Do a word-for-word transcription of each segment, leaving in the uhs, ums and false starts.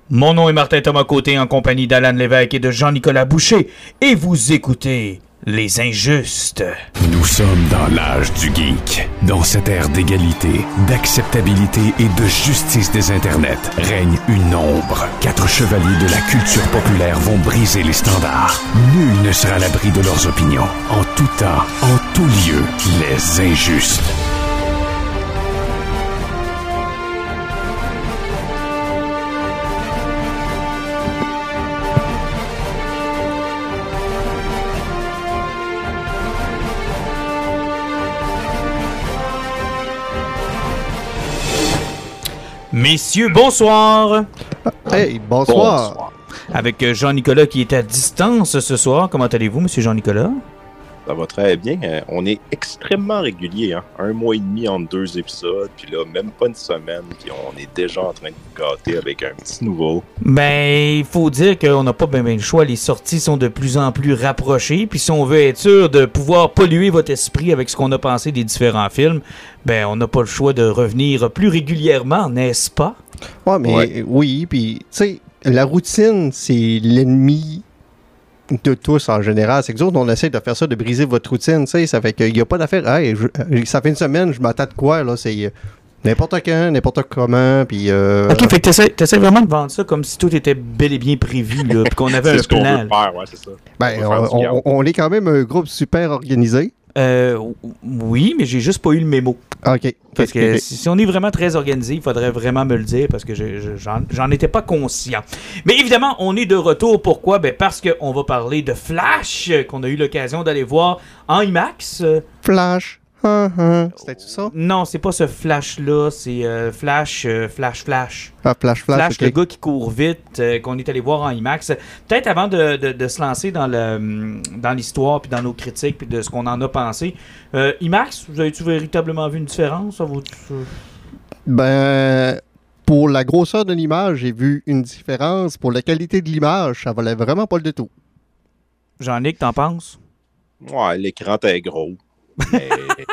Mon nom est Martin Thomas Côté en compagnie d'Alan Lévesque et de Jean-Nicolas Boucher et vous écoutez Les Injustes. Nous sommes dans l'âge du geek. Dans cette ère d'égalité, d'acceptabilité et de justice des internets, règne une ombre. Quatre chevaliers de la culture populaire vont briser les standards. Nul ne sera à l'abri de leurs opinions. En tout temps, en tout lieu, Les Injustes. Messieurs, bonsoir. Hey, bonsoir. Bonsoir. Avec euh, Jean-Nicolas qui est à distance ce soir. Comment allez-vous, monsieur Jean-Nicolas? Ça va très bien. Euh, on est extrêmement régulier. Hein? Un mois et demi entre deux épisodes. Puis là, même pas une semaine. Puis on est déjà en train de vous gâter avec un petit nouveau. Ben, il faut dire qu'on n'a pas bien ben le choix. Les sorties sont de plus en plus rapprochées. Puis si on veut être sûr de pouvoir polluer votre esprit avec ce qu'on a pensé des différents films, ben, on n'a pas le choix de revenir plus régulièrement, n'est-ce pas? Ouais, mais Ouais. oui, puis tu sais, la routine, c'est l'ennemi de tous en général. C'est que nous autres, on essaie de faire ça, de briser votre routine, tu sais. Ça fait qu'il n'y a pas d'affaire. Hey, je- euh, ça fait une semaine, je m'attends de quoi, là? C'est euh, n'importe quand, n'importe comment, puis. Euh, Ok, fait que t'essaies, t'essaies vraiment de vendre ça comme si tout était bel et bien prévu, là, puis qu'on avait C'est un ce qu'on plan. veut faire, ouais, c'est ça. ben, on veut faire du on, bien. on- on est quand même un groupe super organisé. Euh, oui, mais j'ai juste pas eu le mémo. OK. Parce que Ok. si, si on est vraiment très organisé, il faudrait vraiment me le dire parce que je- je- j'en, j'en étais pas conscient. Mais évidemment, on est de retour. Pourquoi? Ben parce qu'on va parler de Flash, euh, qu'on a eu l'occasion d'aller voir en IMAX. Euh, Flash. Hum, hum. C'était tout ça? non, c'est pas ce Flash-là, c'est euh, Flash, euh, Flash, Flash. Ah, Flash, Flash. Flash, ok. le gars qui court vite, euh, qu'on est allé voir en IMAX. Peut-être avant de, de- de se lancer dans, le, hum, dans l'histoire, puis dans nos critiques, puis de ce qu'on en a pensé. Euh, IMAX, vous avez-tu véritablement vu une différence? Ça vaut- Ben, pour la grosseur de l'image, j'ai vu une différence. Pour la qualité de l'image, ça valait vraiment pas le détour. Jean-Nic, t'en penses? Ouais, l'écran était gros. Mais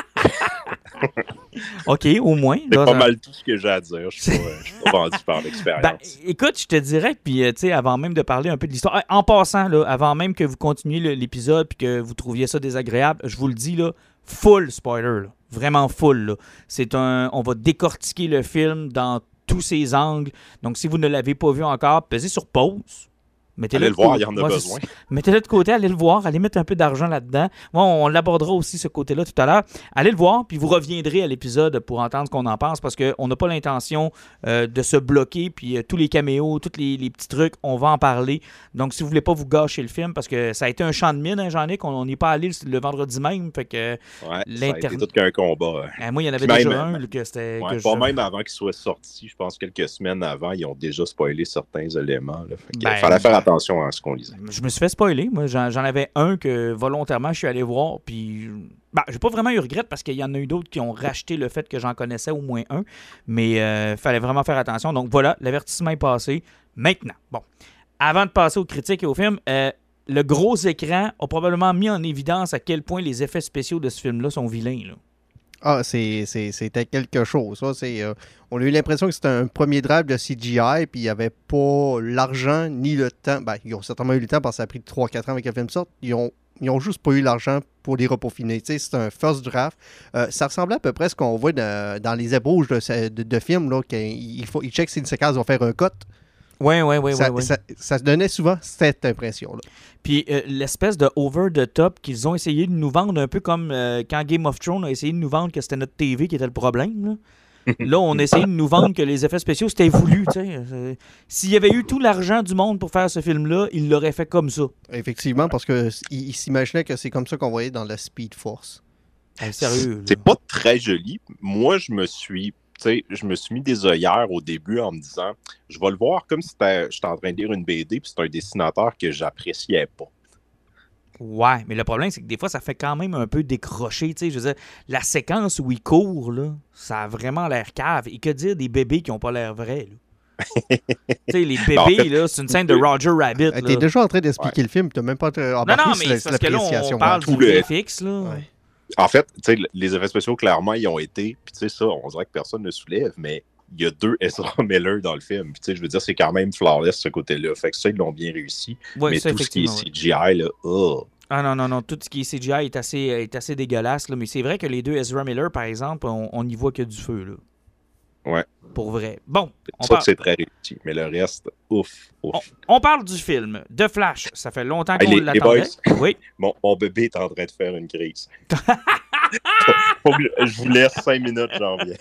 OK, au moins. c'est Là, pas ça- mal tout ce que j'ai à dire. Je suis pas, euh, je suis pas vendu par l'expérience. Ben, écoute, je te dirais, puis euh, tu sais, avant même de parler un peu de l'histoire, en passant, là, avant même que vous continuiez le- l'épisode puis que vous trouviez ça désagréable, je vous le dis, là, full spoiler, là, vraiment full. Là. C'est un, on va décortiquer le film dans tous ses angles. Donc, si vous ne l'avez pas vu encore, pesez sur pause. Mettez-le Allez de le voir, côté. il y en a Ouais, besoin. c'est- Mettez-le de côté, allez le voir, allez mettre un peu d'argent là-dedans. Moi, on l'abordera aussi, ce côté-là, tout à l'heure. Allez le voir, puis vous reviendrez à l'épisode pour entendre ce qu'on en pense, parce qu'on n'a pas l'intention euh, de se bloquer, puis euh, tous les caméos, tous les, les petits trucs, on va en parler. Donc, si vous voulez pas vous gâcher le film, parce que ça a été un champ de mine, hein, Jean-Nic, on n'est pas allé le, le vendredi même, fait que Ouais, ça a l'internet- été tout qu'un combat. hein. euh, moi, il y en avait Puis déjà même, un euh, là, que c'était... Ouais, que pas je- même avant qu'il soit sorti, je pense quelques semaines avant, ils ont déjà spoilé certains éléments. Là. Fait que, Ben, euh, fallait faire attention à ce qu'on lisait. Je me suis fait spoiler. Moi, j'en, j'en avais un que volontairement je suis allé voir. Puis, ben, j'ai pas vraiment eu regret parce qu'il y en a eu d'autres qui ont racheté le fait que j'en connaissais au moins un. Mais il euh, fallait vraiment faire attention. Donc voilà, l'avertissement est passé. Maintenant, bon, avant de passer aux critiques et aux films, euh, le gros écran a probablement mis en évidence à quel point les effets spéciaux de ce film-là sont vilains. Là. Ah, c'est, c'est- c'était quelque chose. Ça, c'est, euh, on a eu l'impression que c'était un premier drive de C G I, puis il n'y avait pas l'argent ni le temps. Ben, ils ont certainement eu le temps parce que ça a pris trois quatre ans avec que le film sorte. Ils ont, ils ont juste pas eu l'argent pour les repeaufiner. Tu sais, c'est un first draft. Euh, ça ressemblait à peu près à ce qu'on voit de- dans les ébauches de, ce- de, de films. Là, qu'il faut, ils checkent si une séquence va faire un cut. Oui, oui, oui, ça, oui. ça, ça se donnait souvent cette impression-là. Puis euh, l'espèce de over-the-top qu'ils ont essayé de nous vendre, un peu comme euh, quand Game of Thrones a essayé de nous vendre que c'était notre T V qui était le problème. Là, là on essayait de nous vendre que les effets spéciaux, c'était voulu. tu sais. Euh, S'il y avait eu tout l'argent du monde pour faire ce film-là, ils l'auraient fait comme ça. Effectivement, parce qu'ils ils s'imaginaient que c'est comme ça qu'on voyait dans la Speed Force. Hey, sérieux. là. C'est pas très joli. Moi, je me suis, tu sais, je me suis mis des œillères au début en me disant, je vais le voir comme si c'était- j'étais en train de lire une B D, puis c'est un dessinateur que j'appréciais pas. Ouais, mais le problème, c'est que des fois, ça fait quand même un peu décrocher. Tu sais, je veux dire, la séquence où il court, là, ça a vraiment l'air cave. Et que dire des bébés qui n'ont pas l'air vrais, là? tu sais, les bébés, En fait, là, c'est une scène de Roger Rabbit. Euh, Là. T'es déjà en train d'expliquer le film, t'as même pas Non, embarqué non, sur mais la- c'est sur parce que là, l'appréciation. on parle Tout du le- V F X, là. Ouais. En fait, tu sais, les effets spéciaux, clairement, ils ont été, puis tu sais, ça, on dirait que personne ne soulève, mais il y a deux Ezra Miller dans le film. Puis, tu sais, je veux dire, c'est quand même flawless ce côté-là. Fait que ça, ils l'ont bien réussi. Ouais, mais ça, tout ce qui est effectivement, C G I, là, oh. Ah non, non, non, tout ce qui est C G I est assez, est assez dégueulasse, là, mais c'est vrai que les deux Ezra Miller, par exemple, on, on y voit que du feu, là. Ouais. Pour vrai. Bon, on Ça, parle... c'est très réussi. Mais le reste, ouf, ouf. On, on parle du film, The Flash. Ça fait longtemps qu'on Hey, les- l'attendait. les Oui. Mon, mon bébé est en train de faire une crise. Faut que je vous laisse cinq minutes, j'en viens.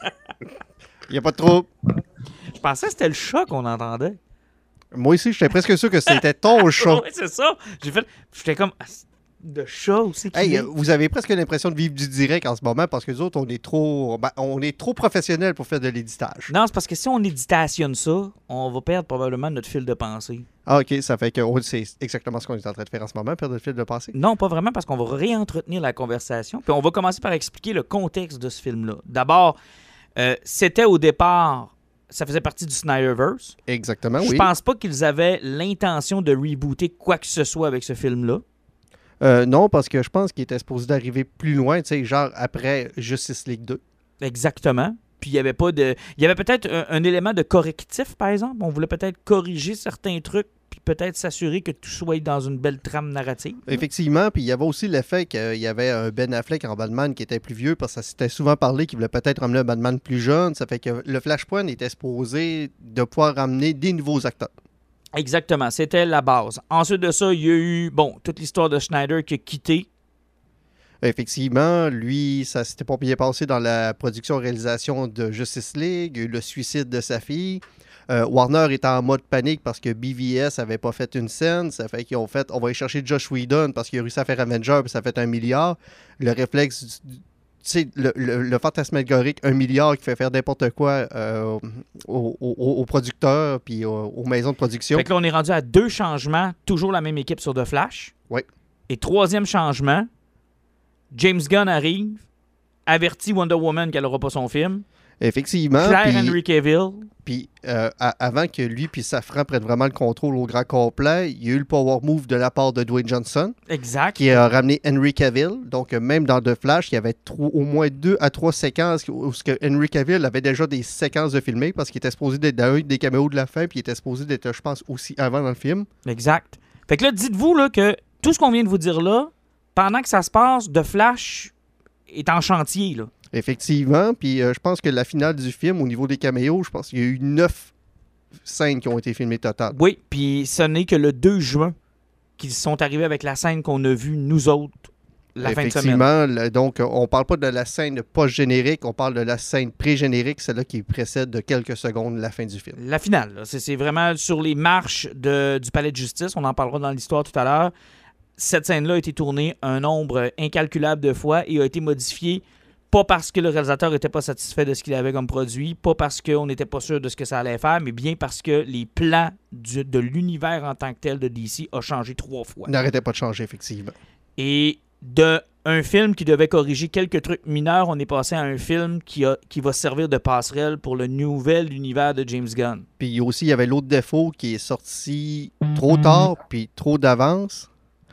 Il n'y a pas de trouble. Je pensais que c'était le chat qu'on entendait. Moi aussi, j'étais presque sûr que c'était ton chat. Oui, c'est ça. J'ai fait... J'étais comme... ah, de chat aussi. Qui Hey, est... euh, vous avez presque l'impression de vivre du direct en ce moment parce que nous autres, on est trop, ben, on est trop professionnels pour faire de l'éditage. Non, c'est parce que si on éditationne ça, on va perdre probablement notre fil de pensée. Ah, ok, ça fait que oh, c'est exactement ce qu'on est en train de faire en ce moment, perdre le fil de pensée. Non, pas vraiment, parce qu'on va réentretenir la conversation. Puis on va commencer par expliquer le contexte de ce film-là. D'abord, euh, c'était au départ, ça faisait partie du Snyderverse. Exactement, Je oui. pense pas qu'ils avaient l'intention de rebooter quoi que ce soit avec ce film-là. Euh, non, parce que je pense qu'il était supposé d'arriver plus loin, tu sais, genre après Justice League deux. Exactement. Puis il y avait pas de. Il y avait peut-être un, un élément de correctif, par exemple. On voulait peut-être corriger certains trucs, puis peut-être s'assurer que tout soit dans une belle trame narrative. Effectivement, puis il y avait aussi l'effet qu'il y avait un Ben Affleck en Batman qui était plus vieux, parce que ça s'était souvent parlé qu'il voulait peut-être ramener un Batman plus jeune. Ça fait que le Flashpoint était supposé de pouvoir ramener des nouveaux acteurs. Exactement, c'était la base. Ensuite de ça, il y a eu, bon, toute l'histoire de Snyder qui a quitté. Effectivement, lui, ça s'était pas bien passé dans la production-réalisation de Justice League, il y a eu le suicide de sa fille. Euh, Warner était en mode panique parce que B V S avait pas fait une scène. Ça fait qu'ils ont fait, on va aller chercher Josh Whedon parce qu'il a réussi à faire Avenger puis ça fait un milliard. Le réflexe, tu sais, le, le, le fantasmagorique, un milliard qui fait faire n'importe quoi euh, aux, aux, aux producteurs puis aux, aux maisons de production. Fait que là, on est rendu à deux changements, toujours la même équipe sur The Flash. Oui. Et troisième changement, James Gunn arrive, avertit Wonder Woman qu'elle n'aura pas son film. Effectivement. Claire puis- Henry Cavill. Puis euh, à- avant que lui puis Safran prennent vraiment le contrôle au grand complet, il y a eu le power move de la part de Dwayne Johnson Exact. qui a ramené Henry Cavill. Donc euh, même dans The Flash, il y avait trop- au moins deux à trois séquences où ce que Henry Cavill avait déjà des séquences de filmer parce qu'il était supposé d'être dans un des caméos de la fin puis il était supposé d'être, je pense, aussi avant dans le film. Exact. Fait que là, dites-vous là, que tout ce qu'on vient de vous dire là, pendant que ça se passe, The Flash est en chantier. Là. Effectivement, puis euh, je pense que la finale du film, au niveau des caméos, je pense qu'il y a eu neuf scènes qui ont été filmées total. Oui, puis ce n'est que le deux juin qu'ils sont arrivés avec la scène qu'on a vue, nous autres, la fin de semaine. Effectivement, le- donc euh, on parle pas de la scène post-générique, on parle de la scène pré-générique, celle-là qui précède de quelques secondes la fin du film. La finale, là. c'est, c'est vraiment sur les marches de- du palais de justice. On en parlera dans l'histoire tout à l'heure. Cette scène-là a été tournée un nombre incalculable de fois et a été modifiée pas parce que le réalisateur n'était pas satisfait de ce qu'il avait comme produit, pas parce qu'on n'était pas sûr de ce que ça allait faire, mais bien parce que les plans du- de l'univers en tant que tel de D C ont changé trois fois. N'arrêtez pas de changer, effectivement. Et de un film qui devait corriger quelques trucs mineurs, on est passé à un film qui, a, qui va servir de passerelle pour le nouvel univers de James Gunn. Puis aussi, il y avait l'autre défaut qui est sorti trop tard, puis trop d'avance.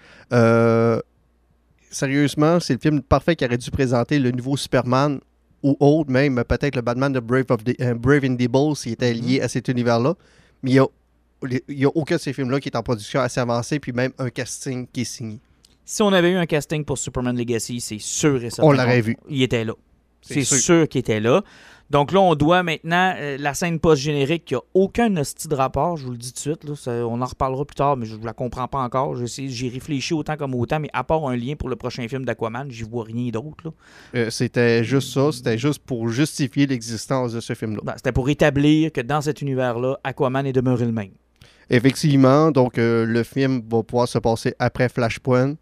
Euh, sérieusement, c'est le film parfait qui aurait dû présenter le nouveau Superman ou autre, même peut-être le Batman de Brave, of the, euh, Brave and the Bold s'il était lié à cet univers-là. Mais il n'y a, il y a aucun de ces films-là qui est en production assez avancée, puis même un casting qui est signé. Si on avait eu un casting pour Superman Legacy, c'est sûr et certain. On l'aurait vu. Il était là. C'est C'est sûr. sûr, qu'il était là. Donc là, on doit maintenant euh, la scène post-générique qui n'a aucun hostie de rapport, je vous le dis tout de suite. Là, ça- on en reparlera plus tard, mais je ne la comprends pas encore. J'ai essayé- J'ai réfléchi autant comme autant, mais à part un lien pour le prochain film d'Aquaman, j'y vois rien d'autre. là. Euh, c'était juste ça, c'était juste pour justifier l'existence de ce film-là. Ben, C'était pour établir que dans cet univers-là, Aquaman est demeuré le même. Effectivement, donc euh, le film va pouvoir se passer après Flashpoint,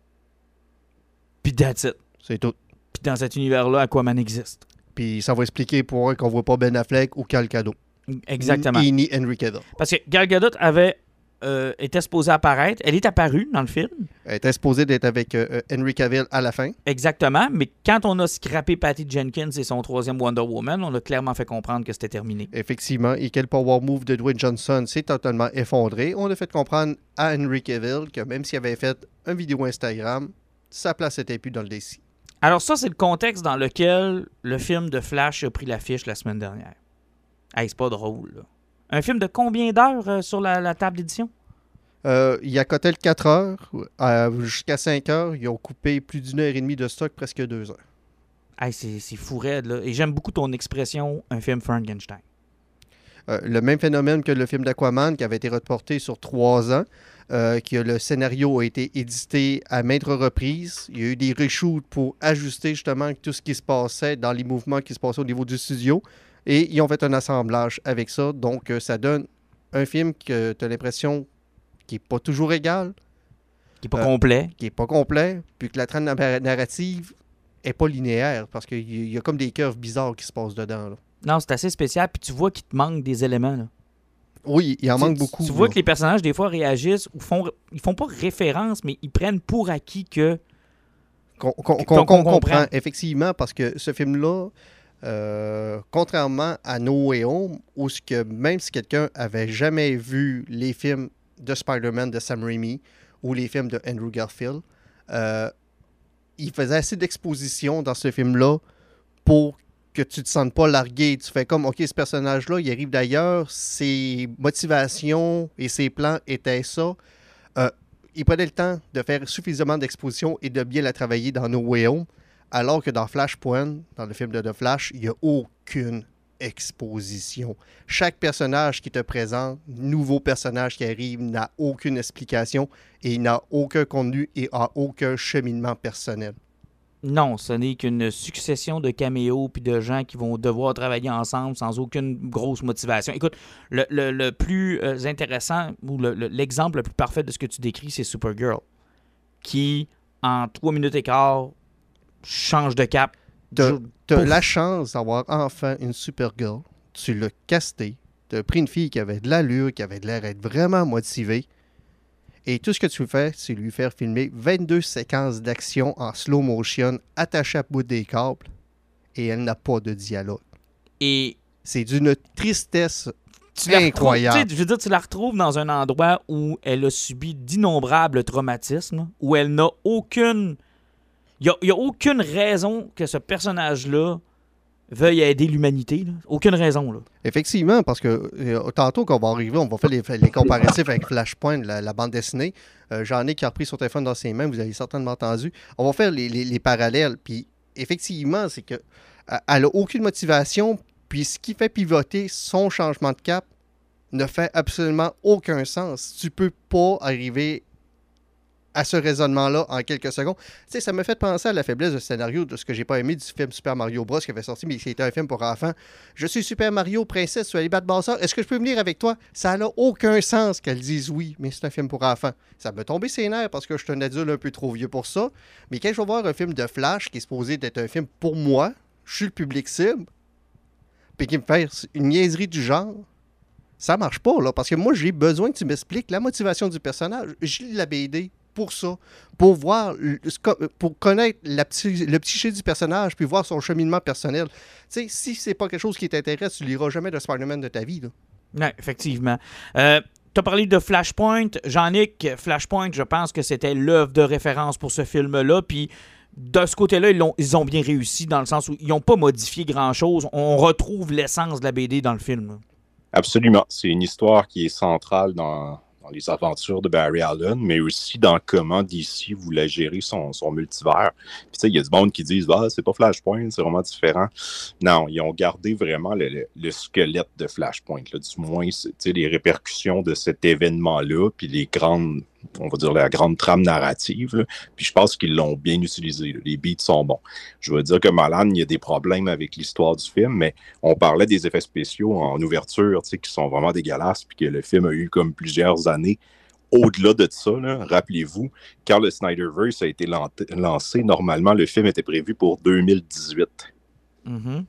Puis that's it. c'est tout. Puis dans cet univers-là, Aquaman existe. Puis ça va expliquer pourquoi qu'on voit pas Ben Affleck ou Gal Gadot. Exactement. Ni, ni Henry Cavill. Parce que Gal Gadot avait, euh, était supposée apparaître. Elle est apparue dans le film. Elle était supposée d'être avec euh, Henry Cavill à la fin. Exactement. Mais quand on a scrappé Patty Jenkins et son troisième Wonder Woman, on a clairement fait comprendre que c'était terminé. Effectivement, et quel power move de Dwayne Johnson s'est totalement effondré. On a fait comprendre à Henry Cavill que même s'il avait fait une vidéo Instagram, sa place n'était plus dans le D C. Alors ça, c'est le contexte dans lequel le film de Flash a pris l'affiche la semaine dernière. Hey, c'est pas drôle, là. Un film de combien d'heures euh, sur la, la table d'édition? Euh, il y a coté le quatre heures, euh, jusqu'à cinq heures, ils ont coupé plus d'une heure et demie de stock, presque deux heures. Hey, c'est, c'est fou raide, là. Et j'aime beaucoup ton expression, un film Frankenstein. Euh, le même phénomène que le film d'Aquaman qui avait été reporté sur trois ans, euh, que le scénario a été édité à maintes reprises. Il y a eu des reshoots pour ajuster justement tout ce qui se passait dans les mouvements qui se passaient au niveau du studio. Et ils ont fait un assemblage avec ça. Donc, euh, ça donne un film que tu as l'impression qui n'est pas toujours égal. Qui n'est pas euh, complet. Qui n'est pas complet. Puis que la trame narrative n'est pas linéaire. Parce qu'il y, y a comme des curves bizarres qui se passent dedans, là. Non, c'est assez spécial. Puis tu vois qu'il te manque des éléments, là. Oui, il en tu, manque tu, beaucoup. Tu vois là. que les personnages, des fois, réagissent ou font... Ils font pas référence, mais ils prennent pour acquis que... Qu'on qu'on, qu'on, qu'on, qu'on comprend. comprend. Effectivement, parce que ce film-là, euh, contrairement à No Way Home, où ce que même si quelqu'un avait jamais vu les films de Spider-Man de Sam Raimi ou les films de Andrew Garfield, euh, il faisait assez d'exposition dans ce film-là pour que tu te sentes pas largué. Tu fais comme, OK, ce personnage-là, il arrive d'ailleurs, ses motivations et ses plans étaient ça. Euh, il prenait le temps de faire suffisamment d'exposition et de bien la travailler dans No Way Home, alors que dans Flashpoint, dans le film de The Flash, il n'y a aucune exposition. Chaque personnage qui te présente, nouveau personnage qui arrive, n'a aucune explication et il n'a aucun contenu et a aucun cheminement personnel. Non, ce n'est qu'une succession de caméos puis de gens qui vont devoir travailler ensemble sans aucune grosse motivation. Écoute, le, le, le plus euh, intéressant ou le, le, l'exemple le plus parfait de ce que tu décris, c'est Supergirl, qui, en trois minutes et quart, change de cap. Tu as la chance d'avoir enfin une Supergirl. Tu l'as casté. Tu as pris une fille qui avait de l'allure, qui avait de l'air d'être vraiment motivée. Et tout ce que tu fais, c'est lui faire filmer vingt-deux séquences d'action en slow motion attachées à bout des câbles. Et elle n'a pas de dialogue. Et c'est d'une tristesse tu incroyable. Tu sais, je veux dire, tu la retrouves dans un endroit où elle a subi d'innombrables traumatismes, où elle n'a aucune... Il n'y a, a aucune raison que ce personnage-là veuille aider l'humanité. Là. Aucune raison. Là. Effectivement, parce que euh, tantôt qu'on va arriver, on va faire les, les comparatifs avec Flashpoint, la, la bande dessinée. Euh, j'en ai qui a repris son téléphone dans ses mains, vous avez certainement entendu. On va faire les, les, les parallèles. Puis effectivement, c'est que elle n'a aucune motivation, puis ce qui fait pivoter son changement de cap ne fait absolument aucun sens. Tu peux pas arriver à ce raisonnement-là en quelques secondes. Tu sais, ça m'a fait penser à la faiblesse de scénario de ce que j'ai pas aimé du film Super Mario Bros. Qui avait sorti, mais qui était un film pour enfants. Je suis Super Mario, princesse, tu vas aller battre Bowser. Est-ce que je peux venir avec toi? Ça n'a aucun sens qu'elle dise oui, mais c'est un film pour enfants. Ça me tombé ses nerfs parce que je suis un adulte un peu trop vieux pour ça. Mais quand je vais voir un film de Flash qui est supposé d'être un film pour moi, je suis le public cible, puis qui me fait une niaiserie du genre, ça marche pas, là. Parce que moi, j'ai besoin que tu m'expliques la motivation du personnage. Je lis la B D pour ça, pour voir, pour connaître la petit, le psyché du personnage, puis voir son cheminement personnel. Tu sais, si c'est pas quelque chose qui t'intéresse, tu liras jamais de Spider-Man de ta vie, là. Oui, effectivement. Euh, tu as parlé de Flashpoint. Jean-Nic, Flashpoint, je pense que c'était l'œuvre de référence pour ce film-là, puis de ce côté-là, ils, l'ont, ils ont bien réussi, dans le sens où ils n'ont pas modifié grand-chose. On retrouve l'essence de la B D dans le film, là. Absolument. C'est une histoire qui est centrale dans... dans les aventures de Barry Allen, mais aussi dans comment D C voulait gérer son, son multivers. Puis tu sais, il y a du monde qui disent « Ah, c'est pas Flashpoint, c'est vraiment différent. » Non, ils ont gardé vraiment le, le, le squelette de Flashpoint, là, du moins, tu sais, les répercussions de cet événement-là, puis les grandes, on va dire la grande trame narrative, là. Puis je pense qu'ils l'ont bien utilisé, là. Les beats sont bons. Je veux dire que Malan, il y a des problèmes avec l'histoire du film, mais on parlait des effets spéciaux en ouverture, tu sais, qui sont vraiment dégueulasses, puis que le film a eu comme plusieurs années. Au-delà de ça, là, rappelez-vous, quand le Snyderverse a été lancé, normalement, le film était prévu pour deux mille dix-huit. Mm-hmm.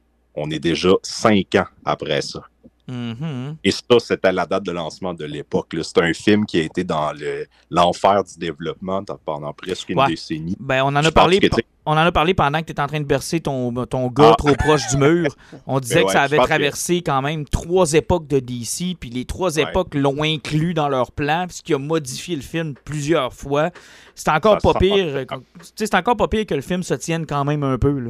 On est déjà cinq ans après ça. Mm-hmm. Et ça, c'était la date de lancement de l'époque, là. C'est un film qui a été dans le, l'enfer du développement pendant presque une ouais. décennie. Ben, on en Je a parlé. que, on en a parlé pendant que tu étais en train de bercer ton, ton gars ah. trop proche du mur. On disait ouais, que ça avait traversé que... quand même trois époques de D C, puis les trois ouais. époques l'ont inclus dans leur plan, ce qui a modifié le film plusieurs fois. C'est encore ça pas pire. C'est encore pas pire que le film se tienne quand même un peu, là.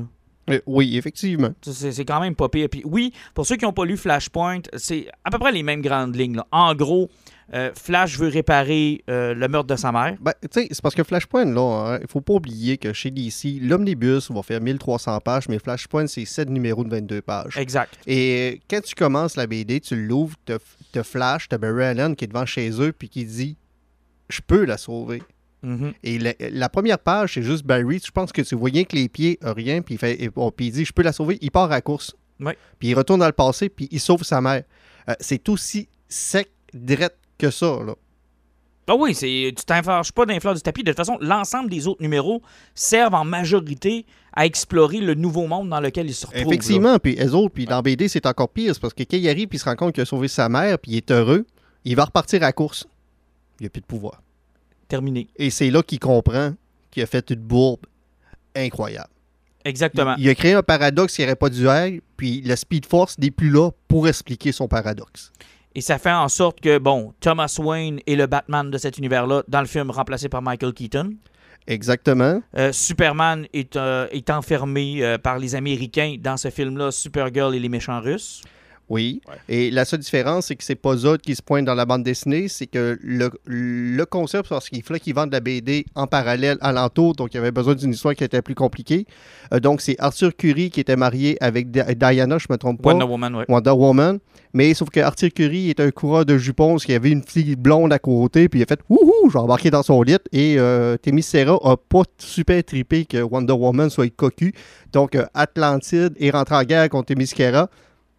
Euh, oui, effectivement. C'est, c'est quand même pas pire. Puis oui, pour ceux qui n'ont pas lu Flashpoint, c'est à peu près les mêmes grandes lignes. Là. En gros, euh, Flash veut réparer euh, le meurtre de sa mère. Ben, tu sais, c'est parce que Flashpoint, là, il hein, faut pas oublier que chez D C, l'Omnibus va faire mille trois cents pages, mais Flashpoint, c'est sept numéros de vingt-deux pages. Exact. Et quand tu commences la B D, tu l'ouvres, t'as Flash, t'as Barry Allen qui est devant chez eux, puis qui dit « Je peux la sauver ». Mm-hmm. Et la, la première page, c'est juste Barry. Je pense que tu voyais que les pieds, rien, puis il, fait, et, bon, puis il dit « Je peux la sauver ». Il part à la course. Ouais. Puis il retourne dans le passé, puis il sauve sa mère. Euh, c'est aussi sec, direct que ça, là. Ah oui, c'est, tu t'infliges pas d'infleur du tapis. De toute façon, l'ensemble des autres numéros servent en majorité à explorer le nouveau monde dans lequel ils se retrouvent. Effectivement, là. puis eux autres, puis dans B D, c'est encore pire. C'est parce que quand il arrive, puis il se rend compte qu'il a sauvé sa mère, puis il est heureux, il va repartir à la course. Il n'a plus de pouvoir. Terminé. Et c'est là qu'il comprend qu'il a fait une bourbe incroyable. Exactement. Il, il a créé un paradoxe qui n'aurait pas dû être, puis la Speed Force n'est plus là pour expliquer son paradoxe. Et ça fait en sorte que, bon, Thomas Wayne est le Batman de cet univers-là, dans le film remplacé par Michael Keaton. Exactement. Euh, Superman est, euh, est enfermé euh, par les Américains dans ce film-là, Supergirl et les méchants russes. Oui. Ouais. Et la seule différence, c'est que c'est pas Zod qui se pointe dans la bande dessinée, c'est que le, le concept, parce qu'il fallait qu'ils vendent la B D en parallèle alentour, donc il y avait besoin d'une histoire qui était plus compliquée. Euh, donc c'est Arthur Curry qui était marié avec Di- Diana, je me trompe pas. Wonder Woman, oui. Wonder Woman. Mais sauf que Arthur Curry est un coureur de jupons qui avait une fille blonde à côté, puis il a fait « Wouhou! » J'ai embarqué dans son lit. Et euh, Themyscira a pas super trippé que Wonder Woman soit cocu. Donc euh, Atlantide est rentré en guerre contre Themyscira.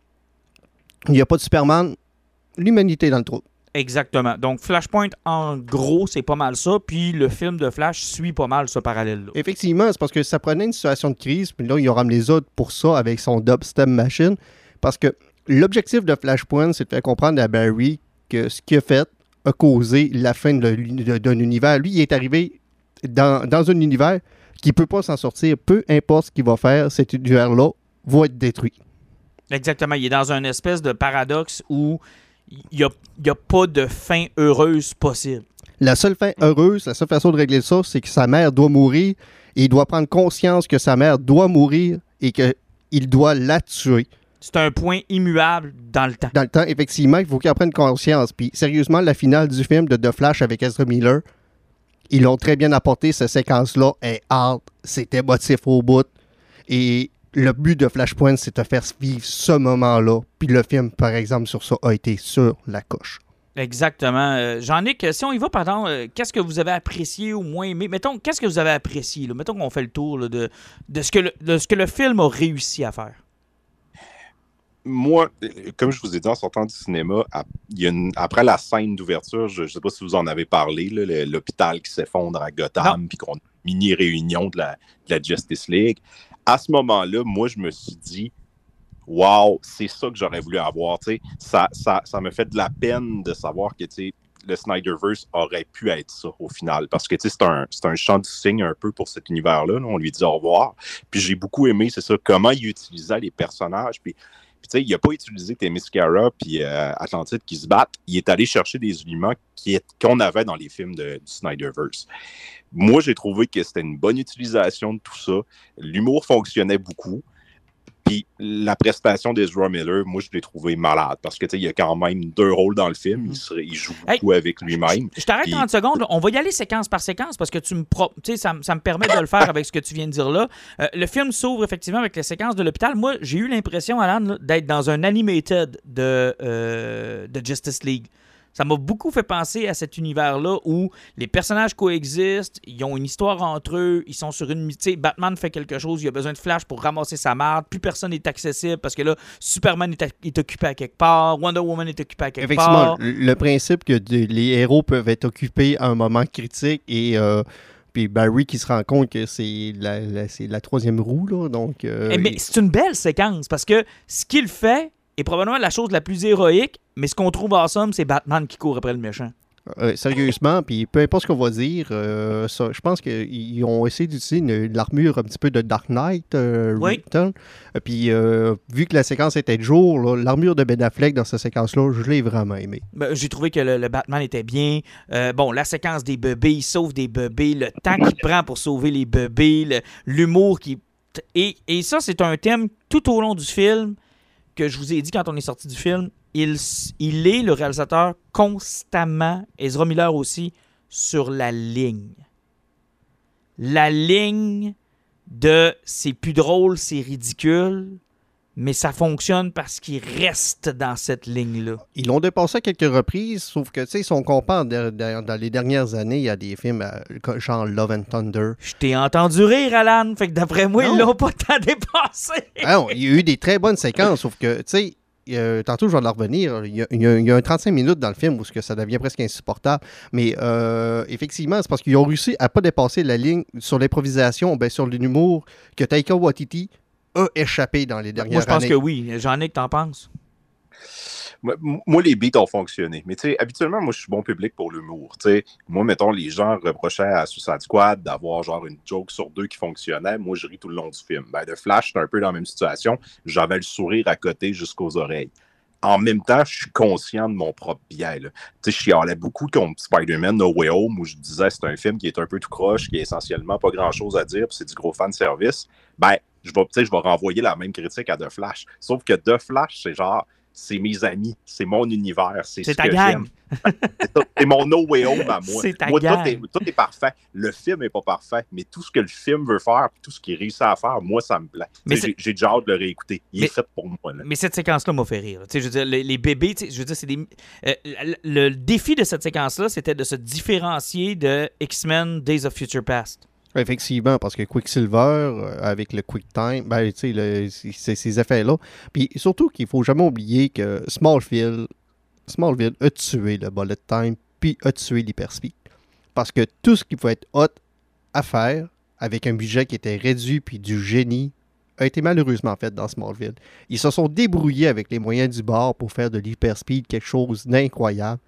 Il n'y a pas de Superman. L'humanité est dans le trou. Exactement. Donc, Flashpoint, en gros, c'est pas mal ça. Puis le film de Flash suit pas mal ce parallèle-là. Effectivement, c'est parce que ça prenait une situation de crise, puis là, ils ont ramené les autres pour ça avec son dubstep machine. Parce que l'objectif de Flashpoint, c'est de faire comprendre à Barry que ce qu'il a fait a causé la fin de, de, d'un univers. Lui, il est arrivé dans, dans un univers qui ne peut pas s'en sortir. Peu importe ce qu'il va faire, cet univers-là va être détruit. Exactement. Il est dans une espèce de paradoxe où il n'y a, il y a pas de fin heureuse possible. La seule fin heureuse, la seule façon de régler ça, c'est que sa mère doit mourir et il doit prendre conscience que sa mère doit mourir et qu'il doit la tuer. C'est un point immuable dans le temps. Dans le temps, effectivement, il faut qu'il en prenne conscience. Puis, sérieusement, la finale du film de The Flash avec Ezra Miller, ils l'ont très bien apporté. Cette séquence-là est hard. C'était émotif au bout. Et le but de Flashpoint, c'est de faire vivre ce moment-là. Puis le film, par exemple, sur ça, a été sur la coche. Exactement. Euh, Jean-Nic, si on y va, pardon, euh, qu'est-ce que vous avez apprécié ou moins aimé? Mettons, qu'est-ce que vous avez apprécié? Là? Mettons qu'on fait le tour là, de, de, ce que le, de ce que le film a réussi à faire. Moi, comme je vous ai dit en sortant du cinéma, à, il y a une, après la scène d'ouverture, je ne sais pas si vous en avez parlé, là, le, l'hôpital qui s'effondre à Gotham, puis qu'on a une mini-réunion de la, de la Justice League. À ce moment-là, moi, je me suis dit, wow, c'est ça que j'aurais voulu avoir. Ça, ça, ça me fait de la peine de savoir que le Snyderverse aurait pu être ça au final. Parce que c'est un, c'est un champ de signe un peu pour cet univers-là. Là. On lui dit au revoir. Puis j'ai beaucoup aimé, c'est ça, comment il utilisait les personnages. Puis Puis, tu sais, il n'a pas utilisé Themyscira puis euh, Atlantide qui se battent. Il est allé chercher des éléments qui est, qu'on avait dans les films de, du Snyderverse. Moi, j'ai trouvé que c'était une bonne utilisation de tout ça. L'humour fonctionnait beaucoup. Puis la prestation d'Ezra Miller, moi, je l'ai trouvé malade. Parce que, tu sais, il y a quand même deux rôles dans le film. Il, serait, il joue beaucoup hey, avec lui-même. Je, je t'arrête puis... trente secondes. On va y aller séquence par séquence parce que tu me pro... tu sais, ça, ça me permet de le faire avec ce que tu viens de dire là. Euh, le film s'ouvre effectivement avec les séquences de l'hôpital. Moi, j'ai eu l'impression, Alan, là, d'être dans un animated de, euh, de Justice League. Ça m'a beaucoup fait penser à cet univers-là où les personnages coexistent, ils ont une histoire entre eux, ils sont sur une... Tu sais, Batman fait quelque chose, il a besoin de Flash pour ramasser sa marde, plus personne n'est accessible parce que là, Superman est, à... est occupé à quelque part, Wonder Woman est occupé à quelque part. Effectivement, le principe que de... les héros peuvent être occupés à un moment critique et... Euh... Puis Barry qui se rend compte que c'est la, la, c'est la troisième roue, là, donc... Euh, eh, mais il... c'est une belle séquence, parce que ce qu'il fait est probablement la chose la plus héroïque, mais ce qu'on trouve awesome, c'est Batman qui court après le méchant. Euh, sérieusement, puis peu importe ce qu'on va dire, euh, ça, je pense qu'ils ont essayé d'utiliser une, une l'armure un petit peu de Dark Knight. Euh, oui. Euh, puis euh, vu que la séquence était de jour, là, l'armure de Ben Affleck dans cette séquence-là, je l'ai vraiment aimé. Ben, j'ai trouvé que le, le Batman était bien. Euh, bon, la séquence des bébés, il sauve des bébés, le temps qu'il prend pour sauver les bébés, le, l'humour qui... forte. Et, et ça, c'est un thème tout au long du film que je vous ai dit quand on est sorti du film. Il, il est, le réalisateur, constamment, Ezra Miller aussi, sur la ligne. La ligne de c'est plus drôle, c'est ridicule, mais ça fonctionne parce qu'il reste dans cette ligne-là. Ils l'ont dépassé à quelques reprises, sauf que, tu sais, si on compare de, de, dans les dernières années, il y a des films euh, genre Love and Thunder. Je t'ai entendu rire, Alan, fait que d'après moi, Non. ils l'ont pas tant dépassé. Ah non, il y a eu des très bonnes séquences, sauf que, tu sais, euh, tantôt, je vais en revenir, il y, a, il, y a, il y a un trente-cinq minutes dans le film où que ça devient presque insupportable, mais euh, effectivement, c'est parce qu'ils ont réussi à pas dépasser la ligne sur l'improvisation, ben, sur l'humour que Taika Waititi a échappé dans les dernières Moi, je pense années. que oui. Jean-Nic, t'en penses? Moi, moi, les beats ont fonctionné. Mais tu sais, habituellement, moi, je suis bon public pour l'humour. Tu sais, moi, mettons, les gens reprochaient à Suicide Squad d'avoir genre une joke sur deux qui fonctionnait. Moi, je ris tout le long du film. Ben, The Flash, c'est un peu dans la même situation. J'avais le sourire à côté jusqu'aux oreilles. En même temps, je suis conscient de mon propre biais. Tu sais, je chialais beaucoup contre Spider-Man No Way Home, où je disais que c'est un film qui est un peu tout croche, qui est essentiellement pas grand-chose à dire, puis c'est du gros fan service. Ben, je vais, je vais renvoyer la même critique à The Flash. Sauf que The Flash, c'est genre, c'est mes amis, c'est mon univers, c'est, C'est ce ta que gang. j'aime. C'est, ça, c'est mon No Way Home à moi. C'est ta moi gang. tout, est, tout est parfait. Le film n'est pas parfait, mais tout ce que le film veut faire, tout ce qu'il réussit à faire, moi, ça me plaît. Mais j'ai, j'ai déjà hâte de le réécouter. Il mais, est fait pour moi. Là. Mais cette séquence-là m'a fait rire. Je veux dire, les, les bébés, je veux dire, c'est des. Euh, le, le défi de cette séquence-là, c'était de se différencier de X-Men Days of Future Past. Effectivement, parce que Quicksilver, euh, avec le Quick Time, ben, tu sais, le, c'est ces effets-là. Puis surtout qu'il faut jamais oublier que Smallville, Smallville a tué le bullet time, puis a tué l'hyperspeed. Parce que tout ce qui pouvait être hot à faire, avec un budget qui était réduit, puis du génie, a été malheureusement fait dans Smallville. Ils se sont débrouillés avec les moyens du bord pour faire de l'hyperspeed quelque chose d'incroyable.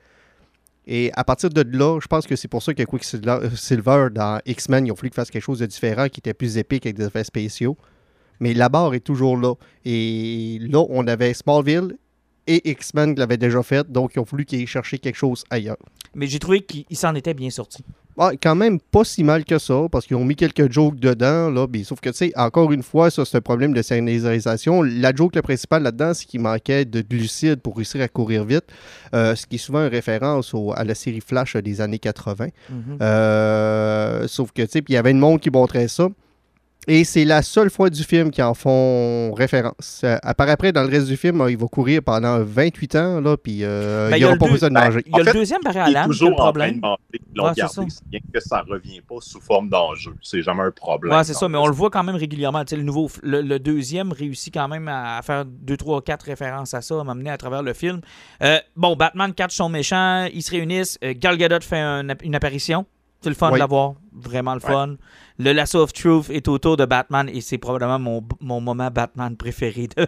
Et à partir de là, je pense que c'est pour ça que Quicksilver, dans X-Men, ils ont voulu qu'il fasse quelque chose de différent, qui était plus épique avec des effets spéciaux. Mais la barre est toujours là. Et là, on avait Smallville et X-Men qui l'avaient déjà fait, donc ils ont voulu qu'ils aient cherché quelque chose ailleurs. Mais j'ai trouvé qu'il s'en était bien sorti. Ah, quand même pas si mal que ça, parce qu'ils ont mis quelques jokes dedans, là, mais sauf que, tu sais, encore une fois, ça, c'est un problème de scénarisation. La joke la principale là-dedans, c'est qu'il manquait de glucides pour réussir à courir vite, euh, ce qui est souvent une référence au, à la série Flash des années quatre-vingts. Mm-hmm. Euh, sauf que, tu sais, puis il y avait une montre qui montrait ça. Et c'est la seule fois du film qu'ils en font référence. Euh, par après, dans le reste du film, euh, il va courir pendant vingt-huit ans, là, puis euh, Ben, il y a n'aura le pas deux- besoin de ben, manger. Il y a En le fait, deuxième par Il est Alan, c'est toujours le en train de problème. manger, ils l'ont Ouais, c'est gardé. ça. C'est bien que ça ne revient pas sous forme d'enjeu. C'est jamais un problème. Ouais, c'est ça, mais on le le voit quand même régulièrement. Tu sais, le, nouveau, le, le deuxième réussit quand même à faire deux, trois, quatre références à ça, à m'amener à travers le film. Euh, bon, Batman catch son méchant, ils se réunissent, euh, Gal Gadot fait un, une apparition. C'est le fun Oui. de l'avoir, vraiment le fun. Le Lasso of Truth est autour de Batman et c'est probablement mon, mon moment Batman préféré de...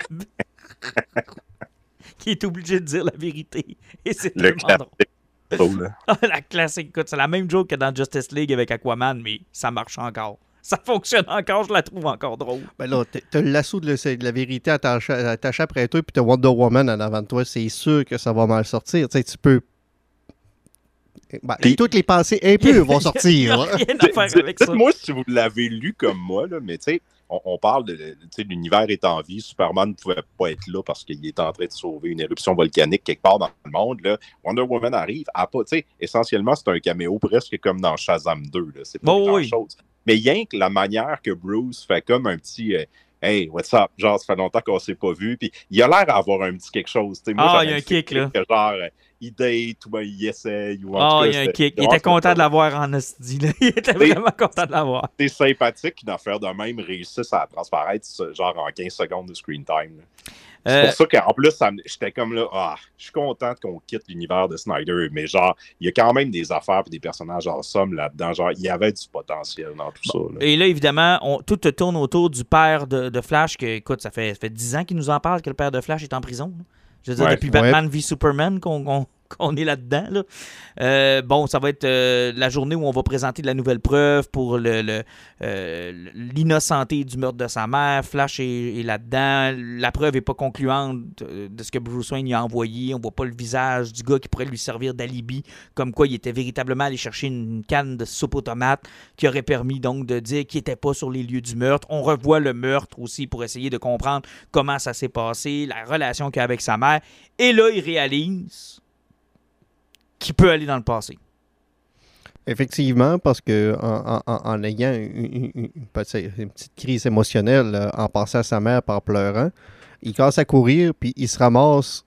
qui est obligé de dire la vérité. Et c'est Le tellement drôle. classique. Drôle, hein. Ah, la classique, écoute, c'est la même joke que dans Justice League avec Aquaman, mais ça marche encore. Ça fonctionne encore, je la trouve encore drôle. Ben là, t'as- t'as le lasso de, le- de la vérité attaché, attaché après toi, puis t'as Wonder Woman en avant de toi. C'est sûr que ça va mal sortir. Tu sais, tu peux... Ben, Puis- toutes les pensées un peu vont Il y a sortir. hein. rien à faire avec ça. Dites-moi si vous l'avez lu comme moi, là, mais tu sais, on, on parle de, tu sais, l'univers est en vie. Superman ne pouvait pas être là parce qu'il est en train de sauver une éruption volcanique quelque part dans le monde. Là. Wonder Woman arrive. À pas, tu sais, essentiellement, c'est un caméo presque comme dans Shazam deux. Là. C'est pas Oh, grand-chose. Mais rien que la manière que Bruce fait comme un petit... euh, Hey, what's up? Genre, ça fait longtemps qu'on s'est pas vu. Puis il a l'air d'avoir un petit quelque chose. T'sais, moi, Ah, j'avais il y a un le kick, feeling là. que genre, euh, il date ou ben, il essaye. Ou en Ah, tout cas, il y a un c'était- kick. Il vraiment, était content c'était de l'avoir en hostie, là. Il était Mais- vraiment content de l'avoir. C'est sympathique qu'une affaire de même réussisse à transparaître ce- genre en quinze secondes de screen time. là. C'est Euh, pour ça qu'en plus, ça me- j'étais comme là, ah, je suis content qu'on quitte l'univers de Snyder, mais genre, il y a quand même des affaires et des personnages awesome là-dedans. Genre, il y avait du potentiel dans tout ça. là. Et là, évidemment, on, tout te tourne autour du père de, de Flash, que, écoute, ça fait, ça fait dix ans qu'il nous en parle que le père de Flash est en prison. là. Je veux dire, Ouais. depuis Batman v Superman qu'on qu'on qu'on est là-dedans. Là. Euh, bon, ça va être euh, la journée où on va présenter de la nouvelle preuve pour le, le, euh, l'innocenté du meurtre de sa mère. Flash est, est là-dedans. La preuve n'est pas concluante de ce que Bruce Wayne y a envoyé. On voit pas le visage du gars qui pourrait lui servir d'alibi, comme quoi il était véritablement allé chercher une canne de soupe aux tomates qui aurait permis donc de dire qu'il n'était pas sur les lieux du meurtre. On revoit le meurtre aussi pour essayer de comprendre comment ça s'est passé, la relation qu'il a avec sa mère. Et là, il réalise qu'il peut aller dans le passé. Effectivement, parce que en, en, en ayant une, une, une, une petite crise émotionnelle, euh, en pensant à sa mère par pleurant, il commence à courir, puis il se ramasse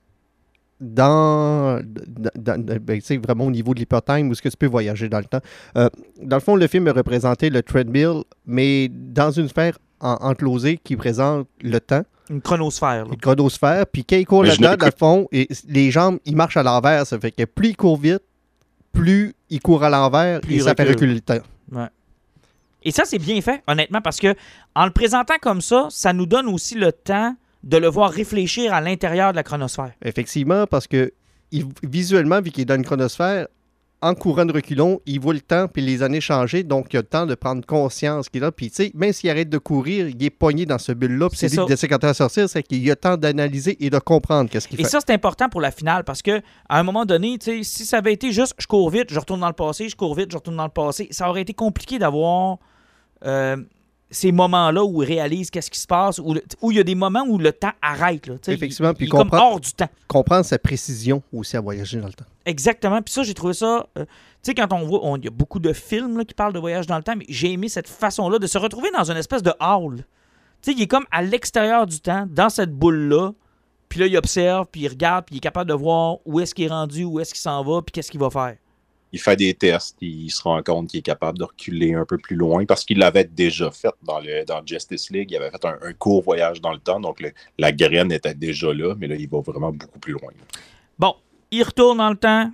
dans, dans, dans ben, vraiment au niveau de l'hypertime, où est-ce que tu peux voyager dans le temps. Euh, dans le fond, le film a représenté le treadmill, mais dans une sphère en, enclosée qui présente le temps. Une chronosphère. Là. Une chronosphère. Puis quand il court là-dedans, dans le fond, et les jambes, ils marchent à l'envers. Ça fait que plus il court vite, plus il court à l'envers plus et ça recule. fait reculer le temps. Ouais. Et ça, c'est bien fait, honnêtement, parce que en le présentant comme ça, ça nous donne aussi le temps de le voir réfléchir à l'intérieur de la chronosphère. Effectivement, parce que il, visuellement, vu qu'il est dans une chronosphère, en courant de reculons, il voit le temps puis les années changer, donc il a le temps de prendre conscience qu'il est là. Puis, tu sais, même s'il arrête de courir, il est pogné dans ce bulle-là. Puis, c'est, c'est lui qui décide quand il va sortir, c'est qu'il a le temps d'analyser et de comprendre qu'est-ce qu'il et fait. Et ça, c'est important pour la finale parce que à un moment donné, tu sais, si ça avait été juste je cours vite, je retourne dans le passé, je cours vite, je retourne dans le passé, ça aurait été compliqué d'avoir euh, ces moments-là où il réalise qu'est-ce qui se passe, où, le, où il y a des moments où le temps arrête. Là, effectivement, il, puis il est comme hors du temps. Comprendre sa précision aussi à voyager dans le temps. Exactement. Puis ça, j'ai trouvé ça... Euh, tu sais, quand on voit... Il y a beaucoup de films là, qui parlent de voyage dans le temps, mais j'ai aimé cette façon-là de se retrouver dans une espèce de hall. Tu sais, il est comme à l'extérieur du temps, dans cette boule-là, puis là, il observe, puis il regarde, puis il est capable de voir où est-ce qu'il est rendu, où est-ce qu'il s'en va, puis qu'est-ce qu'il va faire. Il fait des tests, il se rend compte qu'il est capable de reculer un peu plus loin parce qu'il l'avait déjà fait dans le dans Justice League. Il avait fait un, un court voyage dans le temps, donc le, la graine était déjà là, mais là, il va vraiment beaucoup plus loin. Bon, il retourne dans le temps,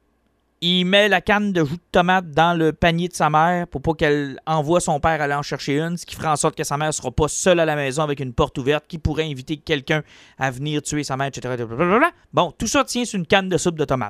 il met la canne de jus de tomate dans le panier de sa mère pour pas qu'elle envoie son père aller en chercher une, ce qui fera en sorte que sa mère ne sera pas seule à la maison avec une porte ouverte qui pourrait inviter quelqu'un à venir tuer sa mère, et cetera. Bon, tout ça tient sur une canne de soupe de tomate.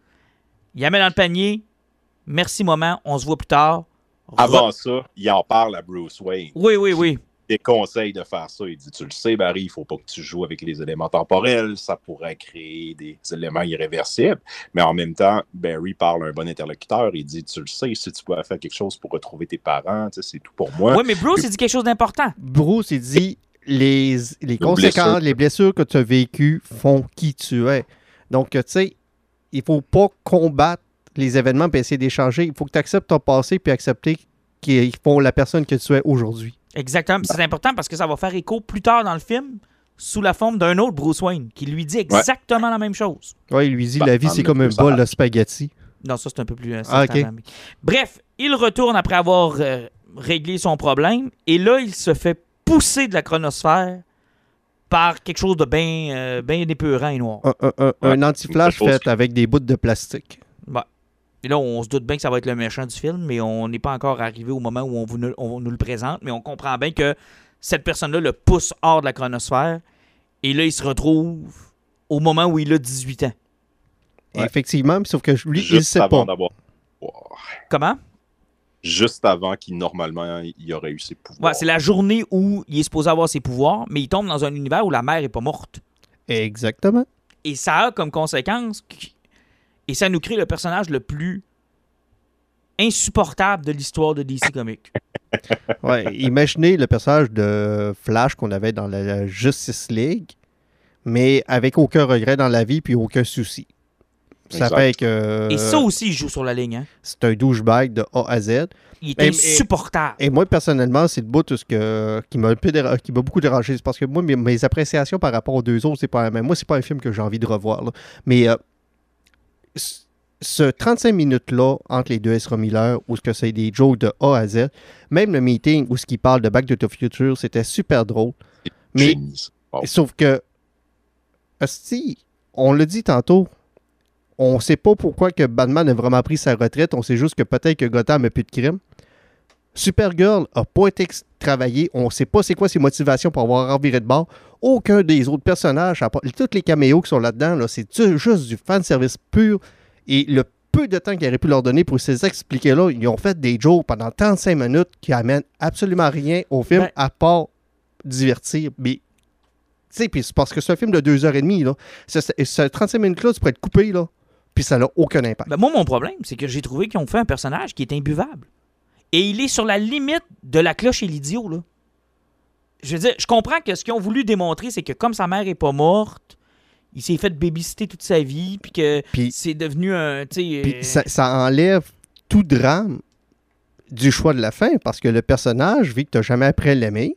Il la met dans le panier. Merci, maman. On se voit plus tard. Avant ça, il en parle à Bruce Wayne. Oui, oui, oui. Il conseille de faire ça. Il dit, tu le sais, Barry, il ne faut pas que tu joues avec les éléments temporels. Ça pourrait créer des éléments irréversibles. Mais en même temps, Barry parle à un bon interlocuteur. Il dit, tu le sais, si tu pouvais faire quelque chose pour retrouver tes parents, c'est tout pour moi. Oui, mais Bruce, Puis, il dit quelque chose d'important. Bruce, il dit, les, les conséquences, blessures. les blessures que tu as vécues font qui tu es. Donc, tu sais, il ne faut pas combattre les événements et essayer d'échanger. Il faut que tu acceptes ton passé puis accepter qu'ils font la personne que tu es aujourd'hui. Exactement. C'est important parce que ça va faire écho plus tard dans le film sous la forme d'un autre Bruce Wayne qui lui dit exactement ouais. la même chose. Oui, il lui dit bah, la vie, c'est comme un bol de spaghettis. Non, ça, c'est un peu plus... Ah, okay. Bref, il retourne après avoir euh, réglé son problème et là, il se fait pousser de la chronosphère par quelque chose de bien euh, ben épeurant et noir. Un, un, un, ouais. un anti-flash fait que... avec des bouts de plastique. Ouais. Et là, on se doute bien que ça va être le méchant du film, mais on n'est pas encore arrivé au moment où on, vous, on nous le présente, mais on comprend bien que cette personne-là le pousse hors de la chronosphère, et là, il se retrouve au moment où il a dix-huit ans. Ouais. Effectivement, sauf que lui, Juste il ne sait avant pas. D'avoir... Comment? Juste avant qu'il, normalement, il aurait eu ses pouvoirs. Ouais, c'est la journée où il est supposé avoir ses pouvoirs, mais il tombe dans un univers où la mère n'est pas morte. Exactement. Et ça a comme conséquence... Et ça nous crée le personnage le plus insupportable de l'histoire de D C Comics. Ouais, imaginez le personnage de Flash qu'on avait dans la Justice League, mais avec aucun regret dans la vie puis aucun souci. Ça exact. Fait que... Et ça aussi, il joue sur la ligne. Hein? C'est un douchebag de A à Z. Il est et, insupportable. Et, et moi, personnellement, c'est le bout tout ce que, qui, m'a un peu déra- qui m'a beaucoup dérangé. C'est parce que moi, mes, mes appréciations par rapport aux deux autres, c'est pas la même. Moi, c'est pas un film que j'ai envie de revoir. Là. Mais... Euh, ce trente-cinq minutes-là entre les deux Ezra Miller, où ce que c'est des jokes de A à Z, même le meeting où ce qui parle de Back to the Future, c'était super drôle. Mais, wow. Sauf que, asti, on l'a dit tantôt, on sait pas pourquoi que Batman a vraiment pris sa retraite, on sait juste que peut-être que Gotham n'a plus de crime. Supergirl n'a pas été travaillé. On ne sait pas c'est quoi ses motivations pour avoir reviré de bord. Aucun des autres personnages, à part, tous les caméos qui sont là-dedans, là, c'est juste du fanservice pur. Et le peu de temps qu'il aurait pu leur donner pour s'expliquer là, ils ont fait des jokes pendant trente-cinq minutes qui amènent absolument rien au film, ben, à part divertir. Mais, tu sais, puis c'est parce que c'est un film de deux heures trente, là. Ce, ce trente-cinq minutes-là, tu pourrais être coupé, là, puis ça n'a aucun impact. Ben, moi, mon problème, c'est que j'ai trouvé qu'ils ont fait un personnage qui est imbuvable. Et il est sur la limite de la cloche et l'idiot, là. Je veux dire, je comprends que ce qu'ils ont voulu démontrer, c'est que comme sa mère est pas morte, il s'est fait babysitter toute sa vie, puis que puis, c'est devenu un... Puis euh... ça, ça enlève tout drame du choix de la fin, parce que le personnage, vu que tu n'as jamais appris à l'aimer,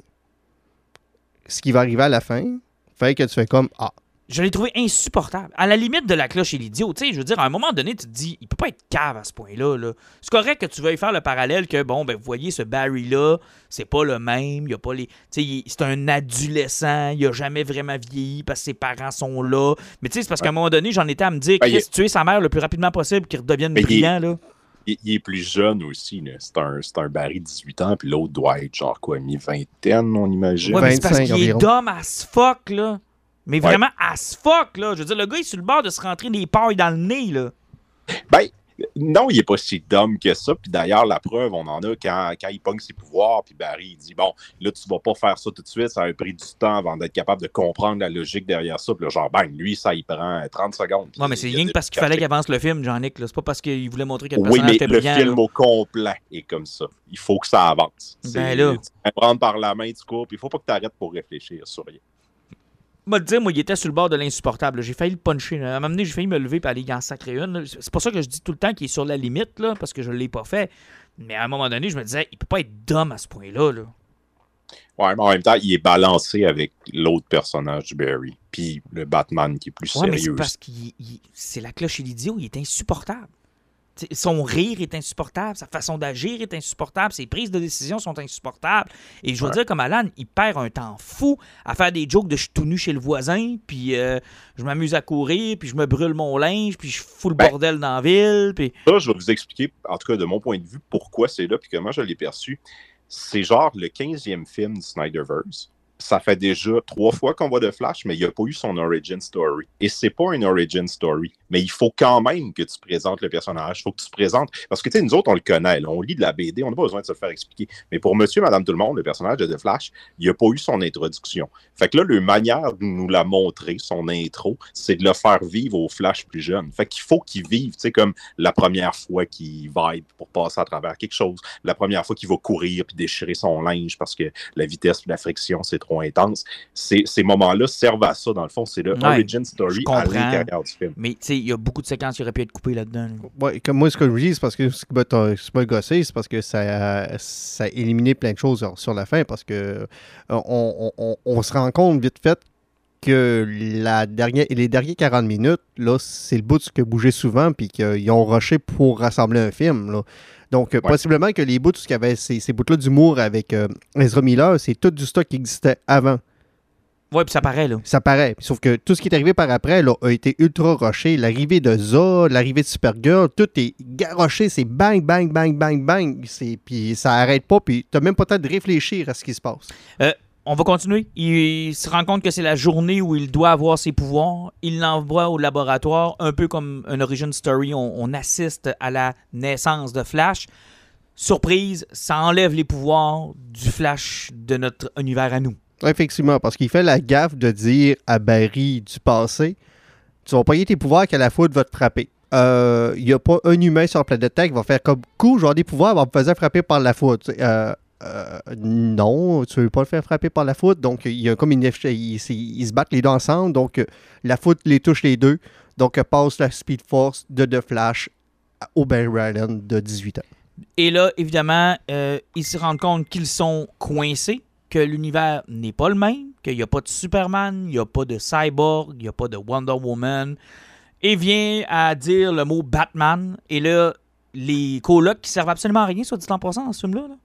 ce qui va arriver à la fin, fait que tu fais comme « Ah ». Je l'ai trouvé insupportable. À la limite de la cloche et l'idiot. Tu sais, je veux dire, à un moment donné, tu te dis, il peut pas être cave à ce point-là. Là. C'est correct que tu veuilles faire le parallèle que, bon, ben, vous voyez, ce Barry-là, c'est pas le même. Il a pas les. Tu sais, c'est un adolescent. Il a jamais vraiment vieilli parce que ses parents sont là. Mais tu sais, c'est parce qu'à un moment donné, j'en étais à me dire, Chris, tuer sa mère le plus rapidement possible, qu'il redevienne mais brillant, il est, là. Il, il est plus jeune aussi. Là. C'est, un, c'est un Barry de dix-huit ans, puis l'autre doit être genre quoi, mi-vingtaine, on imagine. Ouais, mais c'est parce qu'il environ. Est dumb as fuck, là. Mais vraiment ouais. as fuck, là. Je veux dire, le gars, il est sur le bord de se rentrer des pailles dans le nez, là. Ben, non, il est pas si dumb que ça. Puis d'ailleurs, la preuve, on en a quand, quand il pogne ses pouvoirs. Puis Barry, il dit, bon, là, tu vas pas faire ça tout de suite. Ça a pris du temps avant d'être capable de comprendre la logique derrière ça. Puis là, genre, bang, lui, ça, il prend trente secondes. Ouais, mais c'est rien que parce qu'il fallait qu'il avance le film, Jean-Nic. C'est pas parce qu'il voulait montrer que le oui, personnage était brillant. Oui, mais le film là. au complet est comme ça. Il faut que ça avance. Ben c'est, là. Tu vas prendre par la main, tu cours. Puis il faut pas que tu arrêtes pour réfléchir sur rien. Moi, te dire, moi, il était sur le bord de l'insupportable. J'ai failli le puncher. À un moment donné, j'ai failli me lever et aller en sacrer une. C'est pour ça que je dis tout le temps qu'il est sur la limite, là, parce que je ne l'ai pas fait. Mais à un moment donné, je me disais, il peut pas être dumb à ce point-là. Là. Ouais, mais en même temps, il est balancé avec l'autre personnage du Barry. Puis le Batman qui est plus ouais, sérieux. Mais c'est parce que c'est la cloche et l'idiot, il est insupportable. T'sais, son rire est insupportable, sa façon d'agir est insupportable, ses prises de décision sont insupportables. Et je veux ouais. dire, comme Alan, il perd un temps fou à faire des jokes de je suis tout nu chez le voisin, puis euh, je m'amuse à courir, puis je me brûle mon linge, puis je fous le ben, bordel dans la ville. Puis... Ça, je vais vous expliquer, en tout cas de mon point de vue, pourquoi c'est là, puis comment je l'ai perçu. C'est genre le quinzième film du Snyderverse. Ça fait déjà trois fois qu'on voit de Flash, mais il n'a pas eu son origin story. Et c'est pas une origin story, mais il faut quand même que tu présentes le personnage. Il faut que tu présentes... Parce que, tu sais, nous autres, on le connaît. Là, on lit de la B D, on n'a pas besoin de se le faire expliquer. Mais pour Monsieur, Madame, tout le monde, le personnage de The Flash, il n'a pas eu son introduction. Fait que là, la manière de nous la montrer, son intro, c'est de le faire vivre au Flash plus jeune. Fait qu'il faut qu'il vive, tu sais, comme la première fois qu'il vibe pour passer à travers quelque chose. La première fois qu'il va courir puis déchirer son linge parce que la vitesse et la friction, c'est trop intense. Ces, ces moments-là servent à ça, dans le fond. C'est le ouais, origin story à l'intérieur du film. Mais tu sais, il y a beaucoup de séquences qui auraient pu être coupées là-dedans. Là. Ouais, comme moi, ce que je dis, c'est parce que ce qui m'a gossé, c'est parce que ça, ça a éliminé plein de choses sur, sur la fin, parce que on, on, on se rend compte vite fait que la dernière, les derniers quarante minutes, là, c'est le bout qui a bougé souvent, puis qu'ils ont rushé pour rassembler un film, là. Donc, ouais. possiblement que les bouts, tout ce qu'il y avait, ces, ces bouts-là d'humour avec euh, Ezra Miller, c'est tout du stock qui existait avant. Oui, puis ça paraît, là. Ça paraît. Sauf que tout ce qui est arrivé par après, là, a été ultra rushé. L'arrivée de Zod, l'arrivée de Supergirl, tout est garoché, c'est bang, bang, bang, bang, bang. C'est, puis ça arrête pas, puis t'as même pas le temps de réfléchir à ce qui se passe. Euh, on va continuer. Il, il se rend compte que c'est la journée où il doit avoir ses pouvoirs. Il l'envoie au laboratoire, un peu comme un origin story. On, on assiste à la naissance de Flash. Surprise, ça enlève les pouvoirs du Flash de notre univers à nous. Effectivement, parce qu'il fait la gaffe de dire à Barry du passé, tu vas payer tes pouvoirs qu'à la foudre va te frapper. Il euh, n'y a pas un humain sur la planète Terre qui va faire comme coup, genre des pouvoirs, en me faisant frapper par la foudre. Euh, Euh, non, tu ne veux pas le faire frapper par la foudre, donc il y a comme une ils, ils se battent les deux ensemble, donc la foudre les touche les deux, donc passe la Speed Force de The Flash au Barry Allen de dix-huit ans. Et là, évidemment, euh, ils se rendent compte qu'ils sont coincés, que l'univers n'est pas le même, qu'il n'y a pas de Superman, il n'y a pas de Cyborg, il n'y a pas de Wonder Woman, et vient à dire le mot Batman, et là, les colocs qui servent absolument à rien, soit dit en passant, dans ce film-là, là.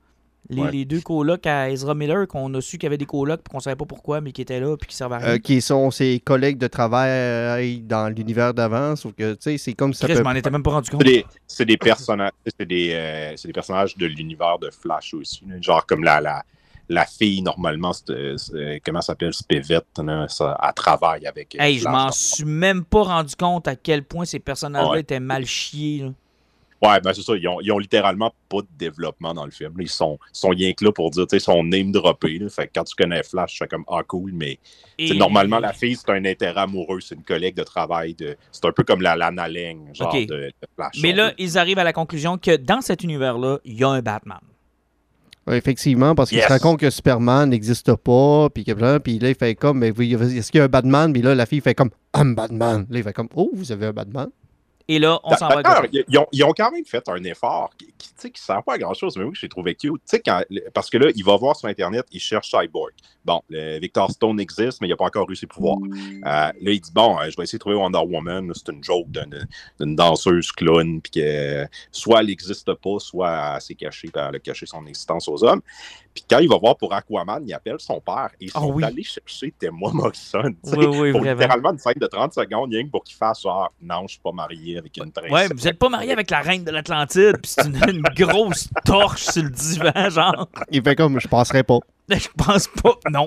Les, Ouais. les deux colocs à Ezra Miller, qu'on a su qu'il y avait des colocs, puis qu'on savait pas pourquoi, mais qui étaient là, puis qui servaient à rien. Euh, qui sont ses collègues de travail dans l'univers d'avant. Sauf que, tu sais, c'est comme ça. Chris, peut... je m'en étais même pas rendu compte. C'est des, c'est des personnages, c'est des, euh, c'est des personnages de l'univers de Flash aussi. Là. Genre comme la, la, la fille, normalement, c'est, c'est, comment ça s'appelle, Spivette, là, ça, elle travaille avec Hey, je Flash. m'en suis même pas rendu compte à quel point ces personnages-là Ouais. étaient mal chiés. Là. Ouais, ben c'est ça. Ils ont, ils ont littéralement pas de développement dans le film. Là. Ils sont, sont rien que là pour dire, tu sais, ils sont name droppés. Là. Fait que quand tu connais Flash, tu fais comme, ah, cool, mais Et... normalement, la fille, c'est un intérêt amoureux. C'est une collègue de travail. De... C'est un peu comme la Lana Lang, genre Ok. de, de Flash. Mais là, ils arrivent à la conclusion que dans cet univers-là, il y a un Batman. Ouais, effectivement, parce qu'il Yes. se rend compte que Superman n'existe pas, puis que là, puis là, il fait comme, mais oui, est-ce qu'il y a un Batman? Puis là, la fille fait comme, I'm Batman. Là, il fait comme, oh, vous avez un Batman? Et là, on s'en va à D'ailleurs, Gotham. ils, ils ont, ils ont quand même fait un effort qui, qui, tu sais, qui sert pas à grand-chose, mais oui, j'ai trouvé cute. Tu sais, quand- parce que là, il va voir sur Internet, il cherche Cyborg. Bon, le Victor Stone existe, mais il n'a pas encore eu ses pouvoirs. Euh, là, il dit, bon, euh, je vais essayer de trouver Wonder Woman. Là, c'est une joke d'une, d'une danseuse clown, puis que euh, soit elle n'existe pas, soit elle s'est cachée, puis elle a caché son existence aux hommes. Puis quand il va voir pour Aquaman, il appelle son père, et ils sont Oh oui. allés chercher Thelma Morrison. tu sais, Oui, oui, pour vraiment. littéralement une scène de trente secondes, rien que pour qu'il fasse genre, non, je suis pas marié avec une princesse. Ouais, vous êtes pas marié avec la reine de l'Atlantide, puis c'est une, une grosse torche sur le divan, genre. Il fait comme, je passerai pas. Je pense pas, non.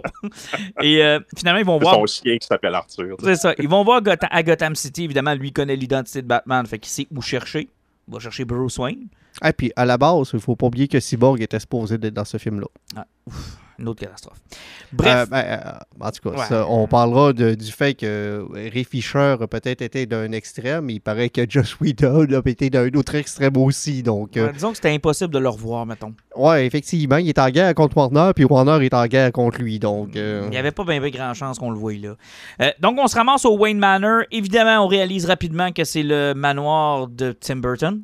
Et euh, finalement, ils vont C'est voir. son chien qui s'appelle Arthur. tu sais. C'est ça. Ils vont voir Gotham- à Gotham City. Évidemment, lui connaît l'identité de Batman, fait qu'il sait où chercher. Il va chercher Bruce Wayne. Et puis, à la base, il faut pas oublier que Cyborg était supposé d'être dans ce film-là. Ah, ouf, une autre catastrophe. Bref, Euh, ben, euh, en tout cas, Ouais. ça, on parlera de- du fait que Ray Fisher a peut-être été d'un extrême, mais il paraît que Joss Whedon a été d'un autre extrême aussi. Donc, euh, ouais, disons que c'était impossible de le revoir, mettons. ouais, effectivement, il est en guerre contre Warner, puis Warner est en guerre contre lui. Donc, euh, Il n'y avait pas bien bien grand chance qu'on le voie là. Euh, donc, on se ramasse au Wayne Manor. Évidemment, on réalise rapidement que c'est le manoir de Tim Burton.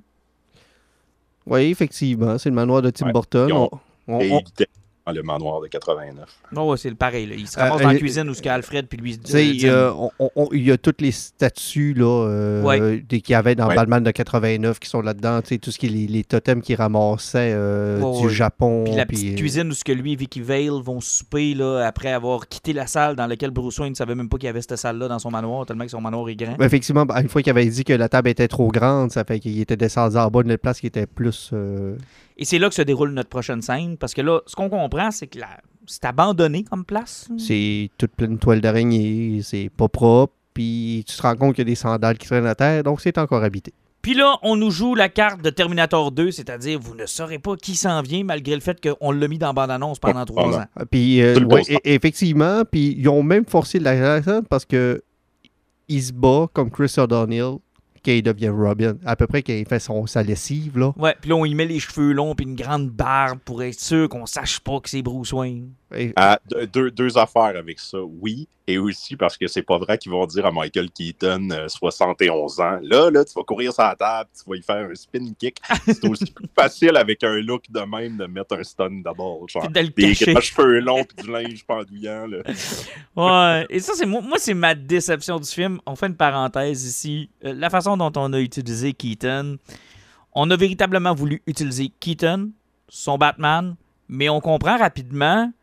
oui, effectivement, c'est le manoir de Tim Ouais, Burton. ils ont- On- on- Et on- évidemment, le manoir de quatre-vingt-neuf. Non, ouais, c'est le pareil. Là. Il se Euh, ramasse dans euh, la cuisine où ce qu'Alfred puis lui. Tu sais, euh, il y a- on- on- on- il y a toutes les statues là, euh, Ouais. des- qu'il y avait dans Ouais. Batman de quatre-vingt-neuf qui sont là-dedans. Tu sais, tout ce qui est les, les totems qu'il ramassait euh, Ouais, du ouais. Japon. Puis la puis- petite cuisine où ce que lui et Vicky Vale vont souper là, après avoir quitté la salle dans laquelle Bruce Wayne ne savait même pas qu'il y avait cette salle-là dans son manoir, tellement que son manoir est grand. Ben, effectivement, ben, une fois qu'il avait dit que la table était trop grande, ça fait qu'il était descendu en bas d'une place qui était plus. euh, Et c'est là que se déroule notre prochaine scène, parce que là, ce qu'on comprend, c'est que la... c'est abandonné comme place. C'est toute pleine de toiles d'araignée, c'est pas propre, puis tu te rends compte qu'il y a des sandales qui traînent à terre, donc c'est encore habité. Puis là, on nous joue la carte de Terminator deux, c'est-à-dire vous ne saurez pas qui s'en vient, malgré le fait qu'on l'a mis dans bande-annonce pendant trois voilà. ans. Ah, Puis, euh, Tout le ouais, poster. e- effectivement, puis ils ont même forcé la scène parce que il se bat comme Chris O'Donnell quand il devient Robin. À peu près quand il fait son, sa lessive, là. Ouais, puis là, on y met les cheveux longs puis une grande barbe pour être sûr qu'on sache pas que c'est Bruce Wayne. Et- Ah, deux, deux- deux affaires avec ça, oui, et aussi parce que c'est pas vrai qu'ils vont dire à Michael Keaton, euh, soixante et onze ans, là, là, tu vas courir sur la table, tu vas y faire un spin kick. C'est aussi plus facile avec un look de même de mettre un stun d'abord, genre Puis de le des cacher. grands cheveux longs puis du linge pendouillant, là. Ouais, et ça, c'est moi, moi, c'est ma déception du film. On fait une parenthèse ici. Euh, la façon dont on a utilisé Keaton, on a véritablement voulu utiliser Keaton, son Batman, mais on comprend rapidement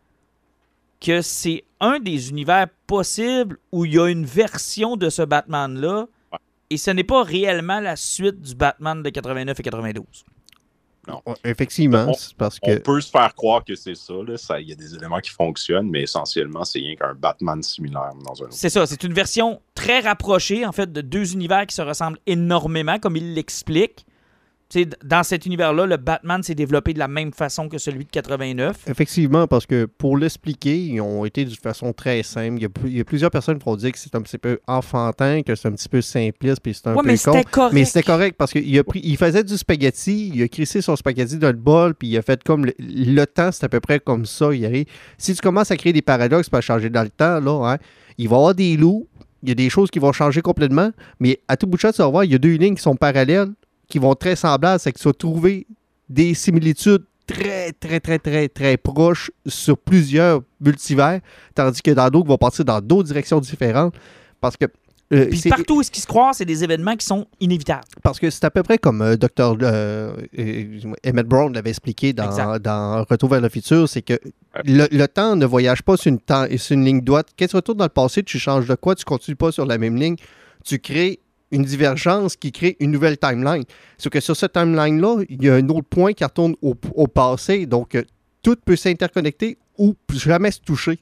que c'est un des univers possibles où il y a une version de ce Batman-là, Ouais. et ce n'est pas réellement la suite du Batman de quatre-vingt-neuf et quatre-vingt-douze. Ouais, effectivement, On- c'est parce On que. peut se faire croire que c'est ça, là, ça, il y a des éléments qui fonctionnent, mais essentiellement, c'est rien qu'un Batman similaire dans un autre. C'est ça, c'est une version très rapprochée, en fait, de deux univers qui se ressemblent énormément, comme il l'explique. Tu sais, dans cet univers-là, le Batman s'est développé de la même façon que celui de quatre-vingt-neuf. Effectivement, parce que pour l'expliquer, ils ont été de façon très simple. Il y a, plus- il y a plusieurs personnes qui vont dire que c'est un petit peu enfantin, que c'est un petit peu simpliste, puis c'est un Ouais, peu mais con. c'était correct. Mais c'était correct parce qu'il a pris, il faisait du spaghetti, il a crissé son spaghetti dans le bol, puis il a fait comme le, le temps, c'est à peu près comme ça. Il arrive. Si tu commences à créer des paradoxes pour changer dans le temps, là, hein, il va y avoir des loups, il y a des choses qui vont changer complètement, mais à tout bout de champ, tu vas voir, il y a deux lignes qui sont parallèles, qui vont être très semblables, c'est que tu vas trouver des similitudes très, très, très, très, très proches sur plusieurs multivers, tandis que dans d'autres, vont partir dans d'autres directions différentes. Parce que Euh, Puis c'est- partout où ce qui se croise, c'est des événements qui sont inévitables. Parce que c'est à peu près comme euh, Docteur euh, euh, Emmett Brown l'avait expliqué dans, Exact. dans Retour vers le futur, c'est que le, le temps ne voyage pas sur une, temps, sur une ligne droite. Quand tu retournes dans le passé, tu changes de quoi? Tu ne continues pas sur la même ligne. Tu crées une divergence qui crée une nouvelle timeline. Sauf que sur cette timeline-là, il y a un autre point qui retourne au, au passé. Donc, euh, tout peut s'interconnecter ou jamais se toucher.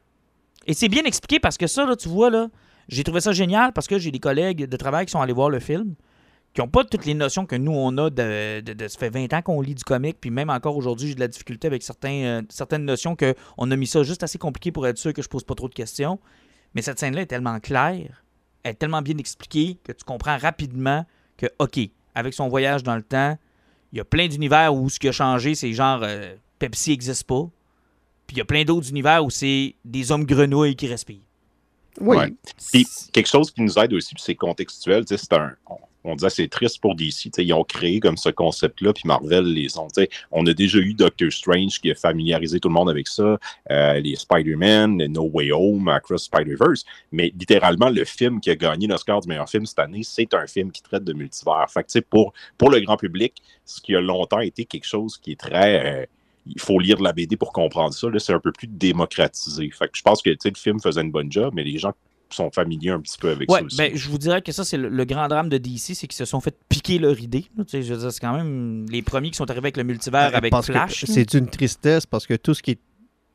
Et c'est bien expliqué parce que ça, là, tu vois, là, j'ai trouvé ça génial parce que j'ai des collègues de travail qui sont allés voir le film, qui n'ont pas toutes les notions que nous, on a de, de, de- ça fait vingt ans qu'on lit du comic, puis même encore aujourd'hui, j'ai de la difficulté avec certains, euh, certaines notions qu'on a mis ça juste assez compliqué pour être sûr que je pose pas trop de questions. Mais cette scène-là est tellement claire, elle est tellement bien expliquée que tu comprends rapidement que, OK, avec son voyage dans le temps, il y a plein d'univers où ce qui a changé, c'est genre euh, Pepsi n'existe pas. Puis il y a plein d'autres univers où c'est des hommes grenouilles qui respirent. Oui. Ouais. Puis quelque chose qui nous aide aussi, puis c'est contextuel, tu sais, c'est un. On, on disait c'est triste pour D C, tu sais, ils ont créé comme ce concept-là, puis Marvel les ont. Tu sais, on a déjà eu Doctor Strange qui a familiarisé tout le monde avec ça, euh, les Spider-Man, les No Way Home, Across Spider-Verse, mais littéralement le film qui a gagné l'Oscar du meilleur film cette année, c'est un film qui traite de multivers. Fait que tu sais, pour pour le grand public, ce qui a longtemps été quelque chose qui est très euh, il faut lire de la B D pour comprendre ça. Là, c'est un peu plus démocratisé. Fait que je pense que le film faisait une bonne job, mais les gens sont familiers un petit peu avec ouais, ça aussi. Ben, je vous dirais que ça, c'est le, le grand drame de D C, c'est qu'ils se sont fait piquer leur idée. Là, tu sais, je veux dire, c'est quand même les premiers qui sont arrivés avec le multivers, Euh, avec parce que Flash. C'est d'une tristesse parce que tout ce qui est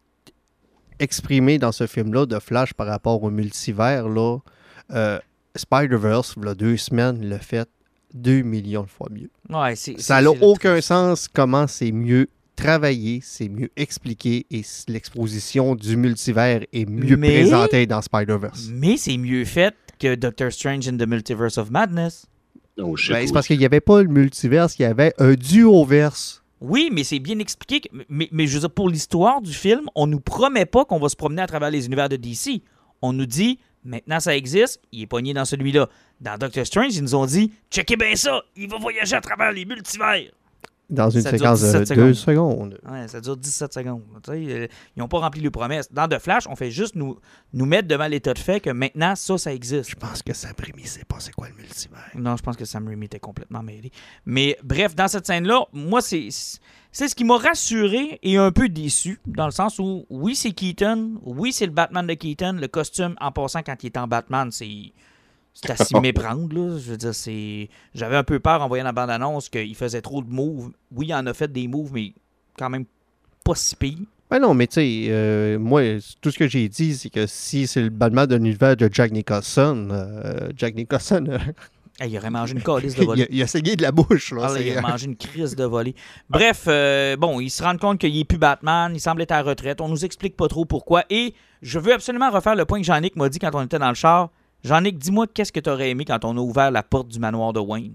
exprimé dans ce film-là de Flash par rapport au multivers, là, euh, Spider-Verse, il y a deux semaines, l'a fait deux millions de fois mieux. Ouais, c'est, Ça c'est- n'a c'est le aucun triste. sens comment c'est mieux travaillé, c'est mieux expliqué et s- l'exposition du multivers est mieux Mais- présentée dans Spider-Verse. Mais c'est mieux fait que Doctor Strange in the Multiverse of Madness. Oh, shit, Ben, c'est oui. parce qu'il n'y avait pas le multiverse, il y avait un duoverse. Oui, mais c'est bien expliqué. que- mais, mais je veux dire, pour l'histoire du film, on nous promet pas qu'on va se promener à travers les univers de D C. On nous dit, maintenant ça existe, il est pogné dans celui-là. Dans Doctor Strange, ils nous ont dit, checkez bien ça, il va voyager à travers les multivers. Dans une Ça dure séquence de dix-sept deux secondes. secondes. Ouais, ça dure dix-sept secondes. Tu sais, euh, ils n'ont pas rempli les promesses. Dans The Flash, on fait juste nous, nous mettre devant l'état de fait que maintenant, ça, ça existe. Je pense que Sam Raimi sait pas c'est quoi le multivers. Non, je pense que Sam Raimi était complètement mêlé. Mais bref, dans cette scène-là, moi, c'est c'est ce qui m'a rassuré et un peu déçu, dans le sens où, oui, c'est Keaton, oui, c'est le Batman de Keaton, le costume, en passant, quand il est en Batman, c'est... C'est à s'y méprendre, là. Je veux dire, c'est... J'avais un peu peur en voyant la bande-annonce qu'il faisait trop de moves. Oui, il en a fait des moves, mais quand même pas si pire. Ben non, mais tu sais, euh, moi, tout ce que j'ai dit, c'est que si c'est le Batman de l'univers de Jack Nicholson, euh, Jack Nicholson, euh, Hey, il aurait mangé une calice de il, volée. a, il a saigné de la bouche. Là, Ah, là, c'est- il a mangé une crise de volée. Bref, euh, bon, ils se rendent compte qu'il n'est plus Batman, il semble être à la retraite. On nous explique pas trop pourquoi. Et je veux absolument refaire le point que Jean-Nic m'a dit quand on était dans le char. Jean-Nic, dis-moi qu'est-ce que tu aurais aimé quand on a ouvert la porte du manoir de Wayne.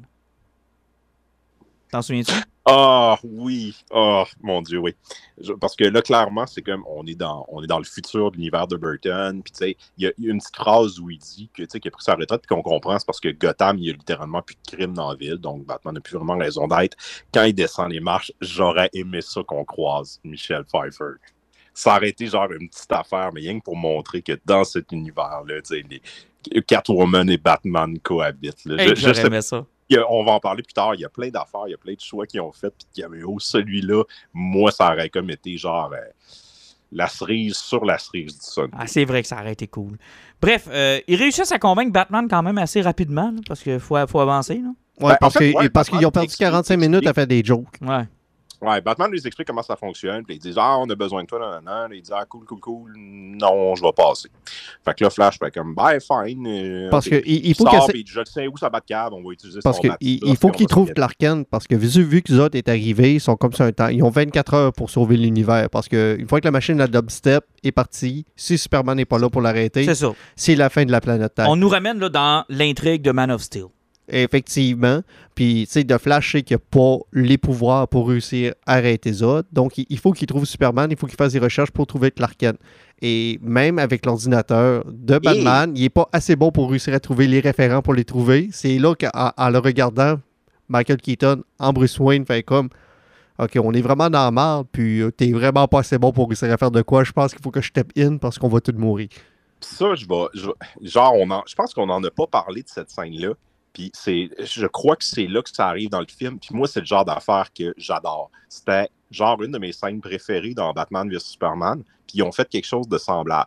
T'en souviens-tu? Ah oui, oh mon Dieu, oui. Je- parce que là, clairement, c'est comme on est dans, on est dans le futur de l'univers de Burton. Puis tu sais, il y, a il y a une petite phrase où il dit que tu sais qu'il a pris sa retraite, puis qu'on comprend, c'est parce que Gotham, il y a littéralement plus de crimes dans la ville, donc Batman n'a plus vraiment raison d'être. Quand il descend les marches, j'aurais aimé ça qu'on croise Michelle Pfeiffer. Ça aurait été genre une petite affaire, mais rien que pour montrer que dans cet univers-là, tu sais, les Catwoman et Batman cohabitent. Là. Hey, Je- je j'aurais sais aimé ça. Il y a- on va en parler plus tard. Il y a plein d'affaires, il y a plein de choix qu'ils ont fait, puis de caméos. Celui-là, moi, ça aurait comme été genre euh, la cerise sur la cerise du Sun. Ah, c'est vrai que ça aurait été cool. Bref, euh, ils réussissent à convaincre Batman quand même assez rapidement, là, parce qu'il faut, faut avancer. Là. Ouais, Ben, parce en fait, que- ouais, parce qu'ils Batman ont perdu explique- quarante-cinq minutes à faire des jokes. Ouais. Ouais, Batman lui explique comment ça fonctionne, puis ils disent ah, on a besoin de toi, non, non, non. Il dit ah, cool, cool, cool, non, je vais passer. Fait que là, Flash fait comme ben, fine. euh, Parce ok. que il, il faut sort, qu'il essa- puis il dit, je sais où ça bat de cave, on va utiliser parce son que bat il, stuff, il faut puis on qu'ils va trouvent se Clark Kent parce que vu, vu que Zod est arrivé, ils sont comme ça un temps. Ils ont vingt-quatre heures pour sauver l'univers parce que une fois que la machine à dubstep est partie, si Superman n'est pas là pour l'arrêter, C'est ça. c'est la fin de la planète Terre. On nous ramène là, dans l'intrigue de Man of Steel. Effectivement. Puis, tu sais, de Flash, c'est qu'il n'a pas les pouvoirs pour réussir à arrêter Zod. Donc, il il faut qu'il trouve Superman, il faut qu'il fasse des recherches pour trouver Clark Kent. Et même avec l'ordinateur de Batman, il n'est pas assez bon pour réussir à trouver les référents pour les trouver. C'est là qu'en en le regardant, Michael Keaton en Bruce Wayne fait comme OK, on est vraiment dans la merde, puis euh, t'es vraiment pas assez bon pour réussir à faire de quoi. Je pense qu'il faut que je step in parce qu'on va tous mourir. ça, je vais, je, genre, on en, je pense qu'on n'en a pas parlé de cette scène-là. Puis c'est, je crois que c'est là que ça arrive dans le film. Puis moi, c'est le genre d'affaire que j'adore. C'était genre une de mes scènes préférées dans Batman versus Superman. Puis ils ont fait quelque chose de semblable.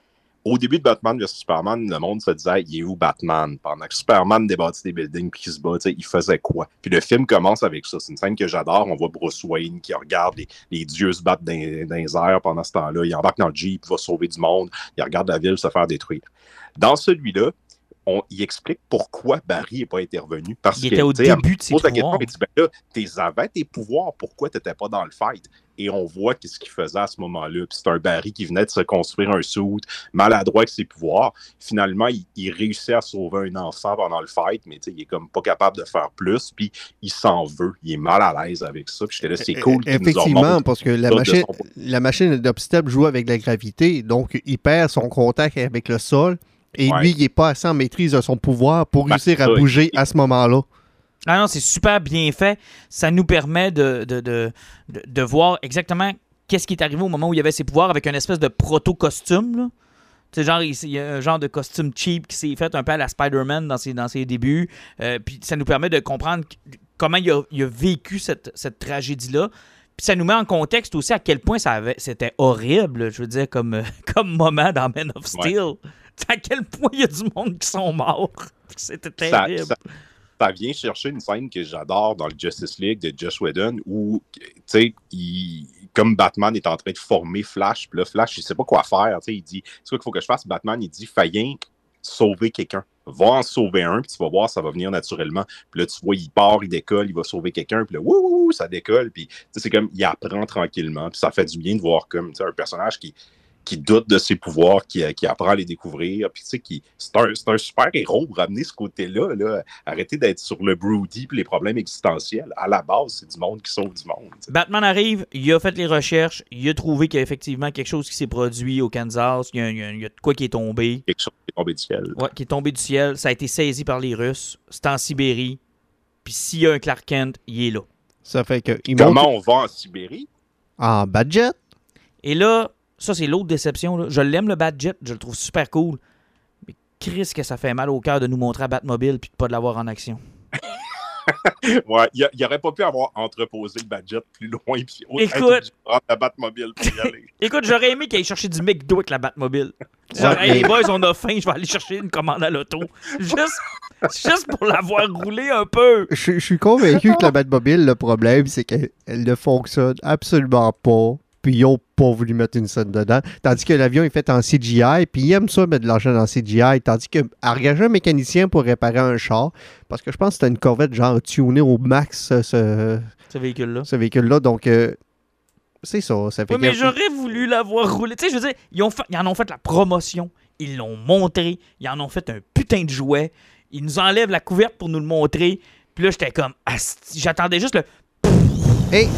Au début de Batman versus Superman, le monde se disait « Il est où Batman? » Pendant que Superman débattit des buildings puis qu'il se bat, il faisait quoi? Puis le film commence avec ça. C'est une scène que j'adore. On voit Bruce Wayne qui regarde les, les dieux se battre dans, dans les airs pendant ce temps-là. Il embarque dans le Jeep, il va sauver du monde. Il regarde la ville se faire détruire. Dans celui-là, on, il explique pourquoi Barry n'est pas intervenu. Parce il que, était au début de ses pouvoirs. pouvoirs. Il dit, ben là, t'es avais tes pouvoirs, pourquoi tu n'étais pas dans le fight? Et on voit qu'est-ce qu'il faisait à ce moment-là. Puis c'est un Barry qui venait de se construire un suit, maladroit avec ses pouvoirs. Finalement, il, il réussit à sauver un enfant pendant le fight, mais il est comme pas capable de faire plus. Puis il s'en veut. Il est mal à l'aise avec ça. Puis j'étais là, c'est cool. Effectivement, parce que la machine, son... la machine d'obstacle joue avec la gravité. Donc, il perd son contact avec le sol. Et ouais. lui, il n'est pas assez en maîtrise de son pouvoir pour ben, réussir à bouger il... à ce moment-là. Ah non, c'est super bien fait. Ça nous permet de, de, de, de, de voir exactement qu'est-ce qui est arrivé au moment où il y avait ses pouvoirs avec une espèce de proto-costume. Tu sais, genre, il y a un genre de costume cheap qui s'est fait un peu à la Spider-Man dans ses, dans ses débuts. Euh, puis ça nous permet de comprendre comment il a, il a vécu cette, cette tragédie-là. Puis ça nous met en contexte aussi à quel point ça avait, c'était horrible, je veux dire, comme, comme moment dans Man of Steel. Ouais. À quel point il y a du monde qui sont morts. C'était terrible. Ça, ça, ça vient chercher une scène que j'adore dans le Justice League de Joss Whedon où, tu sais, comme Batman est en train de former Flash, puis là, Flash, il sait pas quoi faire. Il dit, c'est quoi qu'il faut que je fasse? Batman, il dit, faillant sauver quelqu'un. Va en sauver un, puis tu vas voir, ça va venir naturellement. Puis là, tu vois, il part, il décolle, il va sauver quelqu'un, puis là, wouh, ça décolle. Puis c'est comme, il apprend tranquillement. Puis ça fait du bien de voir comme un personnage qui... qui doute de ses pouvoirs, qui, qui apprend à les découvrir. Puis, tu sais, qui, c'est, un, c'est un super héros pour ramener ce côté-là. Là. Arrêtez d'être sur le broody et les problèmes existentiels. À la base, c'est du monde qui sauve du monde. T'sais. Batman arrive, il a fait les recherches, il a trouvé qu'il y a effectivement quelque chose qui s'est produit au Kansas. Il y a, il y a, il y a quoi qui est tombé. Quelque chose qui est tombé du ciel. Ouais, qui est tombé du ciel. Ça a été saisi par les Russes. C'est en Sibérie. Puis s'il y a un Clark Kent, il est là. Ça fait que... Comment monte... on va en Sibérie? En Badjet. Et là... Ça, c'est l'autre déception. Là. Je l'aime, le Batjet. Je le trouve super cool. Mais Chris, que ça fait mal au cœur de nous montrer à Batmobile puis de pas de l'avoir en action. Ouais, il n'aurait pas pu avoir entreposé le Batjet plus loin puis écoute, prendre la Batmobile pour y aller. Écoute, j'aurais aimé qu'il aille chercher du McDo avec la Batmobile. Genre, ouais, hey, les boys, on a faim, je vais aller chercher une commande à l'auto. Juste, juste pour l'avoir roulé un peu. Je, je suis convaincu que la Batmobile, le problème, c'est qu'elle ne fonctionne absolument pas. Puis ils n'ont pas voulu mettre une scène dedans. Tandis que l'avion est fait en C G I, puis ils aiment ça mettre de l'argent dans C G I. Tandis que engager un mécanicien pour réparer un char, parce que je pense que c'était une Corvette genre tunée au max, ce, ce véhicule-là. Ce véhicule-là, donc euh, c'est ça. ça fait oui, mais j'aurais voulu l'avoir roulé. Tu sais, je veux dire, ils, ont fait, ils en ont fait la promotion, ils l'ont montré, ils en ont fait un putain de jouet, ils nous enlèvent la couverte pour nous le montrer, puis là, j'étais comme, asti, j'attendais juste le... Et,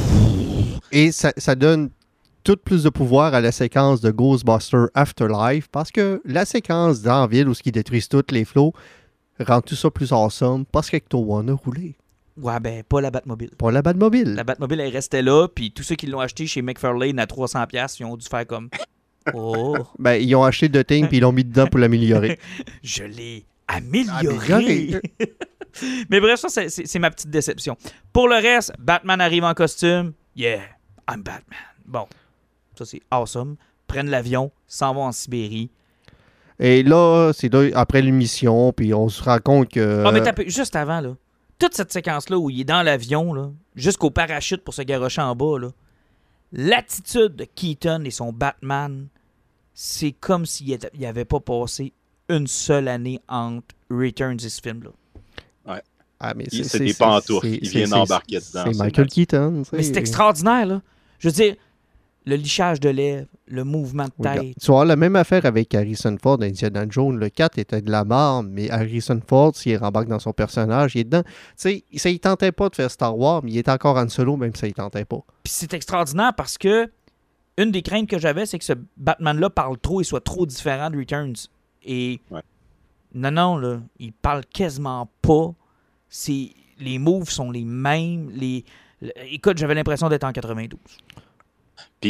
et ça, ça donne tout plus de pouvoir à la séquence de Ghostbusters Afterlife parce que la séquence dans la ville où ils détruisent tous les flots rend tout ça plus awesome parce qu'Ecto One a roulé. Ouais, ben, pas la Batmobile. Pas la Batmobile. La Batmobile, elle restait là, puis tous ceux qui l'ont acheté chez McFarlane à trois cents dollars, ils ont dû faire comme... Oh! Ben, ils ont acheté de thing puis ils l'ont mis dedans pour l'améliorer. Je l'ai amélioré! amélioré. Mais bref, ça, c'est, c'est, c'est ma petite déception. Pour le reste, Batman arrive en costume. Yeah, I'm Batman. Bon. Ça, c'est awesome. Prennent l'avion, s'en vont en Sibérie. Et là, c'est là, après l'émission, puis on se rend compte que... Ah, mais t'as juste avant, là. Toute cette séquence-là où il est dans l'avion, là, jusqu'au parachute pour se garrocher en bas, là, l'attitude de Keaton et son Batman, c'est comme s'il n'y avait pas passé une seule année entre Returns et ce film-là. Ouais. Ah, mais il, c'est, c'est c'est des pantoufles. Il vient d'embarquer dedans. C'est Michael Keaton. Mais c'est extraordinaire, là. Je veux dire... Le lichage de lèvres, le mouvement de tête. Oui, tu vois, la même affaire avec Harrison Ford dans Indiana Jones. Le quatre était de la merde, mais Harrison Ford, s'il rembarque dans son personnage, il est dedans. Tu sais, ça ne tentait pas de faire Star Wars, mais il est encore en solo, même si ça ne tentait pas. Puis c'est extraordinaire parce que une des craintes que j'avais, c'est que ce Batman-là parle trop et soit trop différent de Returns. Et ouais. non, non, là, il parle quasiment pas. C'est... Les moves sont les mêmes. Les... Écoute, j'avais l'impression d'être en quatre-vingt-douze. Puis,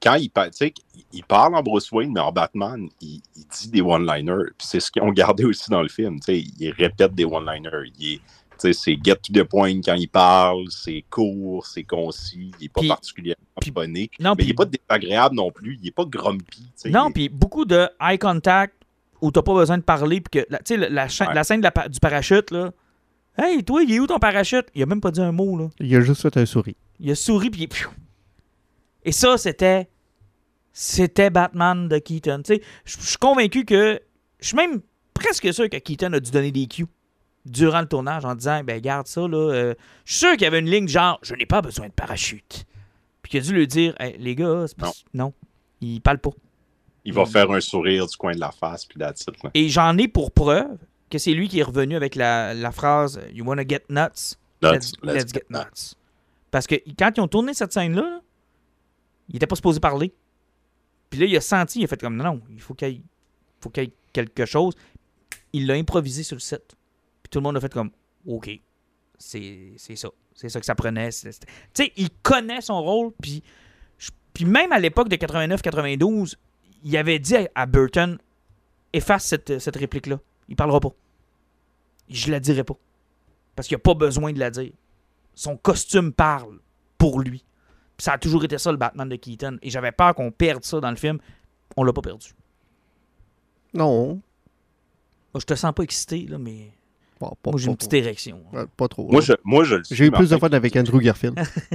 quand il, pa- tu sais, il parle en Bruce Wayne, mais en Batman, il, il dit des one-liners. Puis c'est ce qu'ils ont gardé aussi dans le film. Tu sais, il répète des one-liners. Il est, tu sais, c'est get to the point quand il parle, c'est court, c'est concis, il n'est pas Puis- particulièrement puis- bonné. non, Mais puis- il n'est pas désagréable non plus. Il n'est pas grumpy. tu sais, Non, il est- puis beaucoup de eye contact où t'as pas besoin de parler, puis que, la- tu sais, la, la, cha- Ouais. la scène de la pa- du parachute, là. Hey, toi, il est où ton parachute? Il a même pas dit un mot, là. Il a juste fait un sourire. Il a souri, puis il... pfiou. Et ça, c'était... C'était Batman de Keaton. Tu sais, je je suis convaincu que... Je suis même presque sûr que Keaton a dû donner des cues durant le tournage en disant, ben garde ça, là. euh, je suis sûr qu'il y avait une ligne genre, je n'ai pas besoin de parachute. Puis qu'il a dû lui dire, hey, les gars, c'est pas... non, il parle pas. il va faire un sourire du coin de la face, puis that's it, là. Et j'en ai pour preuve que c'est lui qui est revenu avec la, la phrase « You wanna get nuts? Let's, let's get nuts. » Parce que quand ils ont tourné cette scène-là, là, il était pas supposé parler. Puis là, il a senti, il a fait comme « Non, non, il faut qu'il y ait, faut qu'il y ait quelque chose. » Il l'a improvisé sur le set. Puis tout le monde a fait comme « OK, c'est, c'est ça. C'est ça que ça prenait. » Tu sais, il connaît son rôle. Puis, je- puis même à l'époque de quatre-vingt-neuf quatre-vingt-douze, il avait dit à, à Burton « Efface cette, cette réplique-là. Il parlera pas. Je la dirai pas. Parce qu'il n'a pas besoin de la dire. Son costume parle pour lui. Puis ça a toujours été ça, le Batman de Keaton. Et j'avais peur qu'on perde ça dans le film. On l'a pas perdu. Non. Moi, je te sens pas excité, là, mais Bon, pas, moi, j'ai pas- une petite érection. pas- pas trop. Moi, là. je, moi, je le suis. J'ai eu plus de Martin. fun avec Andrew Garfield.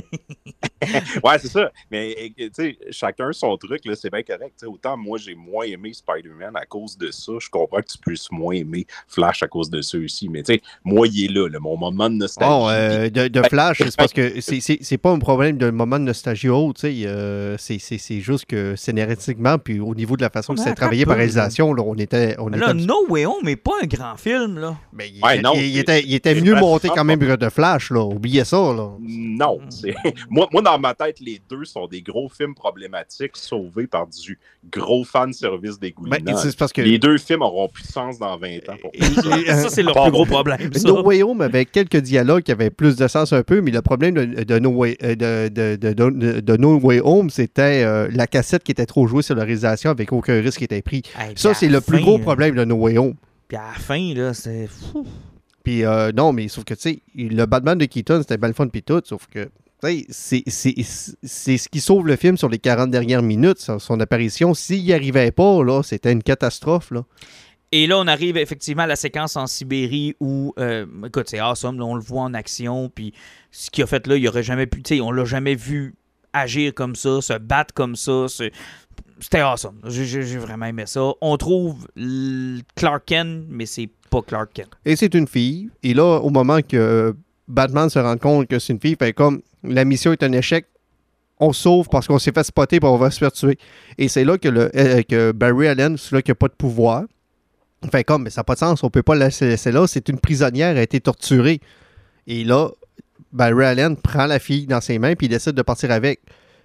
Ouais, c'est ça. Mais tu sais, chacun son truc, là, c'est bien correct. T'sais, autant moi, j'ai moins aimé Spider-Man à cause de ça. Je comprends que tu puisses moins aimer Flash à cause de ça aussi. Mais tu sais, moi, il est là, là, mon moment de nostalgie. Bon, euh, de, de Flash, c'est parce que c'est- c'est c'est pas un problème d'un moment de nostalgie haute, tu sais. euh, c'est- c'est c'est juste que scénaristiquement, puis au niveau de la façon que Mais c'est attends travaillé un par peu, réalisation, là, on était. On Mais là, était No Way Home n'est pas un grand film, là. mais il, Ouais, non, il- il c'est- était, il était c'est mieux pratiquement monté quand même que de Flash, là. Oubliez ça, là. Non. c'est- moi, moi, dans ma tête, les deux sont des gros films problématiques sauvés par du gros fan service dégoulinant. Ben, c'est parce que. Les deux films auront plus de sens dans vingt ans. Pour Ça, c'est leur Bon. plus gros problème, ça. No Way Home avait quelques dialogues qui avaient plus de sens un peu, mais le problème de, de, no, Way, euh, de, de, de, de- de No Way Home, c'était euh, la cassette qui était trop jouée sur la réalisation avec aucun risque qui était pris. Hey, puis Ça, à c'est la le plus fin, gros là, problème de No Way Home. Puis à la fin, là, c'est fou. Puis euh, non, mais sauf que, tu sais, le Batman de Keaton, c'était bien le fun puis tout, sauf que, tu sais, c'est- c'est c'est ce qui sauve le film sur les quarante dernières minutes, son, son apparition. S'il n'y arrivait pas, là, c'était une catastrophe, là. Et là, on arrive effectivement à la séquence en Sibérie où, euh, écoute, c'est awesome, là, on le voit en action, puis ce qu'il a fait là, il aurait jamais pu, tu sais, on l'a jamais vu agir comme ça, se battre comme ça, c'est- c'était awesome. J'ai j'ai- j'ai vraiment aimé ça. On trouve l- Clark Kent, mais c'est pas Clark Kent. Et c'est une fille. Et là, au moment que Batman se rend compte que c'est une fille, fait comme la mission est un échec, on se sauve parce qu'on s'est fait spotter et on va se faire tuer. Et c'est là que, le, euh, que Barry Allen, c'est là qu'il n'a pas de pouvoir. Fait comme, mais ça n'a pas de sens, on peut pas la laisser là. C'est une prisonnière, elle a été torturée. Et là, Barry Allen prend la fille dans ses mains puis il décide de partir avec.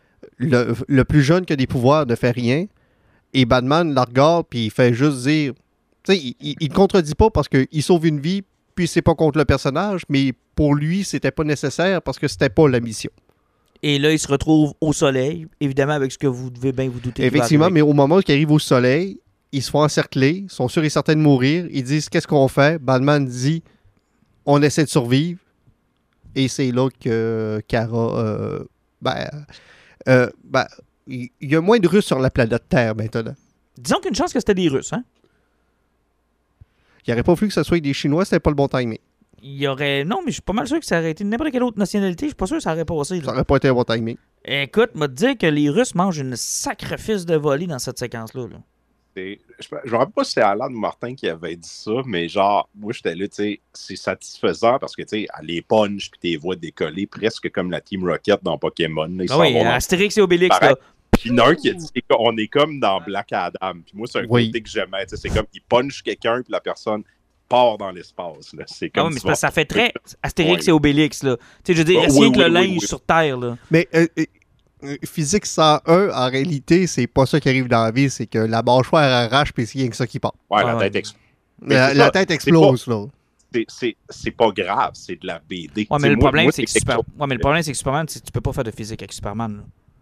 Le, le plus jeune qui a des pouvoirs ne fait rien. Et Batman la regarde puis il fait juste dire... Tu sais, il ne contredit pas parce qu'il sauve une vie puis c'est pas contre le personnage, mais pour lui, c'était pas nécessaire parce que c'était pas la mission. Et là, il se retrouve au soleil, évidemment, avec ce que vous devez bien vous douter. qui va Effectivement, arriver. mais au moment où ils arrivent au soleil, ils se font encercler, ils sont sûrs et certains de mourir. Ils disent qu'est-ce qu'on fait. Batman dit on essaie de survivre. Et c'est là que Kara. Euh, ben, euh, ben, il y a moins de Russes sur la planète Terre maintenant. Disons qu'une chance que c'était des Russes, hein? Il n'aurait pas fallu que ce soit des Chinois, c'était pas le bon timing. Il y aurait... Non, mais je suis pas mal sûr que ça aurait été n'importe quelle autre nationalité. Je suis pas sûr que ça aurait passé. là. Ça n'aurait pas été un bon timing. Écoute, m'a dit que les Russes mangent une sacrifice de volée dans cette séquence-là. là. C'est- Je je me rappelle pas si c'est Alan ou Martin qui avait dit ça, mais genre, moi j'étais là, tu sais, c'est satisfaisant parce que, tu sais, elle les punch puis tes voix décoller presque comme la Team Rocket dans Pokémon. Là, ils Ah s'en oui, vont dans- Astérix et Obélix, Pareil. là. Puis il y en a un qui a dit qu'on est comme dans Black Adam. Puis moi, c'est un Oui. côté que j'aimais. Tu sais, c'est comme, il punch quelqu'un puis la personne part dans l'espace. là. C'est Ah comme oui, mais tu c'est parce que vas- ça fait très Astérix Ouais. et Obélix, là. Tu sais, je veux dire, Ah, essayer oui, avec le oui, oui, linge oui. sur Terre, là. Mais euh, euh, euh, physique cent un, en réalité, c'est pas ça qui arrive dans la vie, c'est que la mâchoire arrache puis c'est rien que ça qui part. Ouais, Ah, la ouais. tête explose. Mais La, c'est la ça. tête C'est explose, là. C'est- C'est c'est pas grave, c'est de la B D. Ouais, Tu sais, mais le moi- problème, moi, c'est que, quelque Super... chose- ouais, mais le problème, c'est que Superman, c'est- tu peux pas faire de physique avec Superman, là.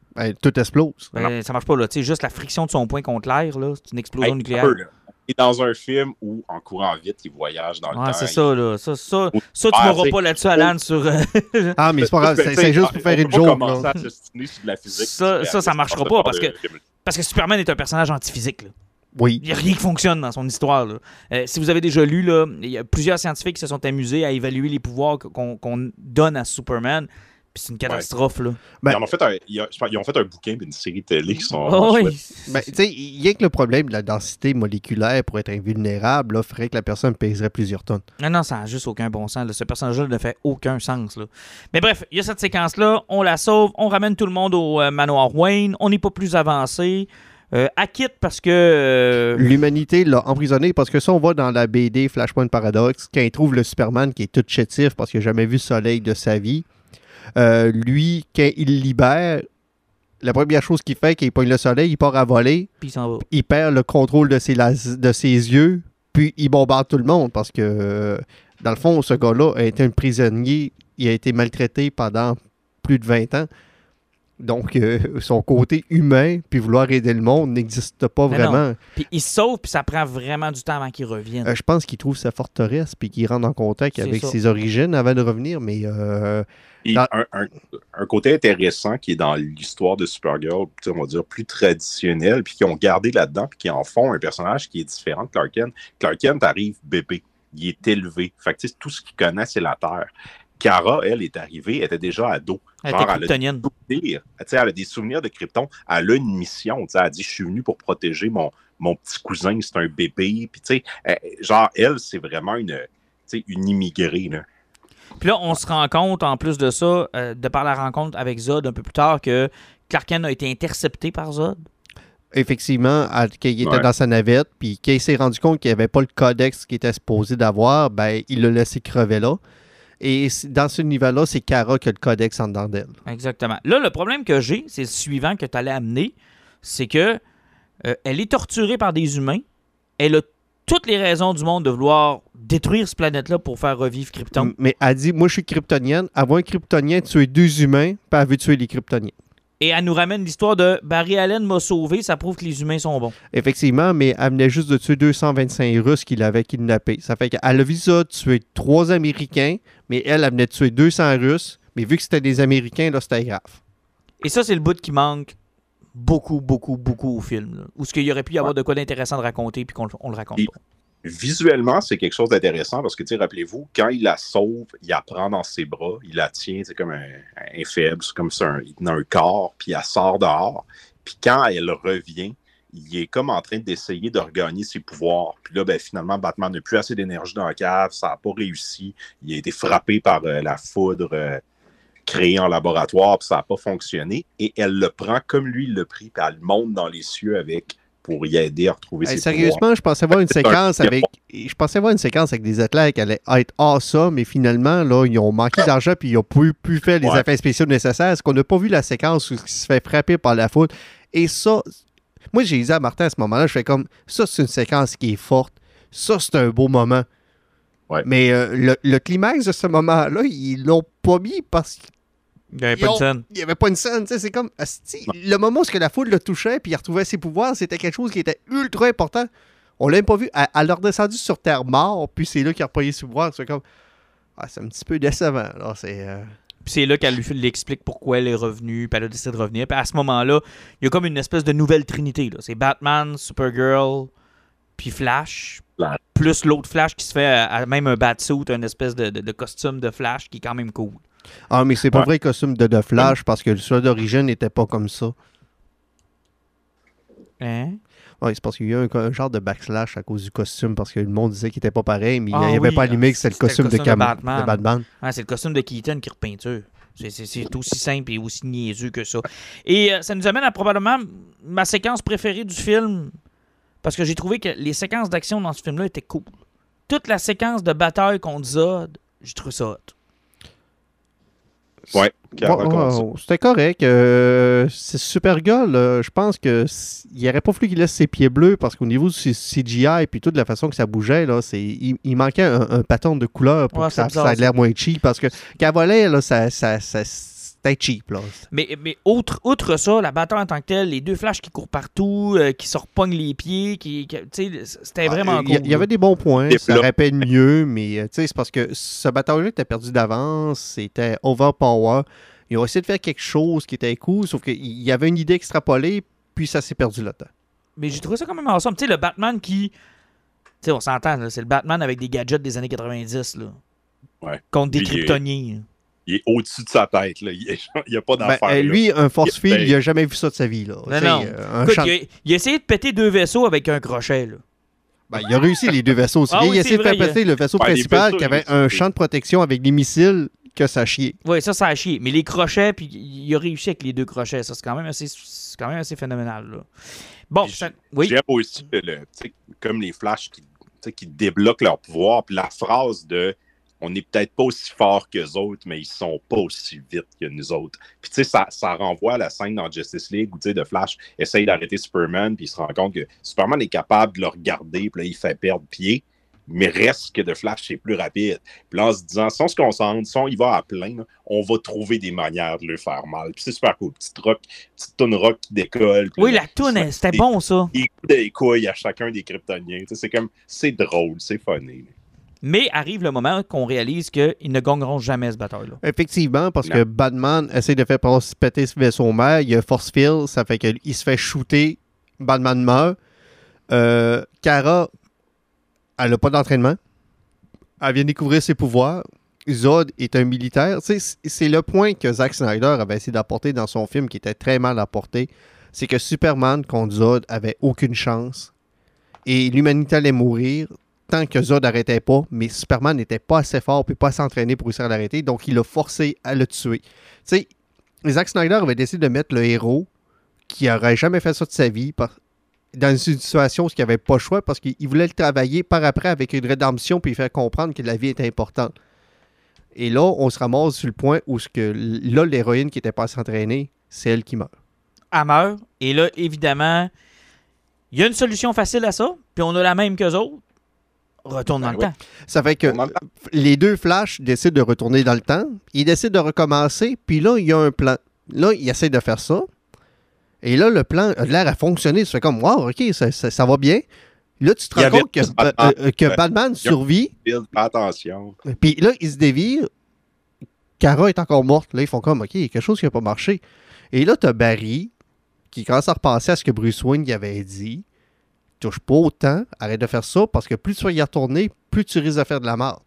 Ben, tout explose. Ben, ça marche pas, là. Tu sais, juste la friction de son poing contre l'air, là, c'est une explosion Hey, nucléaire. peu, là. Et dans un film où, en courant vite, il voyage dans le Ouais, temps. c'est il- ça, là. Ça, ça, ça tu Ah, m'auras c'est- pas là-dessus, Alan, sur... euh, Ah, mais c'est pas grave, c'est, c'est juste pour faire une On joke. peut pas commencer là. à s'ostiner sur de la physique. Ça- ça, ça marchera pas, parce que- De- Parce que Superman est un personnage anti-physique, là. Oui. Il n'y a rien qui fonctionne dans son histoire. Là. Euh, si vous avez déjà lu, là, il y a plusieurs scientifiques qui se sont amusés à évaluer les pouvoirs qu'on, qu'on donne à Superman. Puis c'est une catastrophe. Là. Ben- Ils, en ont fait un, ils, ont, je pense- ils ont fait un bouquin d'une série télé qui sont. Oh, chouettes. oui. Ben, tu sais, il y a que le problème de la densité moléculaire pour être invulnérable, là, ferait que la personne pèserait plusieurs tonnes. Non, non, ça n'a juste aucun bon sens. Là. Ce personnage-là ne fait aucun sens. Là. Mais bref, il y a cette séquence-là. On la sauve. On ramène tout le monde au euh, manoir Wayne. On n'est pas plus avancé. Euh, acquitte parce que... euh, L'humanité l'a emprisonné parce que ça, on va dans la B D Flashpoint Paradox, quand il trouve le Superman qui est tout chétif parce qu'il n'a jamais vu le soleil de sa vie, euh, lui, quand il le libère, la première chose qu'il fait, quand il pogne le soleil, il part à voler, Puis il s'en va. il perd le contrôle de ses, las- de ses yeux, puis il bombarde tout le monde parce que, euh, dans le fond, ce gars-là a été un prisonnier, il a été maltraité pendant plus de vingt ans. Donc, euh, son côté humain, puis vouloir aider le monde, n'existe pas Mais vraiment. Puis il se sauve, puis ça prend vraiment du temps avant qu'il revienne. Euh, je pense qu'il trouve sa forteresse puis qu'il rentre en contact C'est avec ça. ses origines avant de revenir, mais euh, Et Dans- un, un- un côté intéressant qui est dans l'histoire de Supergirl, tu sais, on va dire plus traditionnel, puis qui ont gardé là-dedans, puis qui en font un personnage qui est différent de Clark Kent. Clark Kent arrive bébé, il est élevé. Fait que tu sais, tout ce qu'il connaît, c'est la Terre. Kara, elle, est arrivée, elle était déjà ado. Elle Genre, était elle a des kryptonienne. souvenirs, tu sais, elle a des souvenirs de Krypton. Elle a une mission. tu sais, Elle a dit, je suis venu pour protéger mon, mon petit cousin, c'est un bébé. Puis, tu sais, euh, genre, elle, c'est vraiment une, tu sais, une immigrée. Là. Puis là, on se rend compte, en plus de ça, euh, de par la rencontre avec Zod un peu plus tard, que Clark Kent a été intercepté par Zod. effectivement, à- qu'il était Ouais. dans sa navette, puis qu'il s'est rendu compte qu'il n'y avait pas le codex qu'il était supposé d'avoir, ben, il l'a laissé crever là. Et c- dans ce univers-là, c'est Kara qui a le codex en dedans d'elle. Exactement. Là, le problème que j'ai, c'est le suivant que tu allais amener, c'est que euh, elle est torturée par des humains. Elle a toutes les raisons du monde de vouloir détruire cette planète-là pour faire revivre Krypton. M- Mais elle dit, moi je suis kryptonienne, elle voit un kryptonien tuer deux humains, puis elle veut tuer les kryptoniens. Et elle nous ramène l'histoire de Barry Allen m'a sauvé, ça prouve que les humains sont bons. Effectivement, mais elle venait juste de tuer deux cent vingt-cinq Russes qui l'avaient kidnappé. Ça fait qu'elle a vu ça tuer trois Américains, mais elle, elle venait de tuer deux cents Russes, mais vu que c'était des Américains, là, c'était grave. Et ça, c'est le bout qui manque beaucoup, beaucoup, beaucoup au film. Là. Où ce qu'il y aurait pu y avoir de quoi d'intéressant de raconter puis qu'on le- on le raconte Et- pas. Visuellement, c'est quelque chose d'intéressant parce que, tu sais, rappelez-vous, quand il la sauve, il la prend dans ses bras, il la tient, c'est comme un, un faible, c'est comme ça, un, il tenait un corps, puis elle sort dehors. Puis quand elle revient, il est comme en train d'essayer de regagner ses pouvoirs. Puis là, ben, finalement, Batman n'a plus assez d'énergie dans la cave, ça n'a pas réussi. Il a été frappé par euh, la foudre euh, créée en laboratoire, puis ça n'a pas fonctionné. Et elle le prend comme lui, il l'a pris, puis elle le monte dans les cieux avec pour y aider à retrouver Hey, ses pouvoirs. sérieusement, je pensais voir une C'est un- séquence avec. Je pensais voir une séquence avec des athlètes qui allait être awesome, mais finalement, là, ils ont manqué d'argent puis ils n'ont plus pu faire les Ouais. effets spéciaux nécessaires. Est-ce qu'on n'a pas vu la séquence où il se fait frapper par la foule? Et ça, moi, j'ai dit à Martin à ce moment-là, je fais comme ça, c'est une séquence qui est forte. Ça, c'est un beau moment. Ouais. Mais euh, le, le climax de ce moment-là, ils l'ont pas mis parce qu'il Il n'y avait Ils pas de ont- scène. n'y avait pas une scène. tu sais, C'est comme. asti, le moment où ce que la foule le touchait puis il retrouvait ses pouvoirs, c'était quelque chose qui était ultra important. On l'a même pas vu. Elle, elle l'a redescendu sur Terre mort, puis c'est là qu'il a repris ses pouvoirs. C'est comme. Ah, c'est un petit peu décevant. Là. C'est. euh, Puis c'est là qu'elle lui, lui explique pourquoi elle est revenue, puis elle a décidé de revenir. Puis à ce moment-là, il y a comme une espèce de nouvelle trinité. Là. C'est Batman, Supergirl, puis Flash. Flash. Plus l'autre Flash qui se fait à, à même un batsuit, une espèce de, de- de costume de Flash qui est quand même cool. Ah, mais c'est pas Ouais. vrai costume de, de Flash parce que le choix d'origine n'était pas comme ça. Hein? Ouais, c'est parce qu'il y a eu un, un genre de backslash à cause du costume parce que le monde disait qu'il était pas pareil, mais Ah il n'avait oui, pas allumé que c'était le c'était le costume, de, costume de Cam- Batman. de Batman. Ah, c'est le costume de Keaton qui repeinture. C'est, c'est, c'est aussi simple et aussi niaiseux que ça. Et euh, ça nous amène à probablement ma séquence préférée du film. Parce que j'ai trouvé que les séquences d'action dans ce film-là étaient cool. Toute la séquence de bataille contre Zod, j'ai trouvé ça hot. Ouais, Kara Ouais, contre ouais, ça. ouais, c'était correct. Euh, c'est Supergirl, euh, je pense que s- il n'aurait pas fallu qu'il laisse ses pieds bleus parce qu'au niveau du C- CGI et puis toute la façon que ça bougeait, là, c'est, il, il manquait un, un pattern de couleur pour Ouais, que ça, c'est bizarre, ça ait l'air moins cheap parce que qu'elle volait, là, ça, ça, ça, c'était cheap, là. Mais, mais outre, outre ça, la bataille en tant que telle, les deux Flash qui courent partout, euh, qui se repognent les pieds, qui, qui, tu sais, c'était vraiment Ah, cool. Il y, y avait des bons points, Des ça flops. aurait pu être mieux, mais euh, tu sais, c'est parce que ce bataille-là était perdu d'avance, c'était overpower. Ils ont essayé de faire quelque chose qui était cool, sauf qu'il y avait une idée extrapolée, puis ça s'est perdu là-dedans. Mais j'ai trouvé ça quand même awesome. Tu sais, le Batman qui... Tu sais, on s'entend, là, c'est le Batman avec des gadgets des années quatre-vingt-dix, là. Ouais. Contre des Lui, il est- kryptoniens. Il est au-dessus de sa tête. Là. Il n'y a pas Ben, d'affaire. euh, là. lui, un force Il- field, ben- il a jamais vu ça de sa vie, là. Non, Tu sais, non. euh, un Écoute, champ- il, a, il a essayé de péter deux vaisseaux avec un crochet, là. Ben, il a réussi les deux vaisseaux aussi. Ah il oui, a essayé c'est de faire vrai, passer le vaisseau Ouais, les principal vaisseaux, qui avait ils- un champ de protection avec des missiles que ça chiait. Oui, ça, ça a chié. Mais les crochets, puis il a réussi avec les deux crochets. Ça, c'est quand même assez, c'est quand même assez phénoménal, là. Bon, Puis ça- oui. J'aime aussi, le, le- tu sais, comme les Flash qui, tu sais, qui débloquent leur pouvoir. Puis la phrase de « on n'est peut-être pas aussi fort qu'eux autres, mais ils sont pas aussi vite que nous autres ». Puis tu sais, ça, ça renvoie à la scène dans Justice League où tu sais, de Flash essaye d'arrêter Superman, puis il se rend compte que Superman est capable de le regarder, puis là, il fait perdre pied. Mais reste que de Flash, c'est plus rapide. Puis là, en se disant, si on se concentre, si on y va à plein, là, on va trouver des manières de le faire mal. Puis c'est super cool. Petite rock, petite toune rock qui décolle. Puis Oui, là, la toune, il se elle, c'était fait bon, ça. des coups des couilles à chacun des Kryptoniens. Tu sais, c'est comme, c'est drôle, c'est funny. Mais arrive le moment qu'on réalise qu'ils ne gagneront jamais ce bataille-là. Effectivement, parce Non. que Batman essaie de faire passer- péter ce vaisseau mère, il y a force field, ça fait qu'il se fait shooter, Batman meurt. Euh, Kara, elle n'a pas d'entraînement. Elle vient découvrir ses pouvoirs. Zod est un militaire. Tu sais, c- c'est le point que Zack Snyder avait essayé d'apporter dans son film qui était très mal apporté. C'est que Superman contre Zod avait aucune chance. Et l'humanité allait mourir tant que Zod n'arrêtait pas. Mais Superman n'était pas assez fort et pas s'entraîner pour réussir à l'arrêter. Donc, il l'a forcé à le tuer. Tu sais, Zack Snyder avait décidé de mettre le héros qui n'aurait jamais fait ça de sa vie par- dans une situation où il n'avait pas le choix parce qu'il voulait le travailler par après avec une rédemption puis faire comprendre que la vie est importante. Et là, on se ramasse sur le point où ce que, là, l'héroïne qui n'était pas s'entraîner, c'est elle qui meurt. Elle meurt. Et là, évidemment, il y a une solution facile à ça. Puis on a la même qu'eux autres. Retourne dans Ben le oui. temps. Ça fait que On entend. les deux Flash décident de retourner dans le temps. Ils décident de recommencer. Puis là, il y a un plan. Là, ils essaient de faire ça. Et là, le plan a l'air à fonctionner. Tu fais comme, wow, OK, ça, ça, ça va bien. Là, tu te Il y rends avait compte que, plus euh, Batman. euh, que Batman survit. Fais attention. Puis là, ils se dévirent. Kara est encore morte. Là, ils font comme, OK, il y a quelque chose qui n'a pas marché. Et là, tu as Barry qui commence à repenser à ce que Bruce Wayne y avait dit. Touche pas au temps, arrête de faire ça, parce que plus tu vas y retourner, plus tu risques de faire de la merde.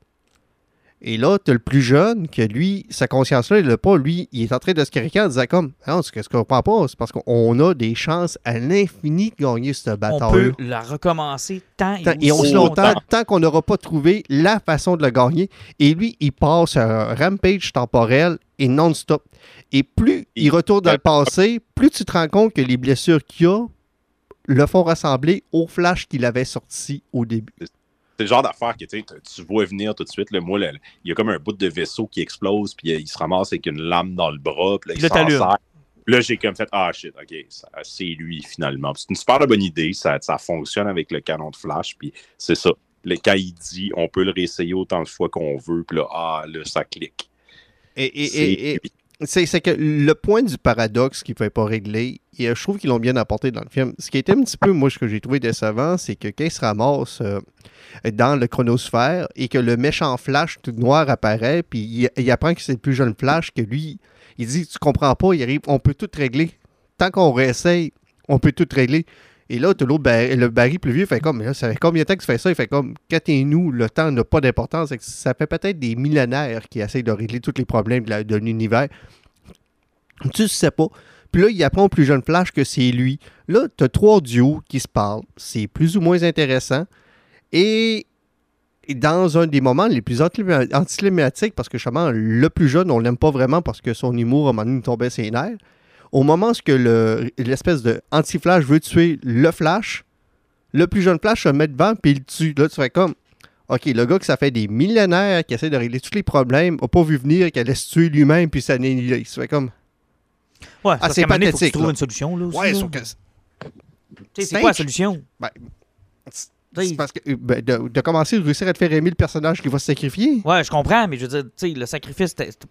Et là, tu as le plus jeune, que lui, sa conscience-là, il l'a pas. Lui, il est en train de se craquer en disant comme, non, ce que je comprends pas, c'est parce qu'on a des chances à l'infini de gagner cette On bataille. peut la recommencer tant et, Tant- Et aussi aussi longtemps, longtemps. tant qu'on n'aura pas trouvé la façon de le gagner. Et lui, il passe un rampage temporel et non-stop. Et plus il retourne dans le passé, plus tu te rends compte que les blessures qu'il a le font ressembler au Flash qu'il avait sorti au début. C'est le genre d'affaire que tu sais, tu vois venir tout de suite. Là, moi, là, il y a comme un bout de vaisseau qui explose, puis euh, il se ramasse avec une lame dans le bras, puis là, Puis il là, s'en t'allumes. sert. Puis là, j'ai comme fait, ah shit, ok, ça- c'est lui finalement. Puis c'est une super bonne idée, ça, ça fonctionne avec le canon de flash, puis c'est ça. Le, quand il dit, on peut le réessayer autant de fois qu'on veut, puis là, ah, là, ça clique. Et, et- C'est et- et- lui. c'est c'est que le point du paradoxe qu'il ne pouvait pas régler, et euh, je trouve qu'ils l'ont bien apporté dans le film. Ce qui était un petit peu, moi, ce que j'ai trouvé décevant, c'est que quand il se ramasse euh, dans le chronosphère et que le méchant Flash tout noir apparaît, puis il, il apprend que c'est le plus jeune Flash, que lui, il dit, tu comprends pas, il arrive, on peut tout régler. Tant qu'on réessaye, on peut tout régler. Et là, t'as l'autre, Bar- le Barry plus vieux fait comme, mais là, ça fait combien de temps que tu fais ça? Il fait comme, quand t'es nous, le temps n'a pas d'importance. C'est que Ça fait peut-être des millénaires qui essayent de régler tous les problèmes de, la- de l'univers. Tu sais pas. Puis là, il apprend au plus jeune Flash que c'est lui. Là, t'as trois duos qui se parlent. C'est plus ou moins intéressant. Et et dans un des moments les plus anti- anticlimatiques, parce que justement, le plus jeune, on l'aime pas vraiment parce que son humour, à un moment donné, nous tombait ses nerfs. Au moment où que le- l'espèce de anti-Flash veut tuer le Flash, le plus jeune Flash se met devant puis il le tue. Là, tu fais comme, OK, le gars que ça fait des millénaires qui essaie de régler tous les problèmes, n'a pas vu venir qu'il allait se tuer lui-même puis s'annihiler. Il se fait comme, Ouais, Ah, parce c'est qu'à un moment donné, faut que tu pathétique, trouves là. une solution. Là, aussi, ouais, là. sauf que Tu sais, c'est c'est quoi la un- solution? ben, Tu c'est sais, parce que euh, ben, de, de commencer à réussir à te faire aimer le personnage qui va se sacrifier. Ouais, je comprends, mais je veux dire, tu sais, le sacrifice, c'était c'était un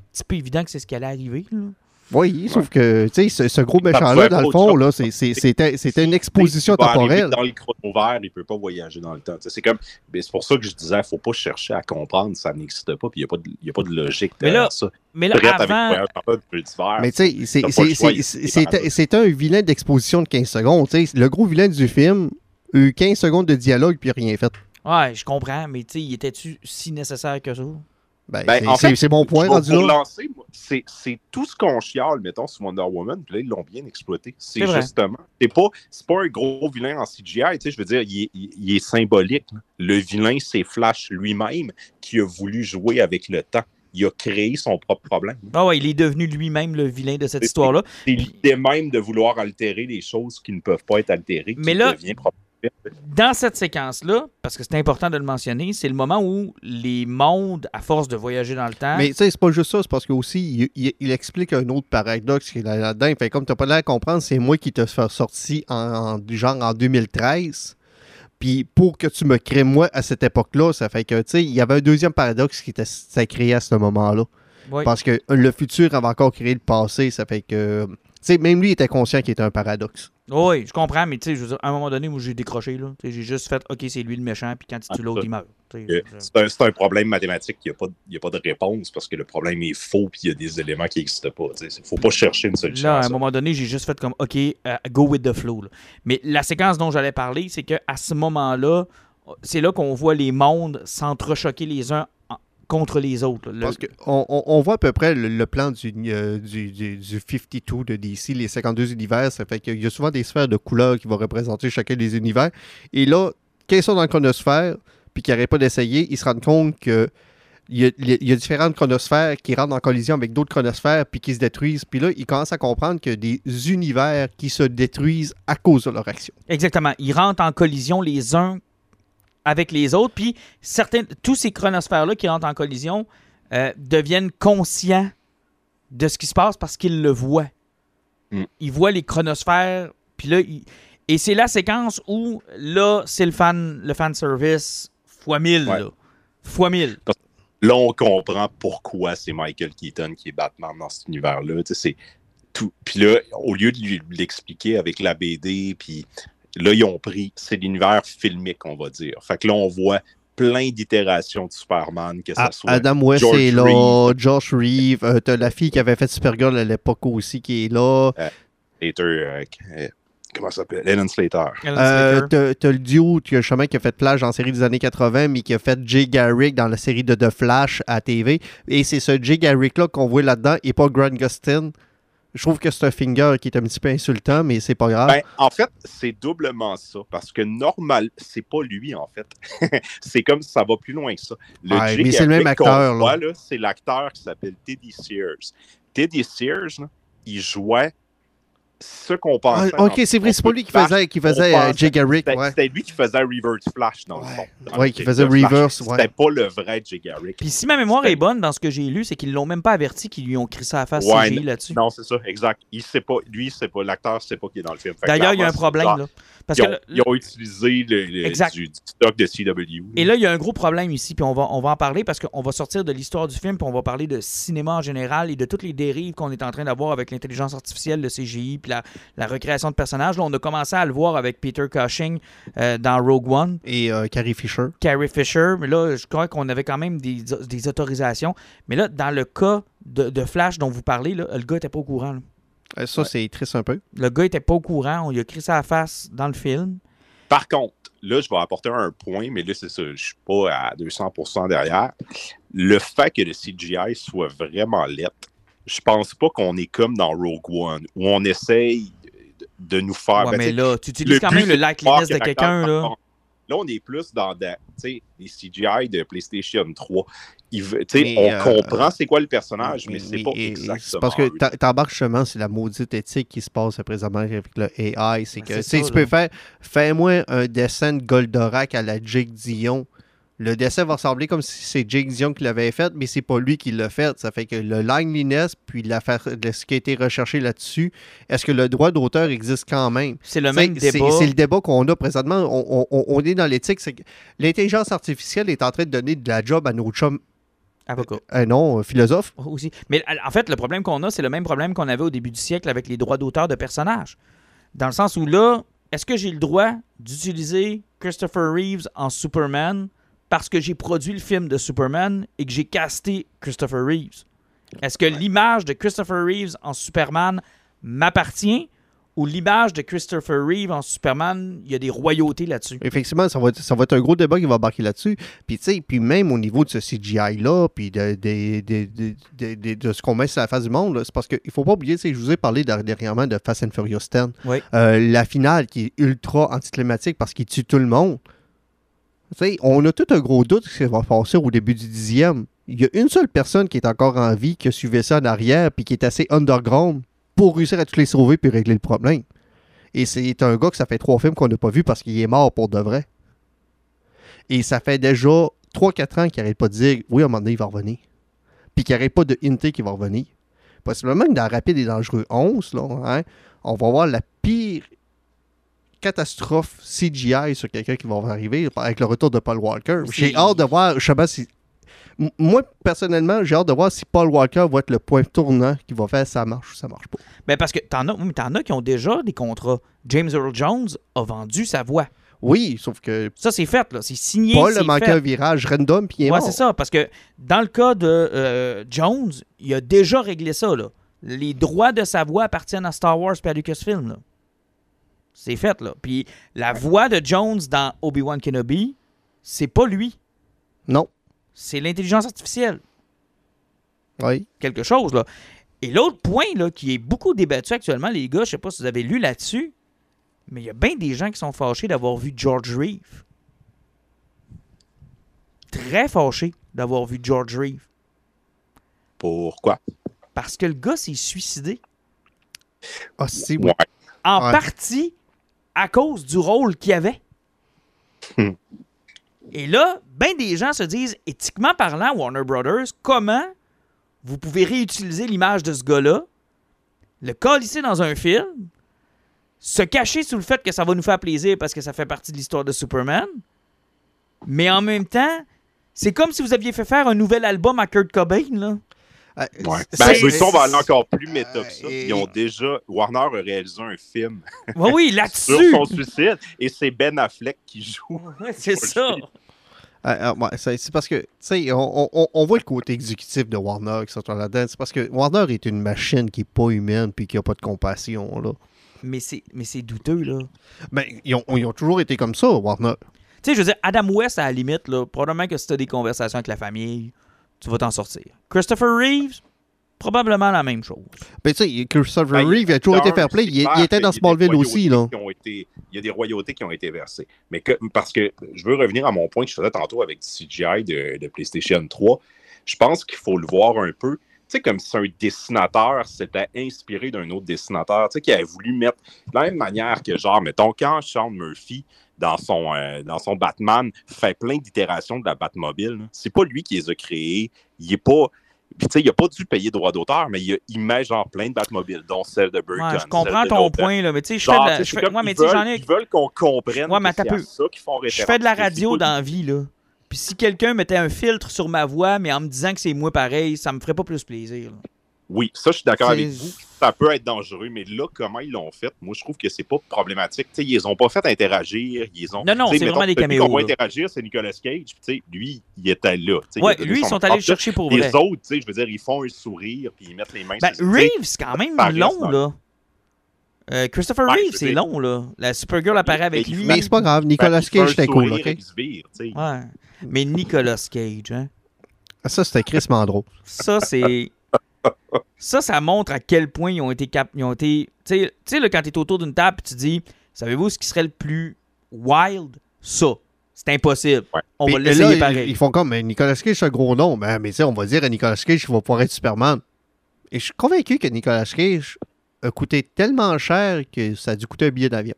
petit peu évident que c'est ce qui allait arriver. Là. Oui, sauf que, tu sais, ce, ce gros méchant-là, dans le fond, là, c'est, c'est, c'était, c'était une exposition temporelle. Dans le chrono vert, il ne peut pas voyager dans le temps. C'est comme, c'est pour ça que je disais, il ne faut pas chercher à comprendre, ça n'existe pas, puis il n'y a, a pas de logique derrière ça. Mais là, Brett avant... avec multivers, mais tu sais, c'est, c'est, c'est, c'est, c'est un vilain d'exposition de quinze secondes. T'sais. Le gros vilain du film a eu quinze secondes de dialogue, puis rien fait. Ouais, je comprends, mais tu sais, il était-tu si nécessaire que ça? Ben, ben, c'est, en fait, c'est, c'est bon point rendu là. Lancer, moi, c'est, c'est tout ce qu'on chiale, mettons, sur Wonder Woman, puis là, ils l'ont bien exploité. C'est, c'est justement, c'est pas, c'est pas un gros vilain en C G I, tu sais, je veux dire, il est, il, il est symbolique. Là. Le vilain, c'est Flash lui-même qui a voulu jouer avec le temps. Il a créé son propre problème. Ah ouais, il est devenu lui-même le vilain de cette c'est, histoire-là. C'est l'idée même de vouloir altérer des choses qui ne peuvent pas être altérées, mais qui là, devient propre. Dans cette séquence-là, parce que c'est important de le mentionner, c'est le moment où les mondes, à force de voyager dans le temps... Mais tu sais, c'est pas juste ça, c'est parce qu'aussi, il, il, il explique un autre paradoxe qui est là-dedans. Fait comme t'as pas l'air à comprendre, c'est moi qui t'ai sorti en, en, genre en deux mille treize. Puis pour que tu me crées moi à cette époque-là, ça fait que, tu sais, il y avait un deuxième paradoxe qui était créé à ce moment-là. Oui. Parce que le futur avait encore créé le passé, ça fait que... Tu sais, même lui était conscient qu'il était un paradoxe. Oui, je comprends, mais tu sais, je veux dire, à un moment donné, moi, j'ai décroché, là. T'sais, j'ai juste fait, OK, c'est lui le méchant, puis quand tu tues l'autre, il meurt. C'est un, c'est un problème mathématique, il n'y a, a pas de réponse, parce que le problème est faux, puis il y a des éléments qui n'existent pas. Il ne faut pas chercher une solution. Là, à, à un moment donné, j'ai juste fait comme, OK, uh, go with the flow. Là. Mais la séquence dont j'allais parler, c'est qu'à ce moment-là, c'est là qu'on voit les mondes s'entrechoquer les uns en, contre les autres. Le... Parce qu'on on, on voit à peu près le, le plan du, euh, du, du, du cinquante-deux de D C, les cinquante-deux univers. Ça fait qu'il y a souvent des sphères de couleurs qui vont représenter chacun des univers. Et là, quand ils sont dans le chronosphère, puis qu'ils n'arrêtent pas d'essayer, ils se rendent compte que il y, a, il y a différentes chronosphères qui rentrent en collision avec d'autres chronosphères puis qui se détruisent. Puis là, ils commencent à comprendre qu'il y a des univers qui se détruisent à cause de leur action. Exactement. Ils rentrent en collision les uns avec les autres, puis certains, tous ces chronosphères-là qui rentrent en collision euh, deviennent conscients de ce qui se passe parce qu'ils le voient. Mm. Ils voient les chronosphères, puis là, ils... et c'est la séquence où, là, c'est le fan, le fan service fois mille, ouais. là. Fois mille. Là, on comprend pourquoi c'est Michael Keaton qui est Batman dans cet univers-là. Tu sais, c'est tout. Puis là, au lieu de lui l'expliquer avec la B D, puis là, ils ont pris, c'est l'univers filmique, on va dire. Fait que là, on voit plein d'itérations de Superman, que ça ah, soit Adam West George est là, Reeve. Josh Reeve, euh, t'as la fille qui avait fait Supergirl à l'époque aussi qui est là. Euh, Slater, euh, euh, comment ça s'appelle? Ellen Slater. Ellen Slater. Euh, t'as, t'as le duo qui a, chemin, qui a fait Flash en série des années quatre-vingts, mais qui a fait Jay Garrick dans la série de The Flash à T V. Et c'est ce Jay Garrick-là qu'on voit là-dedans, et pas Grant Gustin. Je trouve que c'est un finger qui est un petit peu insultant, mais c'est pas grave. Ben, en fait, c'est doublement ça. Parce que normal, c'est pas lui, en fait. C'est comme ça va plus loin que ça. Le ouais, mais c'est le même acteur. Voit, là, c'est l'acteur qui s'appelle Teddy Sears. Teddy Sears, là, il jouait ce qu'on pensait. Ah, ok, c'est vrai, c'est pas lui qui faisait, qui faisait euh, Jay Garrick. C'était, ouais. c'était lui qui faisait Reverse Flash dans ouais. le fond. Oui, qui faisait Reverse. Ouais. C'était pas le vrai Jay Garrick. Puis si ma mémoire c'était... est bonne, dans ce que j'ai lu, c'est qu'ils l'ont même pas averti qu'ils lui ont crissé à la face ouais, C G I là-dessus. Non, c'est ça, exact. Il sait pas, lui, il sait pas, l'acteur sait pas qu'il est dans le film. Fait d'ailleurs, il y a un problème, là. Parce ils, que ont, le... ils ont utilisé le, le, du, du stock de C W. Et là, il y a un gros problème ici, puis on va, on va en parler parce qu'on va sortir de l'histoire du film, puis on va parler de cinéma en général et de toutes les dérives qu'on est en train d'avoir avec l'intelligence artificielle, le C G I, puis la, la recréation de personnages. Là, on a commencé à le voir avec Peter Cushing euh, dans Rogue One. Et euh, Carrie Fisher. Carrie Fisher, mais là, je crois qu'on avait quand même des, des autorisations. Mais là, dans le cas de, de Flash dont vous parlez, là, le gars n'était pas au courant. Là. Ça, ouais. C'est triste un peu. Le gars n'était pas au courant. On lui a crissé à la face dans le film. Par contre, là, je vais apporter un point, mais là, c'est ça, je ne suis pas à deux cents pour cent derrière. Le fait que le C G I soit vraiment laid, je pense pas qu'on est comme dans Rogue One, où on essaye de nous faire... Ouais, ben, mais là, tu utilises quand même le likeliness de quelqu'un, là. Là, on est plus dans de, les C G I de PlayStation trois. Il, mais, on euh, comprend c'est quoi le personnage, mais, mais c'est pas et, exactement... C'est parce que t'embarques justement, c'est la maudite éthique qui se passe présentement avec le A I. C'est que c'est ça, tu peux faire... Fais-moi un dessin de Goldorak à la Jake Dion. Le dessin va ressembler comme si c'est Jake Dion qui l'avait fait, mais c'est pas lui qui l'a fait. Ça fait que le lineliness, puis ce qui a été recherché là-dessus, est-ce que le droit d'auteur existe quand même? C'est le même c'est, débat. C'est, c'est le débat qu'on a présentement. On, on, on est dans l'éthique. C'est que l'intelligence artificielle est en train de donner de la job à nos chums Avocat. Euh, non, philosophe. Aussi. Mais en fait, le problème qu'on a, c'est le même problème qu'on avait au début du siècle avec les droits d'auteur de personnages. Dans le sens où là, est-ce que j'ai le droit d'utiliser Christopher Reeves en Superman parce que j'ai produit le film de Superman et que j'ai casté Christopher Reeves? Est-ce que l'image de Christopher Reeves en Superman m'appartient ou l'image de Christopher Reeve en Superman, il y a des royautés là-dessus? Effectivement, ça va, être, ça va être un gros débat qui va embarquer là-dessus. Puis, tu sais, puis même au niveau de ce C G I-là, puis de, de, de, de, de, de, de ce qu'on met sur la face du monde, là, c'est parce qu'il ne faut pas oublier, tu sais, je vous ai parlé dernièrement de Fast and Furious dix. Oui. Euh, la finale qui est ultra anticlimatique parce qu'il tue tout le monde. Tu sais, on a tout un gros doute ce qui va passer au début du dixième. Il y a une seule personne qui est encore en vie, qui a suivi ça en arrière, puis qui est assez underground pour réussir à tous les sauver puis régler le problème. Et c'est un gars que ça fait trois films qu'on n'a pas vu parce qu'il est mort pour de vrai. Et ça fait déjà trois quatre ans qu'il n'arrête pas de dire « Oui, à un moment donné, il va revenir. » Puis qu'il n'arrête pas de hinter qu'il va revenir. Possiblement que dans Rapide et Dangereux onze, là, hein, on va voir la pire catastrophe C G I sur quelqu'un qui va arriver avec le retour de Paul Walker. J'ai hâte de voir, je sais pas si... Moi, personnellement, j'ai hâte de voir si Paul Walker va être le point tournant qui va faire ça marche ou ça marche pas. Ben parce que t'en as, oui, t'en as qui ont déjà des contrats. James Earl Jones a vendu sa voix. Oui, sauf que... Ça, c'est fait, là. C'est signé, Paul c'est a manqué fait. un virage random puis il est Ouais, mort. c'est ça. Parce que dans le cas de euh, Jones, il a déjà réglé ça, là. Les droits de sa voix appartiennent à Star Wars et à Lucasfilm, là. C'est fait, là. Puis la voix de Jones dans Obi-Wan Kenobi, c'est pas lui. Non. C'est l'intelligence artificielle. Oui. Quelque chose, là. Et l'autre point, là, qui est beaucoup débattu actuellement, les gars, je sais pas si vous avez lu là-dessus, mais il y a bien des gens qui sont fâchés d'avoir vu George Reeves. Très fâchés d'avoir vu George Reeves. Pourquoi? Parce que le gars s'est suicidé. Ah, si, oui. Ouais. En Ouais. partie à cause du rôle qu'il avait. Hmm. Et là, ben des gens se disent, éthiquement parlant, Warner Brothers, comment vous pouvez réutiliser l'image de ce gars-là, le colisser dans un film, se cacher sous le fait que ça va nous faire plaisir parce que ça fait partie de l'histoire de Superman, mais en même temps, c'est comme si vous aviez fait faire un nouvel album à Kurt Cobain, là. Euh, Ouais. c'est- Ben, c'est- eux, ça, on va aller encore plus méta que ça. Euh, Ils ont déjà... Warner a réalisé un film Oui, oui, sur là-dessus. son suicide et c'est Ben Affleck qui joue. Ouais, c'est ça. Euh, euh, ouais, c'est c'est parce que, tu sais, on, on, on voit le côté exécutif de Warner qui sont là-dedans. C'est parce que Warner est une machine qui n'est pas humaine puis qui n'a pas de compassion, là. Mais c'est, mais c'est douteux, là. Ben, ils ont, ils ont toujours été comme ça, Warner. Tu sais, je veux dire, Adam West, à la limite, là, probablement que si tu as des conversations avec la famille, tu vas t'en sortir. Christopher Reeves, probablement la même chose. Ben, tu sais, Christopher Ben, Reeve, il a toujours été d'un, fair play. c'est Il, clair il était qu'il y dans a des Smallville aussi, là. royautés qui ont été- il y a des royautés qui ont été versées. Mais que, parce que je veux revenir à mon point que je faisais tantôt avec du C G I de, de PlayStation trois. Je pense qu'il faut le voir un peu. Tu sais, comme si un dessinateur s'était inspiré d'un autre dessinateur, tu sais, qui avait voulu mettre de la même manière que, genre, mettons, quand Sean Murphy, dans son, euh, dans son Batman, fait plein d'itérations de la Batmobile, là, c'est pas lui qui les a créés. Il est pas... Puis, tu sais, il a pas dû payer droit d'auteur, mais il, a, il met, genre, plein de Batmobiles, dont celle de Burton. Ouais, je comprends ton point, là, mais tu sais, je fais Genre, de la... tu sais, je c'est fais- comme ouais, mais ils tu sais, veulent- j'en ai... Ils veulent qu'on comprenne Ouais, mais que c'est attends à peu. ça qu'ils font référence. Je fais de la Mais c'est radio pas- dans la vie, là. Puis si quelqu'un mettait un filtre sur ma voix, mais en me disant que c'est moi pareil, ça me ferait pas plus plaisir, là. Oui, ça, je suis d'accord C'est- avec vous. Ça peut être dangereux, mais là, comment ils l'ont fait, moi, je trouve que c'est pas problématique. Tu sais, ils les ont pas fait interagir. Ils ont... Non, non, tu sais, c'est mettons, vraiment des celui caméos, qu'on va là. interagir, c'est Nicolas Cage. Puis, tu sais, lui, il était là. Tu sais, Ouais, il a donné lui, ils son sont allés le propre- chercher pour Les vrai. autres, tu sais, je veux dire, ils font un sourire, puis ils mettent les mains Ben, sur tu sais, Reeves, c'est quand même ça reste long, dans- là. Euh, Christopher Ouais, je Reeves, veux c'est dire- long, là. La Supergirl apparaît avec il lui. Mais c'est pas grave, Nicolas Ben, il fait un Cage, c'était cool, sourire et OK? il se vire, tu sais. Ouais. Mais Nicolas Cage, hein. Ça, c'était Chris Mandro. Ça, c'est... Ça, ça montre à quel point ils ont été... Cap... Ils ont été... Tu sais, tu sais, là, quand t'es autour d'une table, tu dis, savez-vous ce qui serait le plus wild? Ça. C'est impossible. Ouais. On Puis va là, l'essayer ils- pareil. Ils font comme, mais Nicolas Cage, c'est un gros nom. Mais, mais tu sais, on va dire à Nicolas Cage qu'il va pouvoir être Superman. Et je suis convaincu que Nicolas Cage a coûté tellement cher que ça a dû coûter un billet d'avion.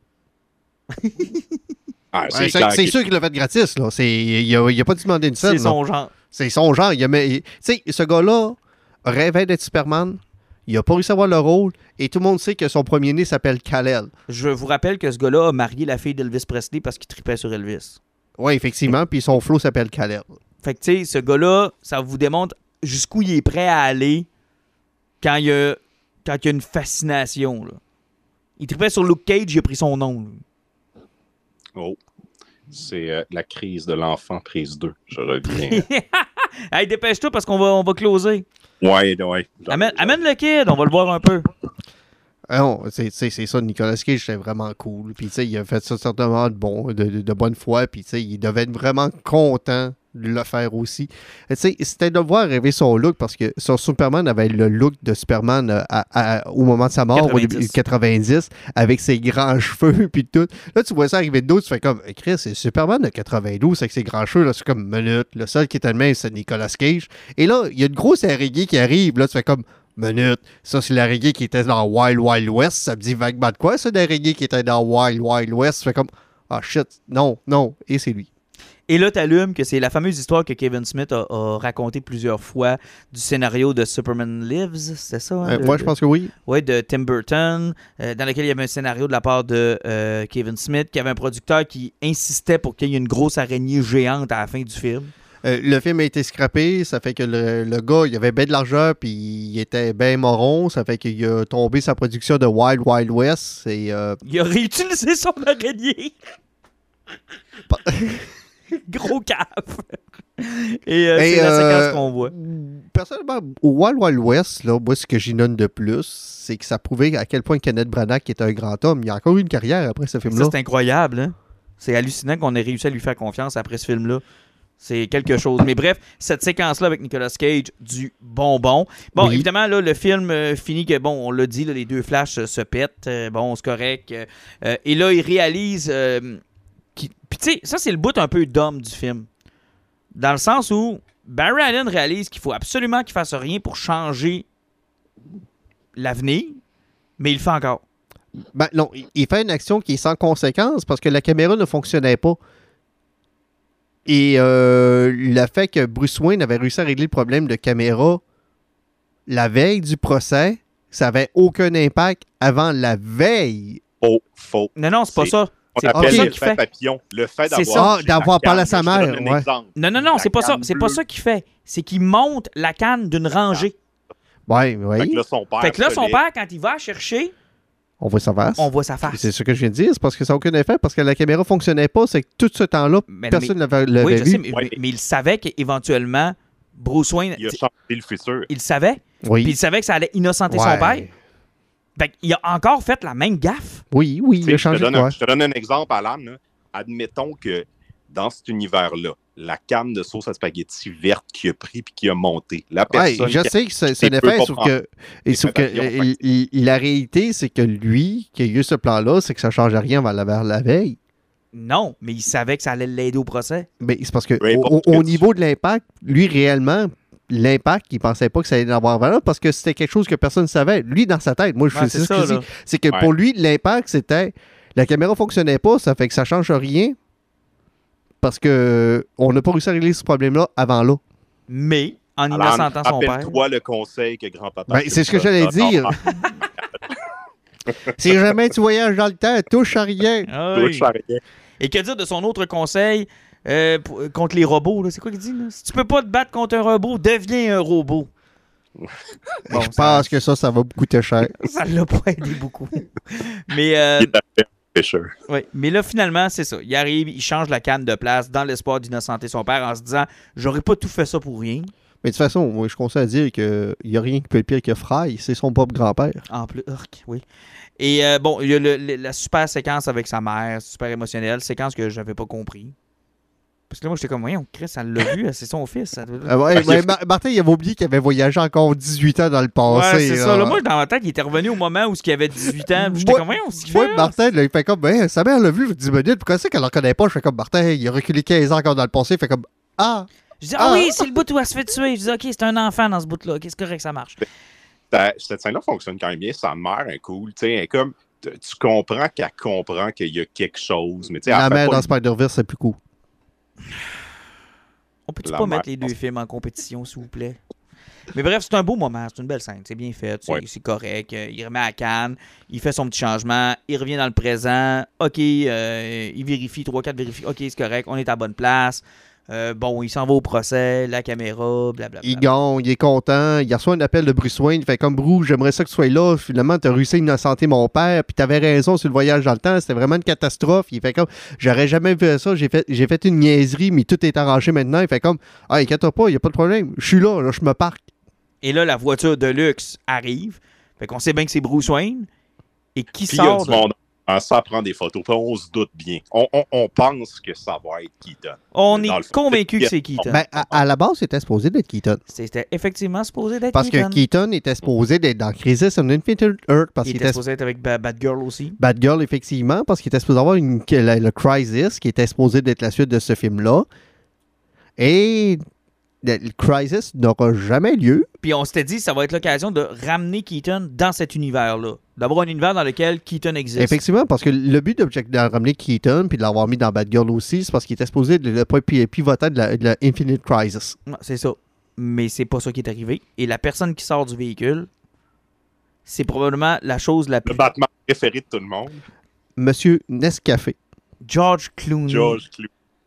Ah, Ouais, c'est C'est clair c'est que- sûr qu'il l'a fait gratis, là. C'est- Il a, il a pas demandé une scène. C'est son genre. C'est son genre. Il a mis- Tu sais, ce gars-là rêvait d'être Superman. Il a pas réussi à avoir le rôle. Et tout le monde sait que son premier-né s'appelle Kal-El. Je vous rappelle que ce gars-là a marié la fille d'Elvis Presley parce qu'il tripait sur Elvis. Oui, effectivement. Puis son flow s'appelle Kal-El. Fait que, tu sais, ce gars-là, ça vous démontre jusqu'où il est prêt à aller quand il y a, quand il y a une fascination. Là. Il trippait sur Luke Cage, il a pris son nom. Là. Oh. C'est euh, la crise de l'enfant, prise deux. Je reviens. Hey, dépêche-toi parce qu'on va, on va closer. Ouais, ouais. Amène, amène le kid, on va le voir un peu. Ah non, c'est, c'est, c'est ça, Nicolas Cage, c'était vraiment cool. Puis, tu sais, il a fait ça certainement de, bon, de, de, de bonne foi. Puis, tu sais, il devait être vraiment content de le faire aussi. Tu sais, c'était de voir rêver son look parce que son Superman avait le look de Superman à, à, au moment de sa mort, quatre-vingt-dix. au début quatre-vingt-dix, avec ses grands cheveux puis tout. Là, tu vois ça arriver de dos, tu fais comme, Chris, c'est Superman de quatre-vingt-douze avec ses grands cheveux. Là, c'est comme, minute. Le seul qui était le même, c'est Nicolas Cage. Et là, il y a une grosse araignée qui arrive. Là, tu fais comme, minute. Ça, c'est l'araignée qui était dans Wild Wild West. Ça me dit vaguement de quoi, ça, l'araignée qui était dans Wild Wild West? Tu fais comme, ah shit, non, non. Et c'est lui. Et là, t'allumes que c'est la fameuse histoire que Kevin Smith a, a racontée plusieurs fois du scénario de Superman Lives, c'est ça? Hein, Euh, de, moi, je pense que oui. Oui, de Tim Burton, euh, dans lequel il y avait un scénario de la part de euh, Kevin Smith, qui avait un producteur qui insistait pour qu'il y ait une grosse araignée géante à la fin du film. Euh, le film a été scrappé, ça fait que le, le gars, il avait bien de l'argent, puis il était bien moron, ça fait qu'il a tombé sa production de Wild Wild West. Et, euh... Il a réutilisé son araignée. Gros cave. Et euh, Et, c'est la euh, séquence qu'on voit. Personnellement, au Wild Wild West, là, moi, ce que j'y donne de plus, c'est que ça prouvait à quel point Kenneth Branagh est un grand homme. Il a encore eu une carrière après ce film-là. Ça, c'est incroyable. Hein? C'est hallucinant qu'on ait réussi à lui faire confiance après ce film-là. C'est quelque chose. Mais bref, cette séquence-là avec Nicolas Cage, du bonbon. Bon, Oui. évidemment, là, le film euh, finit que, bon, on l'a dit, là, les deux flashs euh, se pètent. Euh, bon, c'est correct. Euh, et là, il réalise... Euh, qui... Puis tu sais, ça, c'est le bout un peu d'homme du film. Dans le sens où Barry Allen réalise qu'il faut absolument qu'il fasse rien pour changer l'avenir, mais il le fait encore. Ben, non, il- il fait une action qui est sans conséquence parce que la caméra ne fonctionnait pas. Et euh, le fait que Bruce Wayne avait réussi à régler le problème de caméra la veille du procès, ça n'avait aucun impact avant la veille. Oh, faux. Non, non, c'est pas C'est- ça. On C'est appelle pas ça le qu'il fait fait. papillon. Le fait C'est d'avoir, ça. Ah, la d'avoir parlé à sa canne, je te mère, donne un ouais. exemple. Non, non, non, La c'est pas ça. canne C'est pas bleue. ça qu'il fait. C'est qu'il monte la canne d'une rangée. Ouais, Fait oui. que là, son père. Fait que là, se son lève. père, quand il va chercher, On voit sa face. on voit sa face. C'est ce que je viens de dire, c'est parce que ça n'a aucun effet, parce que la caméra ne fonctionnait pas, c'est que tout ce temps-là, Mais- personne ne l'avait Oui, l'avait je vu. sais, mais, Ouais. mais- mais il savait qu'éventuellement, Bruce Wayne, Il a t'sais, changé le futur. il le savait. Oui. Puis il savait que ça allait innocenter Ouais. son père. Fait qu'il a encore fait la même gaffe. Oui, oui, il T'sais, a je, te changé de donne quoi. un, je te donne un exemple, Alan. là. Admettons que dans cet univers-là, la canne de sauce à spaghetti verte qu'il a pris puis qu'il a monté, la Ouais, personne je qui a- sais que c'est c'est qui un peut effet, pas sauf prendre que, et les sauf que papillons, euh, fait il- il- la réalité, c'est que lui, qui a eu ce plan-là, c'est que ça ne change rien vers la, vers la veille. Non, mais il savait que ça allait l'aider au procès. Mais c'est parce que Peu importe au, ce que au tu- niveau de l'impact, lui, réellement, l'impact, il pensait pas que ça allait en avoir valeur parce que c'était quelque chose que personne ne savait. Lui, dans sa tête, moi, je Ouais, c'est c'est ce que ça, je là. dis. C'est que Ouais. pour lui, l'impact, c'était la caméra fonctionnait pas, ça fait que ça change rien parce que on n'a pas réussi à régler ce problème-là avant là. Mais, en Alan, innocentant son père. rappelle-toi le conseil que grand-papa... Ben, c'est ce que j'allais dire. Si jamais tu voyages dans le temps, touche à rien. Ah oui. Touche à rien. Et que dire de son autre conseil euh, pour- euh, contre les robots? là? C'est quoi qu'il dit? Là? Si tu peux pas te battre contre un robot, deviens un robot. Bon, je ça- pense que ça, ça va beaucoup coûter cher. Ça l'a pas aidé beaucoup. Mais, euh, Il est à fait pêcheur. ouais. Mais là, finalement, c'est ça. Il arrive, il change la canne de place dans l'espoir d'innocenter son père en se disant « J'aurais pas tout fait ça pour rien. Mais de toute façon, moi, je conseille à dire qu'il n'y a rien qui peut être pire que Fry, c'est son propre grand-père. » En plus, urk, oui. Et euh, bon, il y a le- le- la super séquence avec sa mère, super émotionnelle, séquence que j'avais pas compris. Parce que là, moi, j'étais comme, voyons, Chris, elle l'a vu, c'est son fils. ça doit- Ah ouais, Parce mais que- Ma- Martin, il avait oublié qu'il avait voyagé encore dix-huit ans dans le Ouais, passé. c'est là. ça. Là, moi, dans ma tête, il était revenu au moment où il avait dix-huit ans. puis J'étais Moi- comme, voyons, ce qu'il Moi, fait. Martin, là, il fait comme, ben, sa mère l'a vu, il dix minutes, pourquoi c'est qu'elle ne le reconnaît pas? Je fais comme, Martin, il a reculé quinze ans encore dans le passé, il fait comme, ah! Je dis, ah, Ah. oui, c'est le bout où elle se fait tuer. Je dis, OK, c'est un enfant dans ce bout-là. OK, c'est correct, ça marche. Ta- Cette scène-là fonctionne quand même bien. Sa mère est cool. Tu sais, elle est comme... Tu tu comprends qu'elle comprend qu'il y a quelque chose, mais tu sais, La elle fait mère pas dans Spider-Verse, c'est plus cool. On peut-tu La pas mère, mettre les deux pense- films en compétition, s'il vous plaît? Mais bref, c'est un beau moment, c'est une belle scène, c'est bien fait, c'est Ouais. c'est correct. Euh, Il remet à Cannes, il fait son petit changement, il revient dans le présent, OK, euh, il vérifie, trois quatre vérifie, OK, c'est correct, on est à la bonne place. Euh, bon, il s'en va au procès, la caméra, blablabla. Il gagne, il est content. Il reçoit un appel de Bruce Wayne. Il fait comme Bruce, j'aimerais ça que tu sois là. Finalement, tu as réussi à innocenter mon père. Puis tu avais raison sur le voyage dans le temps. C'était vraiment une catastrophe. Il fait comme j'aurais jamais vu ça. J'ai fait, j'ai fait une niaiserie, mais tout est arrangé maintenant. Il fait comme ah, inquiète-toi pas, il n'y a pas de problème. Je suis là, là, je me parque. Et là, la voiture de luxe arrive. Fait qu'on sait bien que c'est Bruce Wayne. Et qui Puis sort. il y a du monde. Ça prend des photos, puis on se doute bien. On, on, on pense que ça va être Keaton. On Dans est le fond, convaincu que c'est Keaton. Ben, à, à la base, c'était supposé d'être Keaton. C'était effectivement supposé d'être Parce Keaton. que Keaton était supposé d'être dans Crisis on Infinite Earth. Parce il qu'il était était supposé être avec ba- Batgirl aussi. Batgirl, effectivement, parce qu'il était supposé avoir une, le, le Crisis, qui était supposé d'être la suite de ce film-là. Et le, le Crisis n'aura jamais lieu. Puis on s'était dit ça va être l'occasion de ramener Keaton dans cet univers-là. D'avoir un univers dans lequel Keaton existe. Effectivement, parce que le but de, de ramener Keaton puis de l'avoir mis dans Batgirl aussi, c'est parce qu'il était supposé de le pivoter de la, de la Infinite Crisis. Non, c'est ça. Mais c'est pas ça qui est arrivé. Et la personne qui sort du véhicule, c'est probablement la chose la plus... Le Batman préféré de tout le monde. Monsieur Nescafé. George Clooney. George Clooney.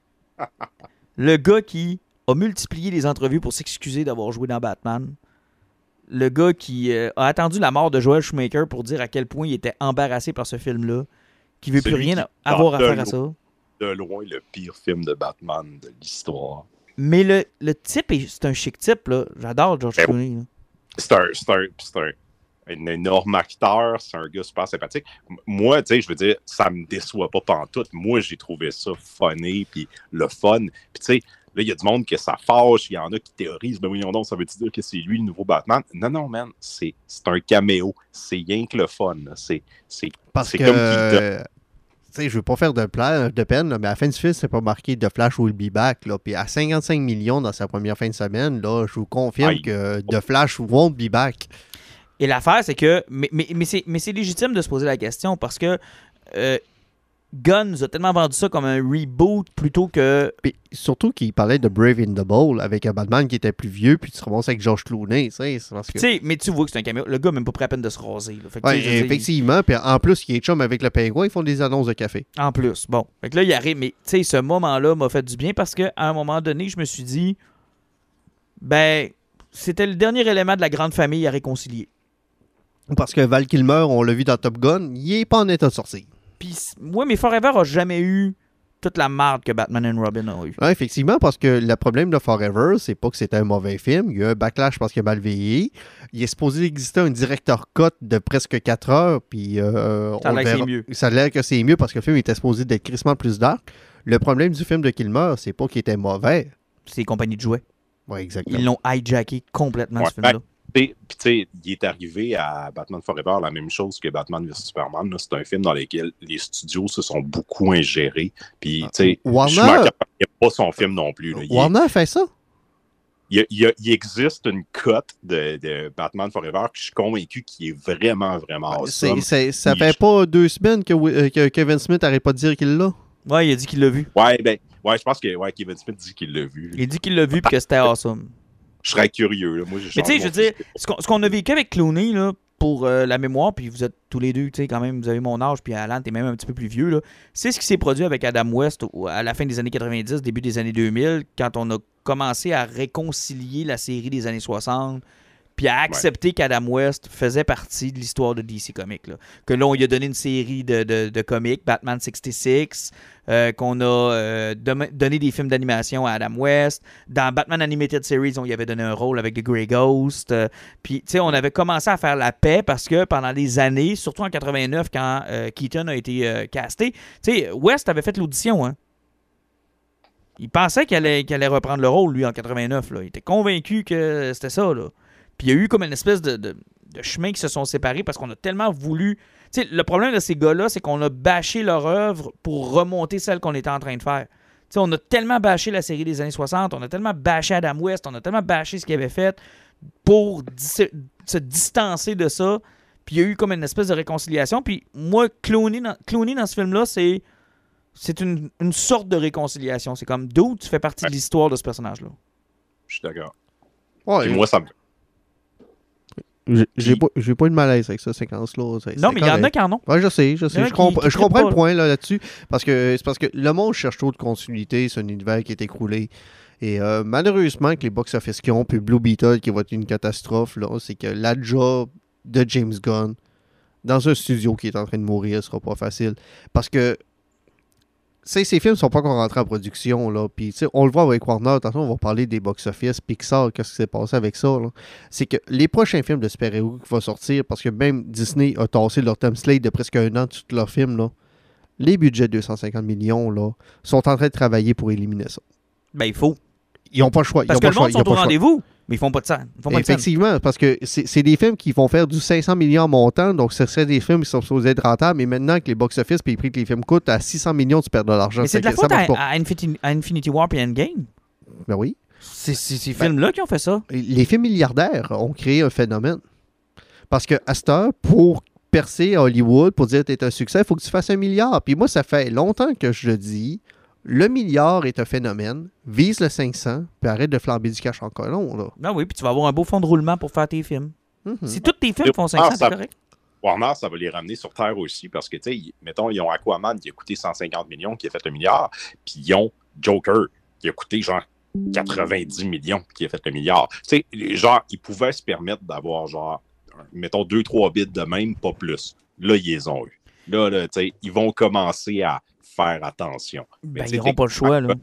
Le gars qui a multiplié les entrevues pour s'excuser d'avoir joué dans Batman. Le gars qui euh, a attendu la mort de Joel Schumacher pour dire à quel point il était embarrassé par ce film-là, qui veut plus Celui rien qui avoir à tente de faire à ça. De loin, le pire film de Batman de l'histoire. Mais le, le type, est- c'est un chic type, là. J'adore George Ben, Clooney. là. C'est un, c'est un, c'est un, un énorme acteur, c'est un gars super sympathique. M- Moi, tu sais, je veux dire, ça me déçoit pas pantoute. Moi, j'ai trouvé ça funny, puis le fun. Puis tu sais, là, il y a du monde que ça fâche, il y en a qui théorisent, ben voyons donc, ça veut dire que c'est lui le nouveau Batman? Non, non, man, c'est, c'est un caméo. C'est rien que le fun. là. C'est, c'est, Parce c'est que... comme Keaton. Tu sais, je veux pas faire de, pla- de peine, là, mais à la fin du film, c'est pas marqué The Flash will be back. Là. Puis à cinquante-cinq millions dans sa première fin de semaine, là, je vous confirme Aïe. que The Flash won't be back. Et l'affaire, c'est que... Mais, mais, mais, c'est, mais c'est légitime de se poser la question parce que euh, Gunn nous a tellement vendu ça comme un reboot plutôt que... Puis surtout qu'il parlait de Brave in the Bold avec un Batman qui était plus vieux, puis tu te ramasses avec George Clooney. Tu sais, c'est parce que... Tu sais, mais tu vois que c'est un caméo. Le gars n'a même pas pris la peine de se raser. Là. Fait que, Ouais, tu sais, je veux dire, effectivement. Puis en plus, il est chum avec le pingouin, ils font des annonces de café. En plus, bon. Fait que là, il arrive, mais tu sais, ce moment-là m'a fait du bien parce qu'à un moment donné, je me suis dit, ben, c'était le dernier élément de la grande famille à réconcilier. Parce que Val Kilmer, on l'a vu dans Top Gun, il est pas en état de sortir. Puis, moi, mais Forever a jamais eu toute la marde que Batman and Robin ont eu. Ouais, effectivement, parce que le problème de Forever, c'est pas que c'était un mauvais film. Il y a eu un backlash parce qu'il a mal vieilli. Il est supposé exister un directeur cut de presque quatre heures, puis euh, Ça a on l'air que verra- c'est mieux. Ça a l'air que c'est mieux parce que le film était supposé d'être crissement plus dark. Le problème du film de Kilmer, c'est pas qu'il était mauvais. C'est les compagnies de jouets. Ouais, exactement. Ils l'ont hijacké complètement, Ouais, ce film-là. Puis, tu sais, il est arrivé à Batman Forever la même chose que Batman versus Superman. là. C'est un film dans lequel les studios se sont beaucoup ingérés. Puis, tu sais, Warner- Schumacher n'aime pas son film non plus. là. Il, Warner a fait ça. il y a- il y a- il existe une cote de, de Batman Forever que je suis convaincu qui est vraiment, vraiment C'est- awesome. c'est- ça Il- fait pas deux semaines que, euh, que Kevin Smith n'arrête pas de dire qu'il l'a. Ouais, il a dit qu'il l'a vu. Ouais, ben, ouais, je pense que ouais, Kevin Smith dit qu'il l'a vu. Il a dit qu'il l'a vu et que c'était awesome. Je serais curieux. Là. Moi, j'ai Mais tu sais, changé je veux mon dire, fusil. ce qu'on, ce qu'on a vécu avec Clooney, là, pour euh, la mémoire, puis vous êtes tous les deux, tu sais, quand même, vous avez mon âge, puis Alan, t'es même un petit peu plus vieux, là. C'est ce qui s'est produit avec Adam West au- à la fin des années quatre-vingt-dix, début des années deux mille, quand on a commencé à réconcilier la série des années soixante, puis à accepter qu'Adam West faisait partie de l'histoire de D C Comics. Là. Que là, on lui a donné une série de, de, de comics, Batman soixante-six, euh, qu'on a euh, dem- donné des films d'animation à Adam West. Dans Batman Animated Series, on lui avait donné un rôle avec The Grey Ghost. Euh, puis, tu sais, on avait commencé à faire la paix parce que pendant des années, surtout en quatre-vingt-neuf, quand euh, Keaton a été euh, casté, tu sais, West avait fait l'audition, hein. Il pensait qu'il allait, qu'il allait reprendre le rôle, lui, en quatre-vingt-neuf. Là. Il était convaincu que c'était ça, là. Puis il y a eu comme une espèce de, de, de chemin qui se sont séparés parce qu'on a tellement voulu... Tu sais, le problème de ces gars-là, c'est qu'on a bâché leur œuvre pour remonter celle qu'on était en train de faire. Tu sais, on a tellement bâché la série des années soixante, on a tellement bâché Adam West, on a tellement bâché ce qu'il avait fait pour dis- se distancer de ça. Puis il y a eu comme une espèce de réconciliation. Puis moi, Clooney dans, Clooney dans ce film-là, c'est, c'est une, une sorte de réconciliation. C'est comme, d'où tu fais partie Ouais. de l'histoire de ce personnage-là. Je suis d'accord. Ouais, Et moi, ça me J'ai, j'ai, pas, j'ai pas eu de malaise avec ça, séquence-là. C'est, non, c'est mais il y en a qui en ont. Ouais, je sais, je sais. Je, qui, comp- qui je comprends pas, le point là, là-dessus. Parce que c'est parce que le monde cherche trop de continuité. C'est un univers qui est écroulé. Et euh, malheureusement, avec les box-office qu'ils ont, puis Blue Beetle, qui va être une catastrophe, là, c'est que la job de James Gunn dans un studio qui est en train de mourir sera pas facile. Parce que ces films ne sont pas encore rentrés en production. Là. Puis, on le voit avec Warner. Attention, on va parler des box-office, Pixar, qu'est-ce qui s'est passé avec ça. Là. C'est que les prochains films de super-héros qui vont sortir, parce que même Disney a tassé leur template de presque un an de tous leurs films, là, les budgets de deux cent cinquante millions là, sont en train de travailler pour éliminer ça. Ben, il faut. Ils n'ont pas le choix. Parce ils que ont le pas monde le choix. sont au rendez-vous, mais ils font pas de scène. Ils font pas de scène. Effectivement, parce que c'est, c'est des films qui vont faire du cinq cents millions en montant, donc ce serait des films qui sont supposés être rentables, mais maintenant que les box-office et les prix que les films coûtent à six cents millions, tu perds de l'argent. Mais c'est de la que faute ça à, marche pas. à, Infinity, à Infinity War et Endgame. Ben oui. C'est, c'est ces Ben, films-là qui ont fait ça. Les films milliardaires ont créé un phénomène. Parce que à cette heure, pour percer à Hollywood, pour dire que tu es un succès, il faut que tu fasses un milliard. Puis moi, ça fait longtemps que je le dis. Le milliard est un phénomène. Vise le cinq cents, puis arrête de flamber du cash en colon. Là. Ben oui, puis tu vas avoir un beau fond de roulement pour faire tes films. Mm-hmm. Si tous tes films font cinq cents, Ah, c'est ça- correct. Warner, ça va les ramener sur Terre aussi parce que, tu sais, mettons, ils ont Aquaman qui a coûté cent cinquante millions, qui a fait un milliard, puis ils ont Joker qui a coûté genre quatre-vingt-dix millions, qui a fait un milliard. Tu sais, genre, ils pouvaient se permettre d'avoir genre, mettons, deux trois bits de même, pas plus. Là, ils les ont eu. Là, là tu sais, ils vont commencer à faire attention. Mais, Ben, tu sais, ils n'auront pas le choix, là.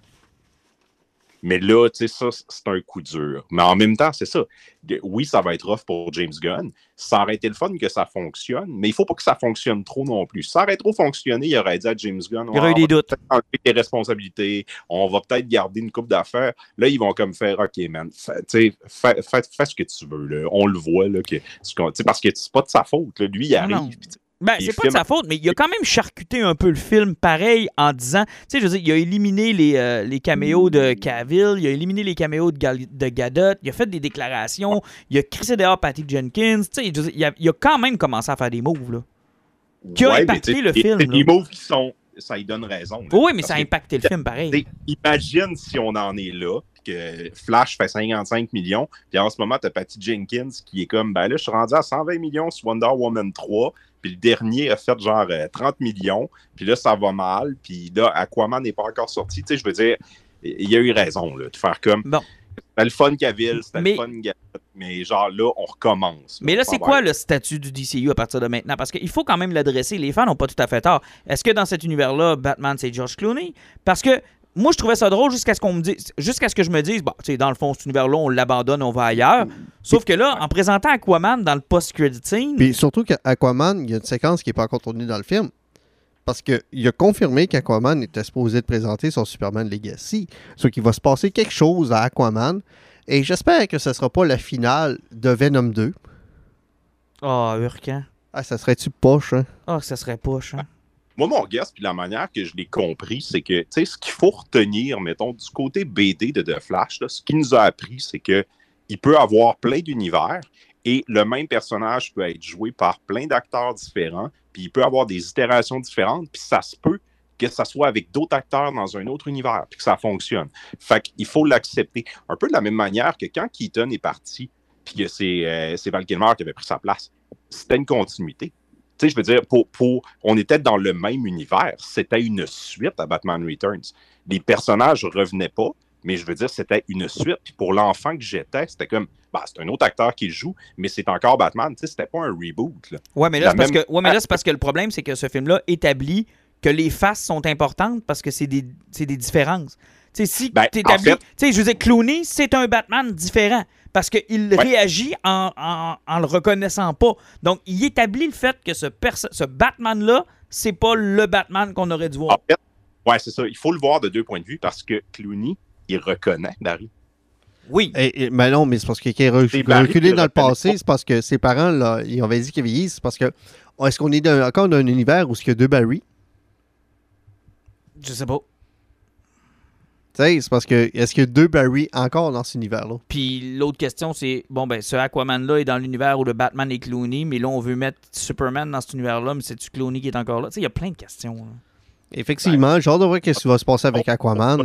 Mais là, tu sais, ça, c'est un coup dur. Mais en même temps, c'est ça. Oui, ça va être rough pour James Gunn. Ça aurait été le fun que ça fonctionne, mais il ne faut pas que ça fonctionne trop non plus. Ça aurait trop fonctionné, il aurait dit à James Gunn, Il y aurait eu on des va doutes. peut-être enlever tes responsabilités, on va peut-être garder une coupe d'affaires. Là, ils vont comme faire, OK, man, fais, fais, fais, fais ce que tu veux. Là. On le voit, là, que, parce que c'est pas de sa faute. Là. Lui, il arrive. Non. Pis, Ben, c'est pas de sa faute, mais il a quand même charcuté un peu le film, pareil, en disant, tu sais, je veux dire, il a éliminé les, euh, les caméos de Cavill, il a éliminé les caméos de, Gal- de Gadot, il a fait des déclarations, il a crissé dehors Patty Jenkins, tu sais, je veux dire, il, a, il a quand même commencé à faire des moves, là. Qui a ouais, impacté mais, le film, C'est là. des moves qui sont... Ça lui donne raison. Là, Oui, mais parce ça a que, impacté le film, pareil. imagine si on en est là, que Flash fait cinquante-cinq millions, puis en ce moment, tu as Patty Jenkins qui est comme, ben là, je suis rendu à cent vingt millions sur Wonder Woman trois, puis le dernier a fait genre euh, trente millions, puis là, ça va mal, puis là, Aquaman n'est pas encore sorti. Tu sais, je veux dire, il y a eu raison, là, de faire comme... Bon. C'était le fun Cavill, c'était mais, le fun Gadot, mais genre là, on recommence. Mais là, c'est va quoi être... le statut du D C U à partir de maintenant? Parce qu'il faut quand même l'adresser. Les fans n'ont pas tout à fait tort. Est-ce que dans cet univers-là, Batman, c'est George Clooney? Parce que moi, je trouvais ça drôle jusqu'à ce qu'on me dise, jusqu'à ce que je me dise, bon, tu sais, dans le fond, cet univers-là, on l'abandonne, on va ailleurs. Sauf que là, en présentant Aquaman dans le post-credit scene... Puis surtout qu'Aquaman, il y a une séquence qui n'est pas encore tournée dans le film. Parce qu'il a confirmé qu'Aquaman était supposé de présenter son Superman Legacy. Sauf qu'il va se passer quelque chose à Aquaman. Et j'espère que ce ne sera pas la finale de Venom deux. Ah, oh, urquant. Ah, ça serait-tu poche, hein? Ah, oh, ça serait poche, hein? Moi, mon guess, puis la manière que je l'ai compris, c'est que, tu sais, ce qu'il faut retenir, mettons, du côté B D de The Flash, là, ce qu'il nous a appris, c'est que il peut avoir plein d'univers et le même personnage peut être joué par plein d'acteurs différents, puis il peut avoir des itérations différentes, puis ça se peut que ça soit avec d'autres acteurs dans un autre univers, puis que ça fonctionne. Fait qu'il faut l'accepter. Un peu de la même manière que quand Keaton est parti, puis que c'est, euh, c'est Val Kilmer qui avait pris sa place, c'était une continuité. Tu sais, je veux dire, pour, pour, on était dans le même univers. C'était une suite à Batman Returns. Les personnages ne revenaient pas, mais je veux dire, c'était une suite. Puis pour l'enfant que j'étais, c'était comme, bah, c'est un autre acteur qui le joue, mais c'est encore Batman. Tu sais, c'était pas un reboot. Là. Ouais, mais là, c'est parce même... que, ouais, mais là, c'est parce que le problème, c'est que ce film-là établit que les faces sont importantes parce que c'est des, c'est des différences. Tu sais, si ben, tu établis... En fait... Tu sais, je veux dire, Clooney, c'est un Batman différent parce qu'il ouais. réagit en, en, en le reconnaissant pas. Donc, il établit le fait que ce, perso- ce Batman-là, c'est pas le Batman qu'on aurait dû voir. En fait, ouais, c'est ça. Il faut le voir de deux points de vue parce que Clooney, il reconnaît Barry. Oui. Et, et, mais non, mais c'est parce qu'il est reculé dans le passé. C'est parce que ses parents, là, ils avaient dit qu'il vieillit. C'est parce que, est-ce qu'on est dans, encore dans un univers où il y a deux Barry? Je sais pas. Tu sais, c'est parce que, est-ce qu'il y a deux Barry encore dans cet univers-là? Puis l'autre question, c'est, bon, ben, ce Aquaman-là est dans l'univers où le Batman est Clooney, mais là, on veut mettre Superman dans cet univers-là, mais c'est-tu Clooney qui est encore là? Tu sais, il y a plein de questions. Là. Effectivement, ben, j'ai hâte de voir ce qui va se passer avec Aquaman, là.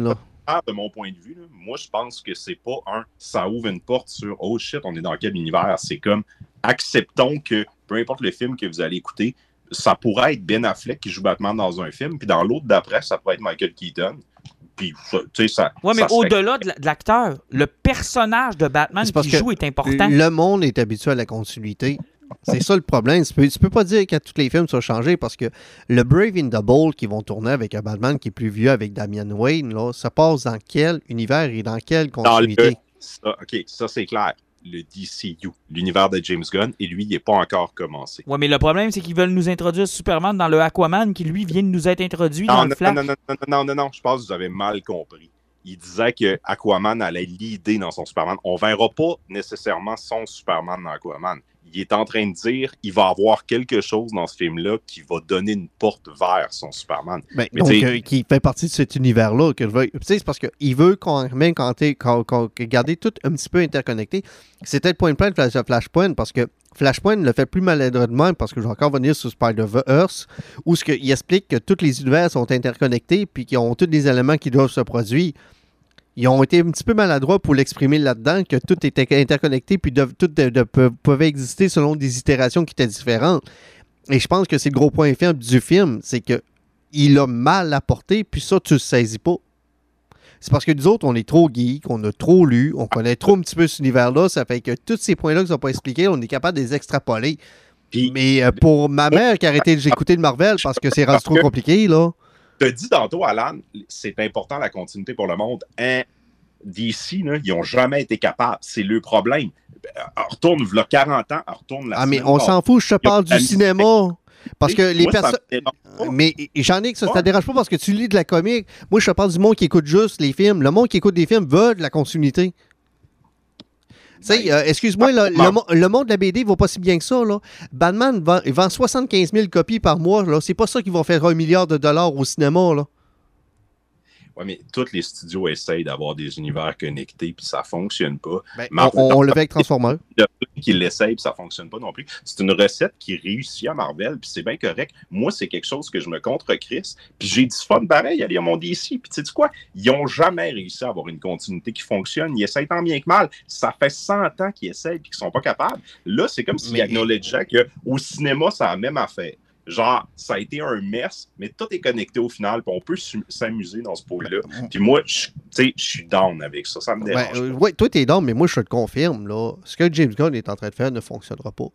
contraire de mon point de vue, là, moi, je pense que c'est pas un « ça ouvre une porte sur « oh shit, on est dans quel univers ». C'est comme « acceptons que, peu importe le film que vous allez écouter, ça pourrait être Ben Affleck qui joue Batman dans un film, puis dans l'autre d'après, ça pourrait être Michael Keaton. » Puis, tu sais, ça... Ouais, mais ça au-delà de l'acteur, le personnage de Batman qui joue est important. Le monde est habitué à la continuité. C'est ça le problème. Tu peux, tu peux pas dire que tous les films sont changés parce que le Brave and the Bold qui vont tourner avec un Batman qui est plus vieux avec Damian Wayne, là, ça passe dans quel univers et dans quelle continuité? Dans le, ça, OK, ça c'est clair. Le D C U, l'univers de James Gunn, et lui, il n'est pas encore commencé. Oui, mais le problème, c'est qu'ils veulent nous introduire Superman dans le Aquaman qui, lui, vient de nous être introduit non, dans non, le Flash. Non, non, non, non, non, non, je pense que vous avez mal compris. Il disait que Aquaman allait l'idée dans son Superman. On ne verra pas nécessairement son Superman dans Aquaman. Il est en train de dire qu'il va avoir quelque chose dans ce film-là qui va donner une porte vers son Superman. Ben, mais donc, euh, qui fait partie de cet univers-là. Que je veux... C'est parce qu'il veut qu'on, même quand quand, quand, garder tout un petit peu interconnecté. C'était le point de plan de Flashpoint parce que Flashpoint ne le fait plus maladroitement parce que je vais encore venir sur Spider-Verse où ce que, il explique que tous les univers sont interconnectés puis qu'ils ont tous les éléments qui doivent se produire. Ils ont été un petit peu maladroits pour l'exprimer là-dedans, que tout était interconnecté, puis de, tout de, de, de, pouvait exister selon des itérations qui étaient différentes. Et je pense que c'est le gros point faible du film, c'est qu'il a mal apporté, puis ça, tu ne le saisis pas. C'est parce que nous autres, on est trop geeks, on a trop lu, on connaît trop un petit peu cet univers-là, ça fait que tous ces points-là qui ne sont pas expliqués, on est capable de les extrapoler. Puis, mais euh, pour ma mère qui a arrêté d'écouter le Marvel parce que c'est rendu trop compliqué, là... Tu as dit tantôt, Alan, c'est important la continuité pour le monde. Hein, D C, là, ils n'ont jamais été capables. C'est le problème. On retourne il y a quarante ans, on retourne la Ah, mais on s'en fout, je te parle du cinéma. Parce que les moi, personnes. Mais j'en ai que ça, ça ne dérange pas parce que tu lis de la comique. Moi, je te parle du monde qui écoute juste les films. Le monde qui écoute des films veut de la continuité. Tu sais, euh, excuse-moi, là, le, le monde de la B D ne va pas si bien que ça. Là. Batman vend, vend soixante-quinze mille copies par mois. Là. C'est pas ça qui va faire un milliard de dollars au cinéma. Là. Oui, mais tous les studios essayent d'avoir des univers connectés, puis ça ne fonctionne pas. Ben, Marvel, on, on le fait avec Transformers. Il y a ceux qui l'essayent, puis ça ne fonctionne pas non plus. C'est une recette qui réussit à Marvel, puis c'est bien correct. Moi, c'est quelque chose que je me contre-crisse, puis j'ai du fun pareil à lire mon D C, puis tu sais quoi? Ils n'ont jamais réussi à avoir une continuité qui fonctionne. Ils essayent tant bien que mal. Ça fait cent ans qu'ils essayent, puis qu'ils ne sont pas capables. Là, c'est comme s'ils mais... acknowledgeaient qu'au cinéma, c'est la même affaire. Genre, ça a été un mess, mais tout est connecté au final, puis on peut s'amuser dans ce point-là. Puis moi, tu sais, je suis down avec ça, ça me dérange. Ouais, ouais, toi, t'es down, mais moi, je te le confirme, là. Ce que James Gunn est en train de faire ne fonctionnera pas.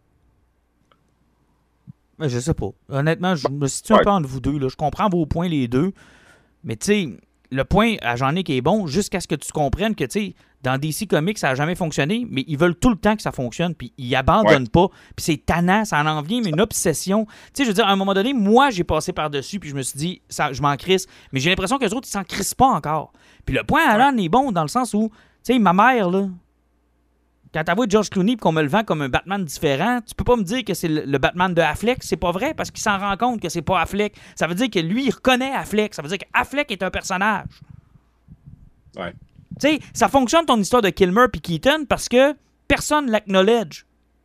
Mais je sais pas. Honnêtement, je me situe ouais. un peu entre vous deux, là. Je comprends vos points, les deux, mais tu sais, le point à Jean-Nic est bon jusqu'à ce que tu comprennes que, tu sais, dans D C Comics, ça n'a jamais fonctionné, mais ils veulent tout le temps que ça fonctionne, puis ils abandonnent ouais. pas, puis c'est tannant, ça en vient, mais une obsession. Tu sais, je veux dire, à un moment donné, moi, j'ai passé par-dessus, puis je me suis dit, ça, je m'en crisse, mais j'ai l'impression que les autres, ils s'en crissent pas encore. Puis le point, Alan, ouais. est bon dans le sens où, tu sais, ma mère, là, quand t'as vu George Clooney et qu'on me le vend comme un Batman différent, tu peux pas me dire que c'est le, le Batman de Affleck, c'est pas vrai, parce qu'il s'en rend compte que c'est pas Affleck. Ça veut dire que lui, il reconnaît Affleck, ça veut dire qu'Affleck est un personnage. Ouais. Tu sais, ça fonctionne ton histoire de Kilmer puis Keaton parce que personne l'acknowledge.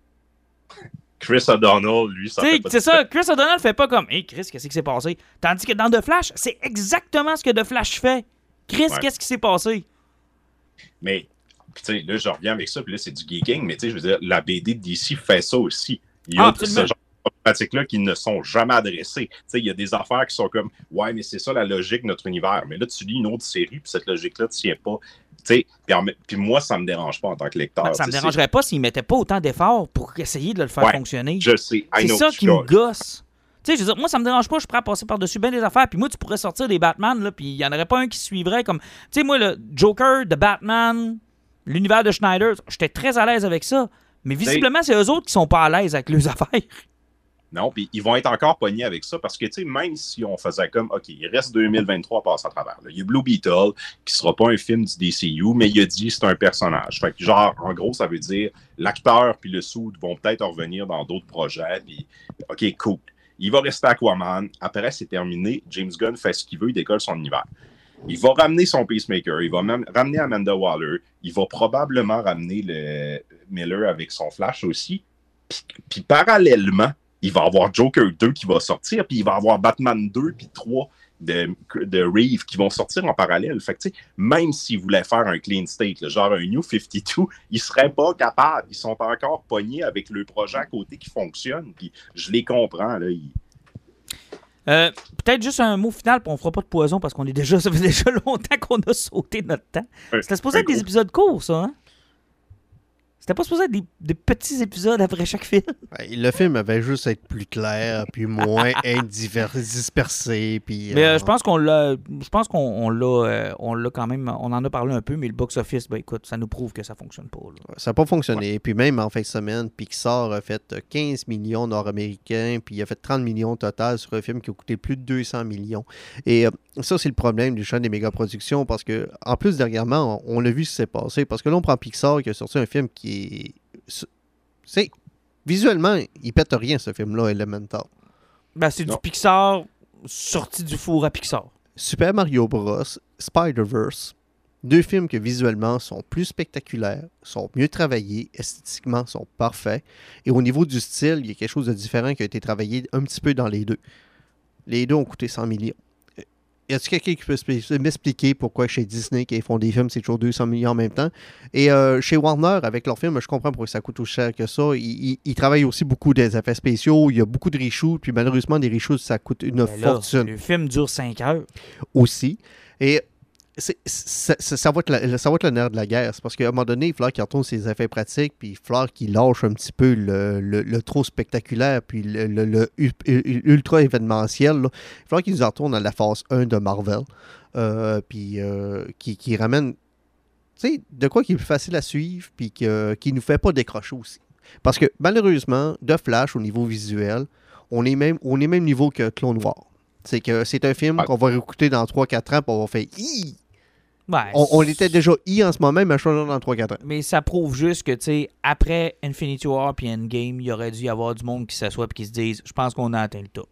Chris O'Donnell, lui, ça fait pas c'est ça, Chris O'Donnell fait pas comme « Hey, Chris, qu'est-ce qui s'est passé? » Tandis que dans The Flash, c'est exactement ce que The Flash fait. Chris, ouais. qu'est-ce qui s'est passé? Mais, tu sais, là, je reviens avec ça, puis là, c'est du geeking, mais tu sais, je veux dire, la B D de D C fait ça aussi. Il y a ah, ce genre de problématiques-là qui ne sont jamais adressées. Tu sais, il y a des affaires qui sont comme « Ouais, mais c'est ça la logique de notre univers. » Mais là, tu lis une autre série, puis cette logique-là ne tient pas. Puis, puis moi, ça me dérange pas en tant que lecteur. Ben, ça me dérangerait pas s'ils mettaient pas autant d'efforts pour essayer de le faire ouais, fonctionner. Je sais. C'est ça qui me gosse. Tu sais, je veux dire, moi, ça me dérange pas, je suis prêt à passer par-dessus bien des affaires, puis moi, tu pourrais sortir des Batman, là, puis il y en aurait pas un qui suivrait comme... Tu sais, moi, le Joker, The Batman, l'univers de Schneider, j'étais très à l'aise avec ça. Mais visiblement, c'est eux autres qui sont pas à l'aise avec leurs affaires. Non, puis ils vont être encore pognés avec ça parce que, tu sais, même si on faisait comme, OK, il reste deux mille vingt-trois à passer à travers. Là. Il y a Blue Beetle, qui sera pas un film du D C U, mais il a dit que c'est un personnage. Fait que, genre, en gros, ça veut dire l'acteur puis le suit vont peut-être revenir dans d'autres projets, puis OK, cool. Il va rester Aquaman. Après, c'est terminé. James Gunn fait ce qu'il veut, il décolle son univers. Il va ramener son Peacemaker, il va même ramener Amanda Waller, il va probablement ramener le Miller avec son Flash aussi. Puis, puis parallèlement, il va avoir Joker deux qui va sortir, puis il va avoir Batman deux, puis trois. de, de Reeve qui vont sortir en parallèle. Fait que, tu sais, même s'ils voulaient faire un clean state, là, genre un New cinquante-deux, ils seraient pas capables. Ils sont encore pognés avec le projet à côté qui fonctionne. Puis je les comprends, là. Ils... Euh, peut-être juste un mot final, puis on fera pas de poison parce qu'on est déjà, ça fait déjà longtemps qu'on a sauté notre temps. C'était supposé être des épisodes courts, ça, hein? C'était pas supposé être des, des petits épisodes après chaque film. Le film avait juste à être plus clair, puis moins être divers, dispersé. Puis, mais euh... euh, je pense qu'on l'a. Je pense qu'on on l'a, euh, on l'a quand même. On en a parlé un peu, mais le box-office, ben écoute, ça nous prouve que ça fonctionne pas. Là. Ça n'a pas fonctionné. Ouais. Puis même en fin de semaine, Pixar a fait quinze millions nord-américains, puis il a fait trente millions total sur un film qui a coûté plus de deux cents millions. Et euh, ça, c'est le problème du champ des méga-productions, parce que en plus, dernièrement, on, on a vu ce qui s'est passé. Parce que là, on prend Pixar qui a sorti un film qui c'est visuellement, il pète rien ce film-là, Elemental. Ben, c'est non. du Pixar sorti du four à Pixar. Super Mario Bros, Spider-Verse, deux films que visuellement sont plus spectaculaires, sont mieux travaillés, esthétiquement sont parfaits. Et au niveau du style, il y a quelque chose de différent qui a été travaillé un petit peu dans les deux. Les deux ont coûté cent millions. Y a-t-il quelqu'un qui peut m'expliquer pourquoi chez Disney, qui font des films, c'est toujours deux cents millions en même temps? Et euh, chez Warner, avec leurs films, je comprends pourquoi ça coûte aussi cher que ça. Ils, ils, ils travaillent aussi beaucoup des effets spéciaux. Il y a beaucoup de reshoots. Puis malheureusement, des reshoots, ça coûte une là, fortune. Le film dure cinq heures. Aussi. Et c'est, c'est, ça, ça, va être la, ça va être le nerf de la guerre. C'est parce qu'à un moment donné, il va falloir qu'ils retournent ses effets pratiques, puis il va falloir qu'ils lâchent un petit peu le, le, le trop spectaculaire, puis le, le, le ultra événementiel. Là. Il va falloir qu'ils nous retournent à la phase un de Marvel, euh, puis euh, qui, qui ramène, tu sais, de quoi qui est plus facile à suivre, puis qui ne nous fait pas décrocher aussi. Parce que malheureusement, de Flash, au niveau visuel, on est même au même niveau que Clone Wars. C'est que c'est un film ouais. qu'on va écouter dans trois quatre ans, puis on va faire « Hi! » Ouais, on, on était déjà I en ce moment, mais je suis dans trois quatre ans. Mais ça prouve juste que, tu sais, après Infinity War puis Endgame, il aurait dû y avoir du monde qui s'assoit et qui se dise « Je pense qu'on a atteint le top. »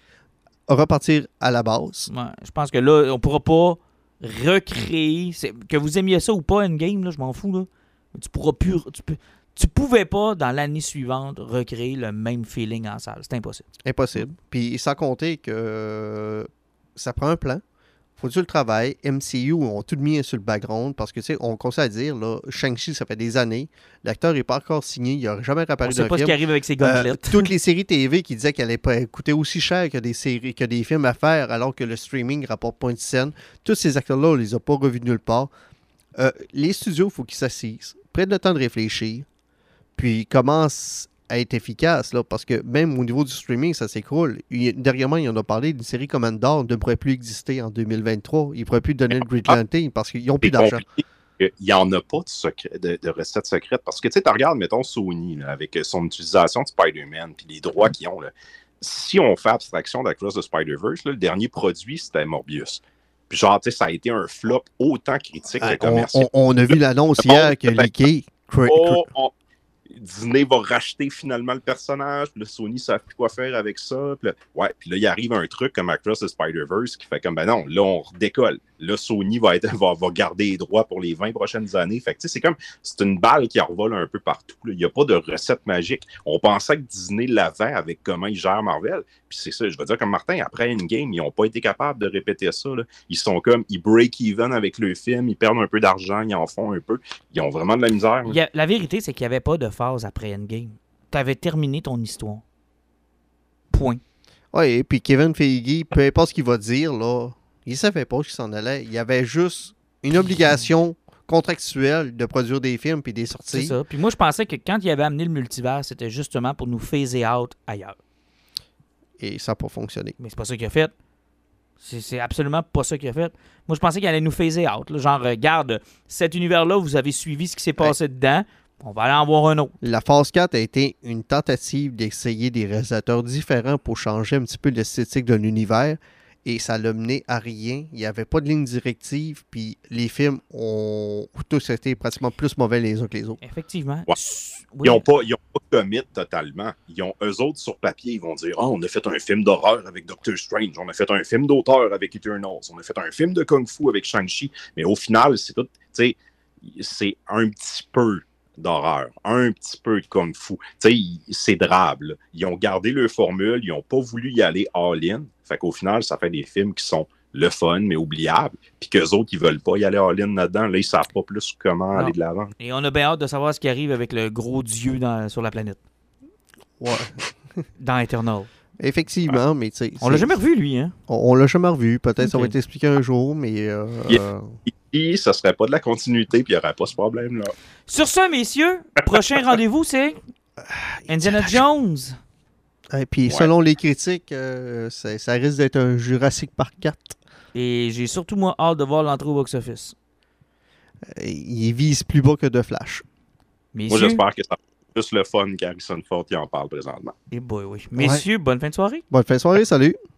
Repartir à la base. Ouais, je pense que là, on pourra pas recréer... Que vous aimiez ça ou pas, Endgame, là, je m'en fous, là. Tu pourras plus... Tu, peux, tu pouvais pas, dans l'année suivante, recréer le même feeling en salle. C'est impossible. Impossible. Puis sans compter que ça prend un plan. Faut-tu le travail? M C U ont tout mis sur le background parce que, tu sais, on commence à dire, là, Shang-Chi, ça fait des années. L'acteur n'est pas encore signé. Il n'a jamais réapparu dans le film. On sait pas ce qui arrive avec ses gauntlettes. Euh, toutes les séries T V qui disaient qu'elle allait coûter aussi cher que des séries, que des films à faire alors que le streaming rapporte pas une scène. Tous ces acteurs-là, on les a pas revus nulle part. Euh, les studios, il faut qu'ils s'assisent, prennent le temps de réfléchir, puis commencent à être efficace, là, parce que même au niveau du streaming, ça s'écroule. Dernièrement, il en a parlé, une série comme Andor ne pourrait plus exister en deux mille vingt-trois. Il ne pourrait plus donner le Green Lantern parce qu'ils n'ont plus d'argent. Il n'y en a pas de, secret, de, de recettes secrètes. Parce que tu sais, tu regardes, mettons, Sony, là, avec son utilisation de Spider-Man puis les droits qu'ils ont. Là. Si on fait abstraction de la classe de Spider-Verse, là, le dernier produit, c'était Morbius. Puis genre, tu sais, ça a été un flop autant critique que commercial. On, on, on a vu l'annonce hier qui a leaké. Oh, on... Disney va racheter finalement le personnage, puis là, Sony ne savent plus quoi faire avec ça. Puis là, ouais, puis là, il arrive un truc comme Across the Spider-Verse qui fait comme, ben non, là, on redécolle. Là, Sony va, être, va, va garder les droits pour les vingt prochaines années. Fait que, tu sais, c'est comme, c'est une balle qui revole un peu partout. Il n'y a pas de recette magique. On pensait que Disney l'avait avec comment ils gèrent Marvel. Puis c'est ça, je veux dire, comme Martin, après Endgame, ils n'ont pas été capables de répéter ça. Là. Ils sont comme, ils break even avec le film, ils perdent un peu d'argent, ils en font un peu. Ils ont vraiment de la misère. A, la vérité, c'est qu'il n'y avait pas de phase après Endgame. Tu avais terminé ton histoire. Point. Oui, et puis Kevin Feige, peu importe ce qu'il va dire, là, il ne savait pas qu'il s'en allait. Il y avait juste une obligation contractuelle de produire des films puis des sorties. C'est ça. Puis moi, je pensais que quand il avait amené le multivers, c'était justement pour nous phaser out ailleurs. Et ça n'a pas fonctionné. Mais c'est pas ça qu'il a fait. C'est, c'est absolument pas ça qu'il a fait. Moi, je pensais qu'il allait nous phaser out. Là. Genre, regarde, cet univers-là, vous avez suivi ce qui s'est passé ouais. dedans. On va aller en voir un autre. La phase quatre a été une tentative d'essayer des réalisateurs différents pour changer un petit peu l'esthétique de l'univers. Et ça l'a mené à rien. Il n'y avait pas de ligne directive. Puis les films ont tous été pratiquement plus mauvais les uns que les autres. Effectivement. Ouais. Oui. Ils n'ont pas, ils ont pas commit totalement. Ils ont, eux autres, sur papier, ils vont dire oh, on a fait un film d'horreur avec Doctor Strange. On a fait un film d'auteur avec Eternals. On a fait un film de Kung Fu avec Shang-Chi. Mais au final, c'est tout. Tu sais, c'est un petit peu d'horreur, un petit peu de kung-fu. Tu sais, c'est drabe, là. Ils ont gardé leur formule, ils n'ont pas voulu y aller all-in. Fait qu'au final, ça fait des films qui sont le fun, mais oubliables. Puis qu'eux autres, ils veulent pas y aller all-in là-dedans. Là, ils savent pas plus comment Non. aller de l'avant. Et on a bien hâte de savoir ce qui arrive avec le gros dieu dans, sur la planète. Ouais. Dans Eternal. Effectivement, mais tu sais. On l'a jamais revu, lui, hein? On, on l'a jamais revu. Peut-être que ça Ok. va être expliqué un jour, mais. Euh, Yeah. euh, Et ça serait pas de la continuité, puis il n'y aurait pas ce problème-là. Sur ce, messieurs, prochain rendez-vous, c'est Indiana Jones. Et puis, Ouais. selon les critiques, euh, ça, ça risque d'être un Jurassic Park quatre. Et j'ai surtout, moi, hâte de voir l'entrée au box-office. Euh, il vise plus bas que de Flash. Messieurs, Moi, j'espère que ça va être plus le fun qu'Harrison Ford qui en parle présentement. eh boy, oui. Messieurs, bonne fin de soirée. Bonne fin de soirée, salut!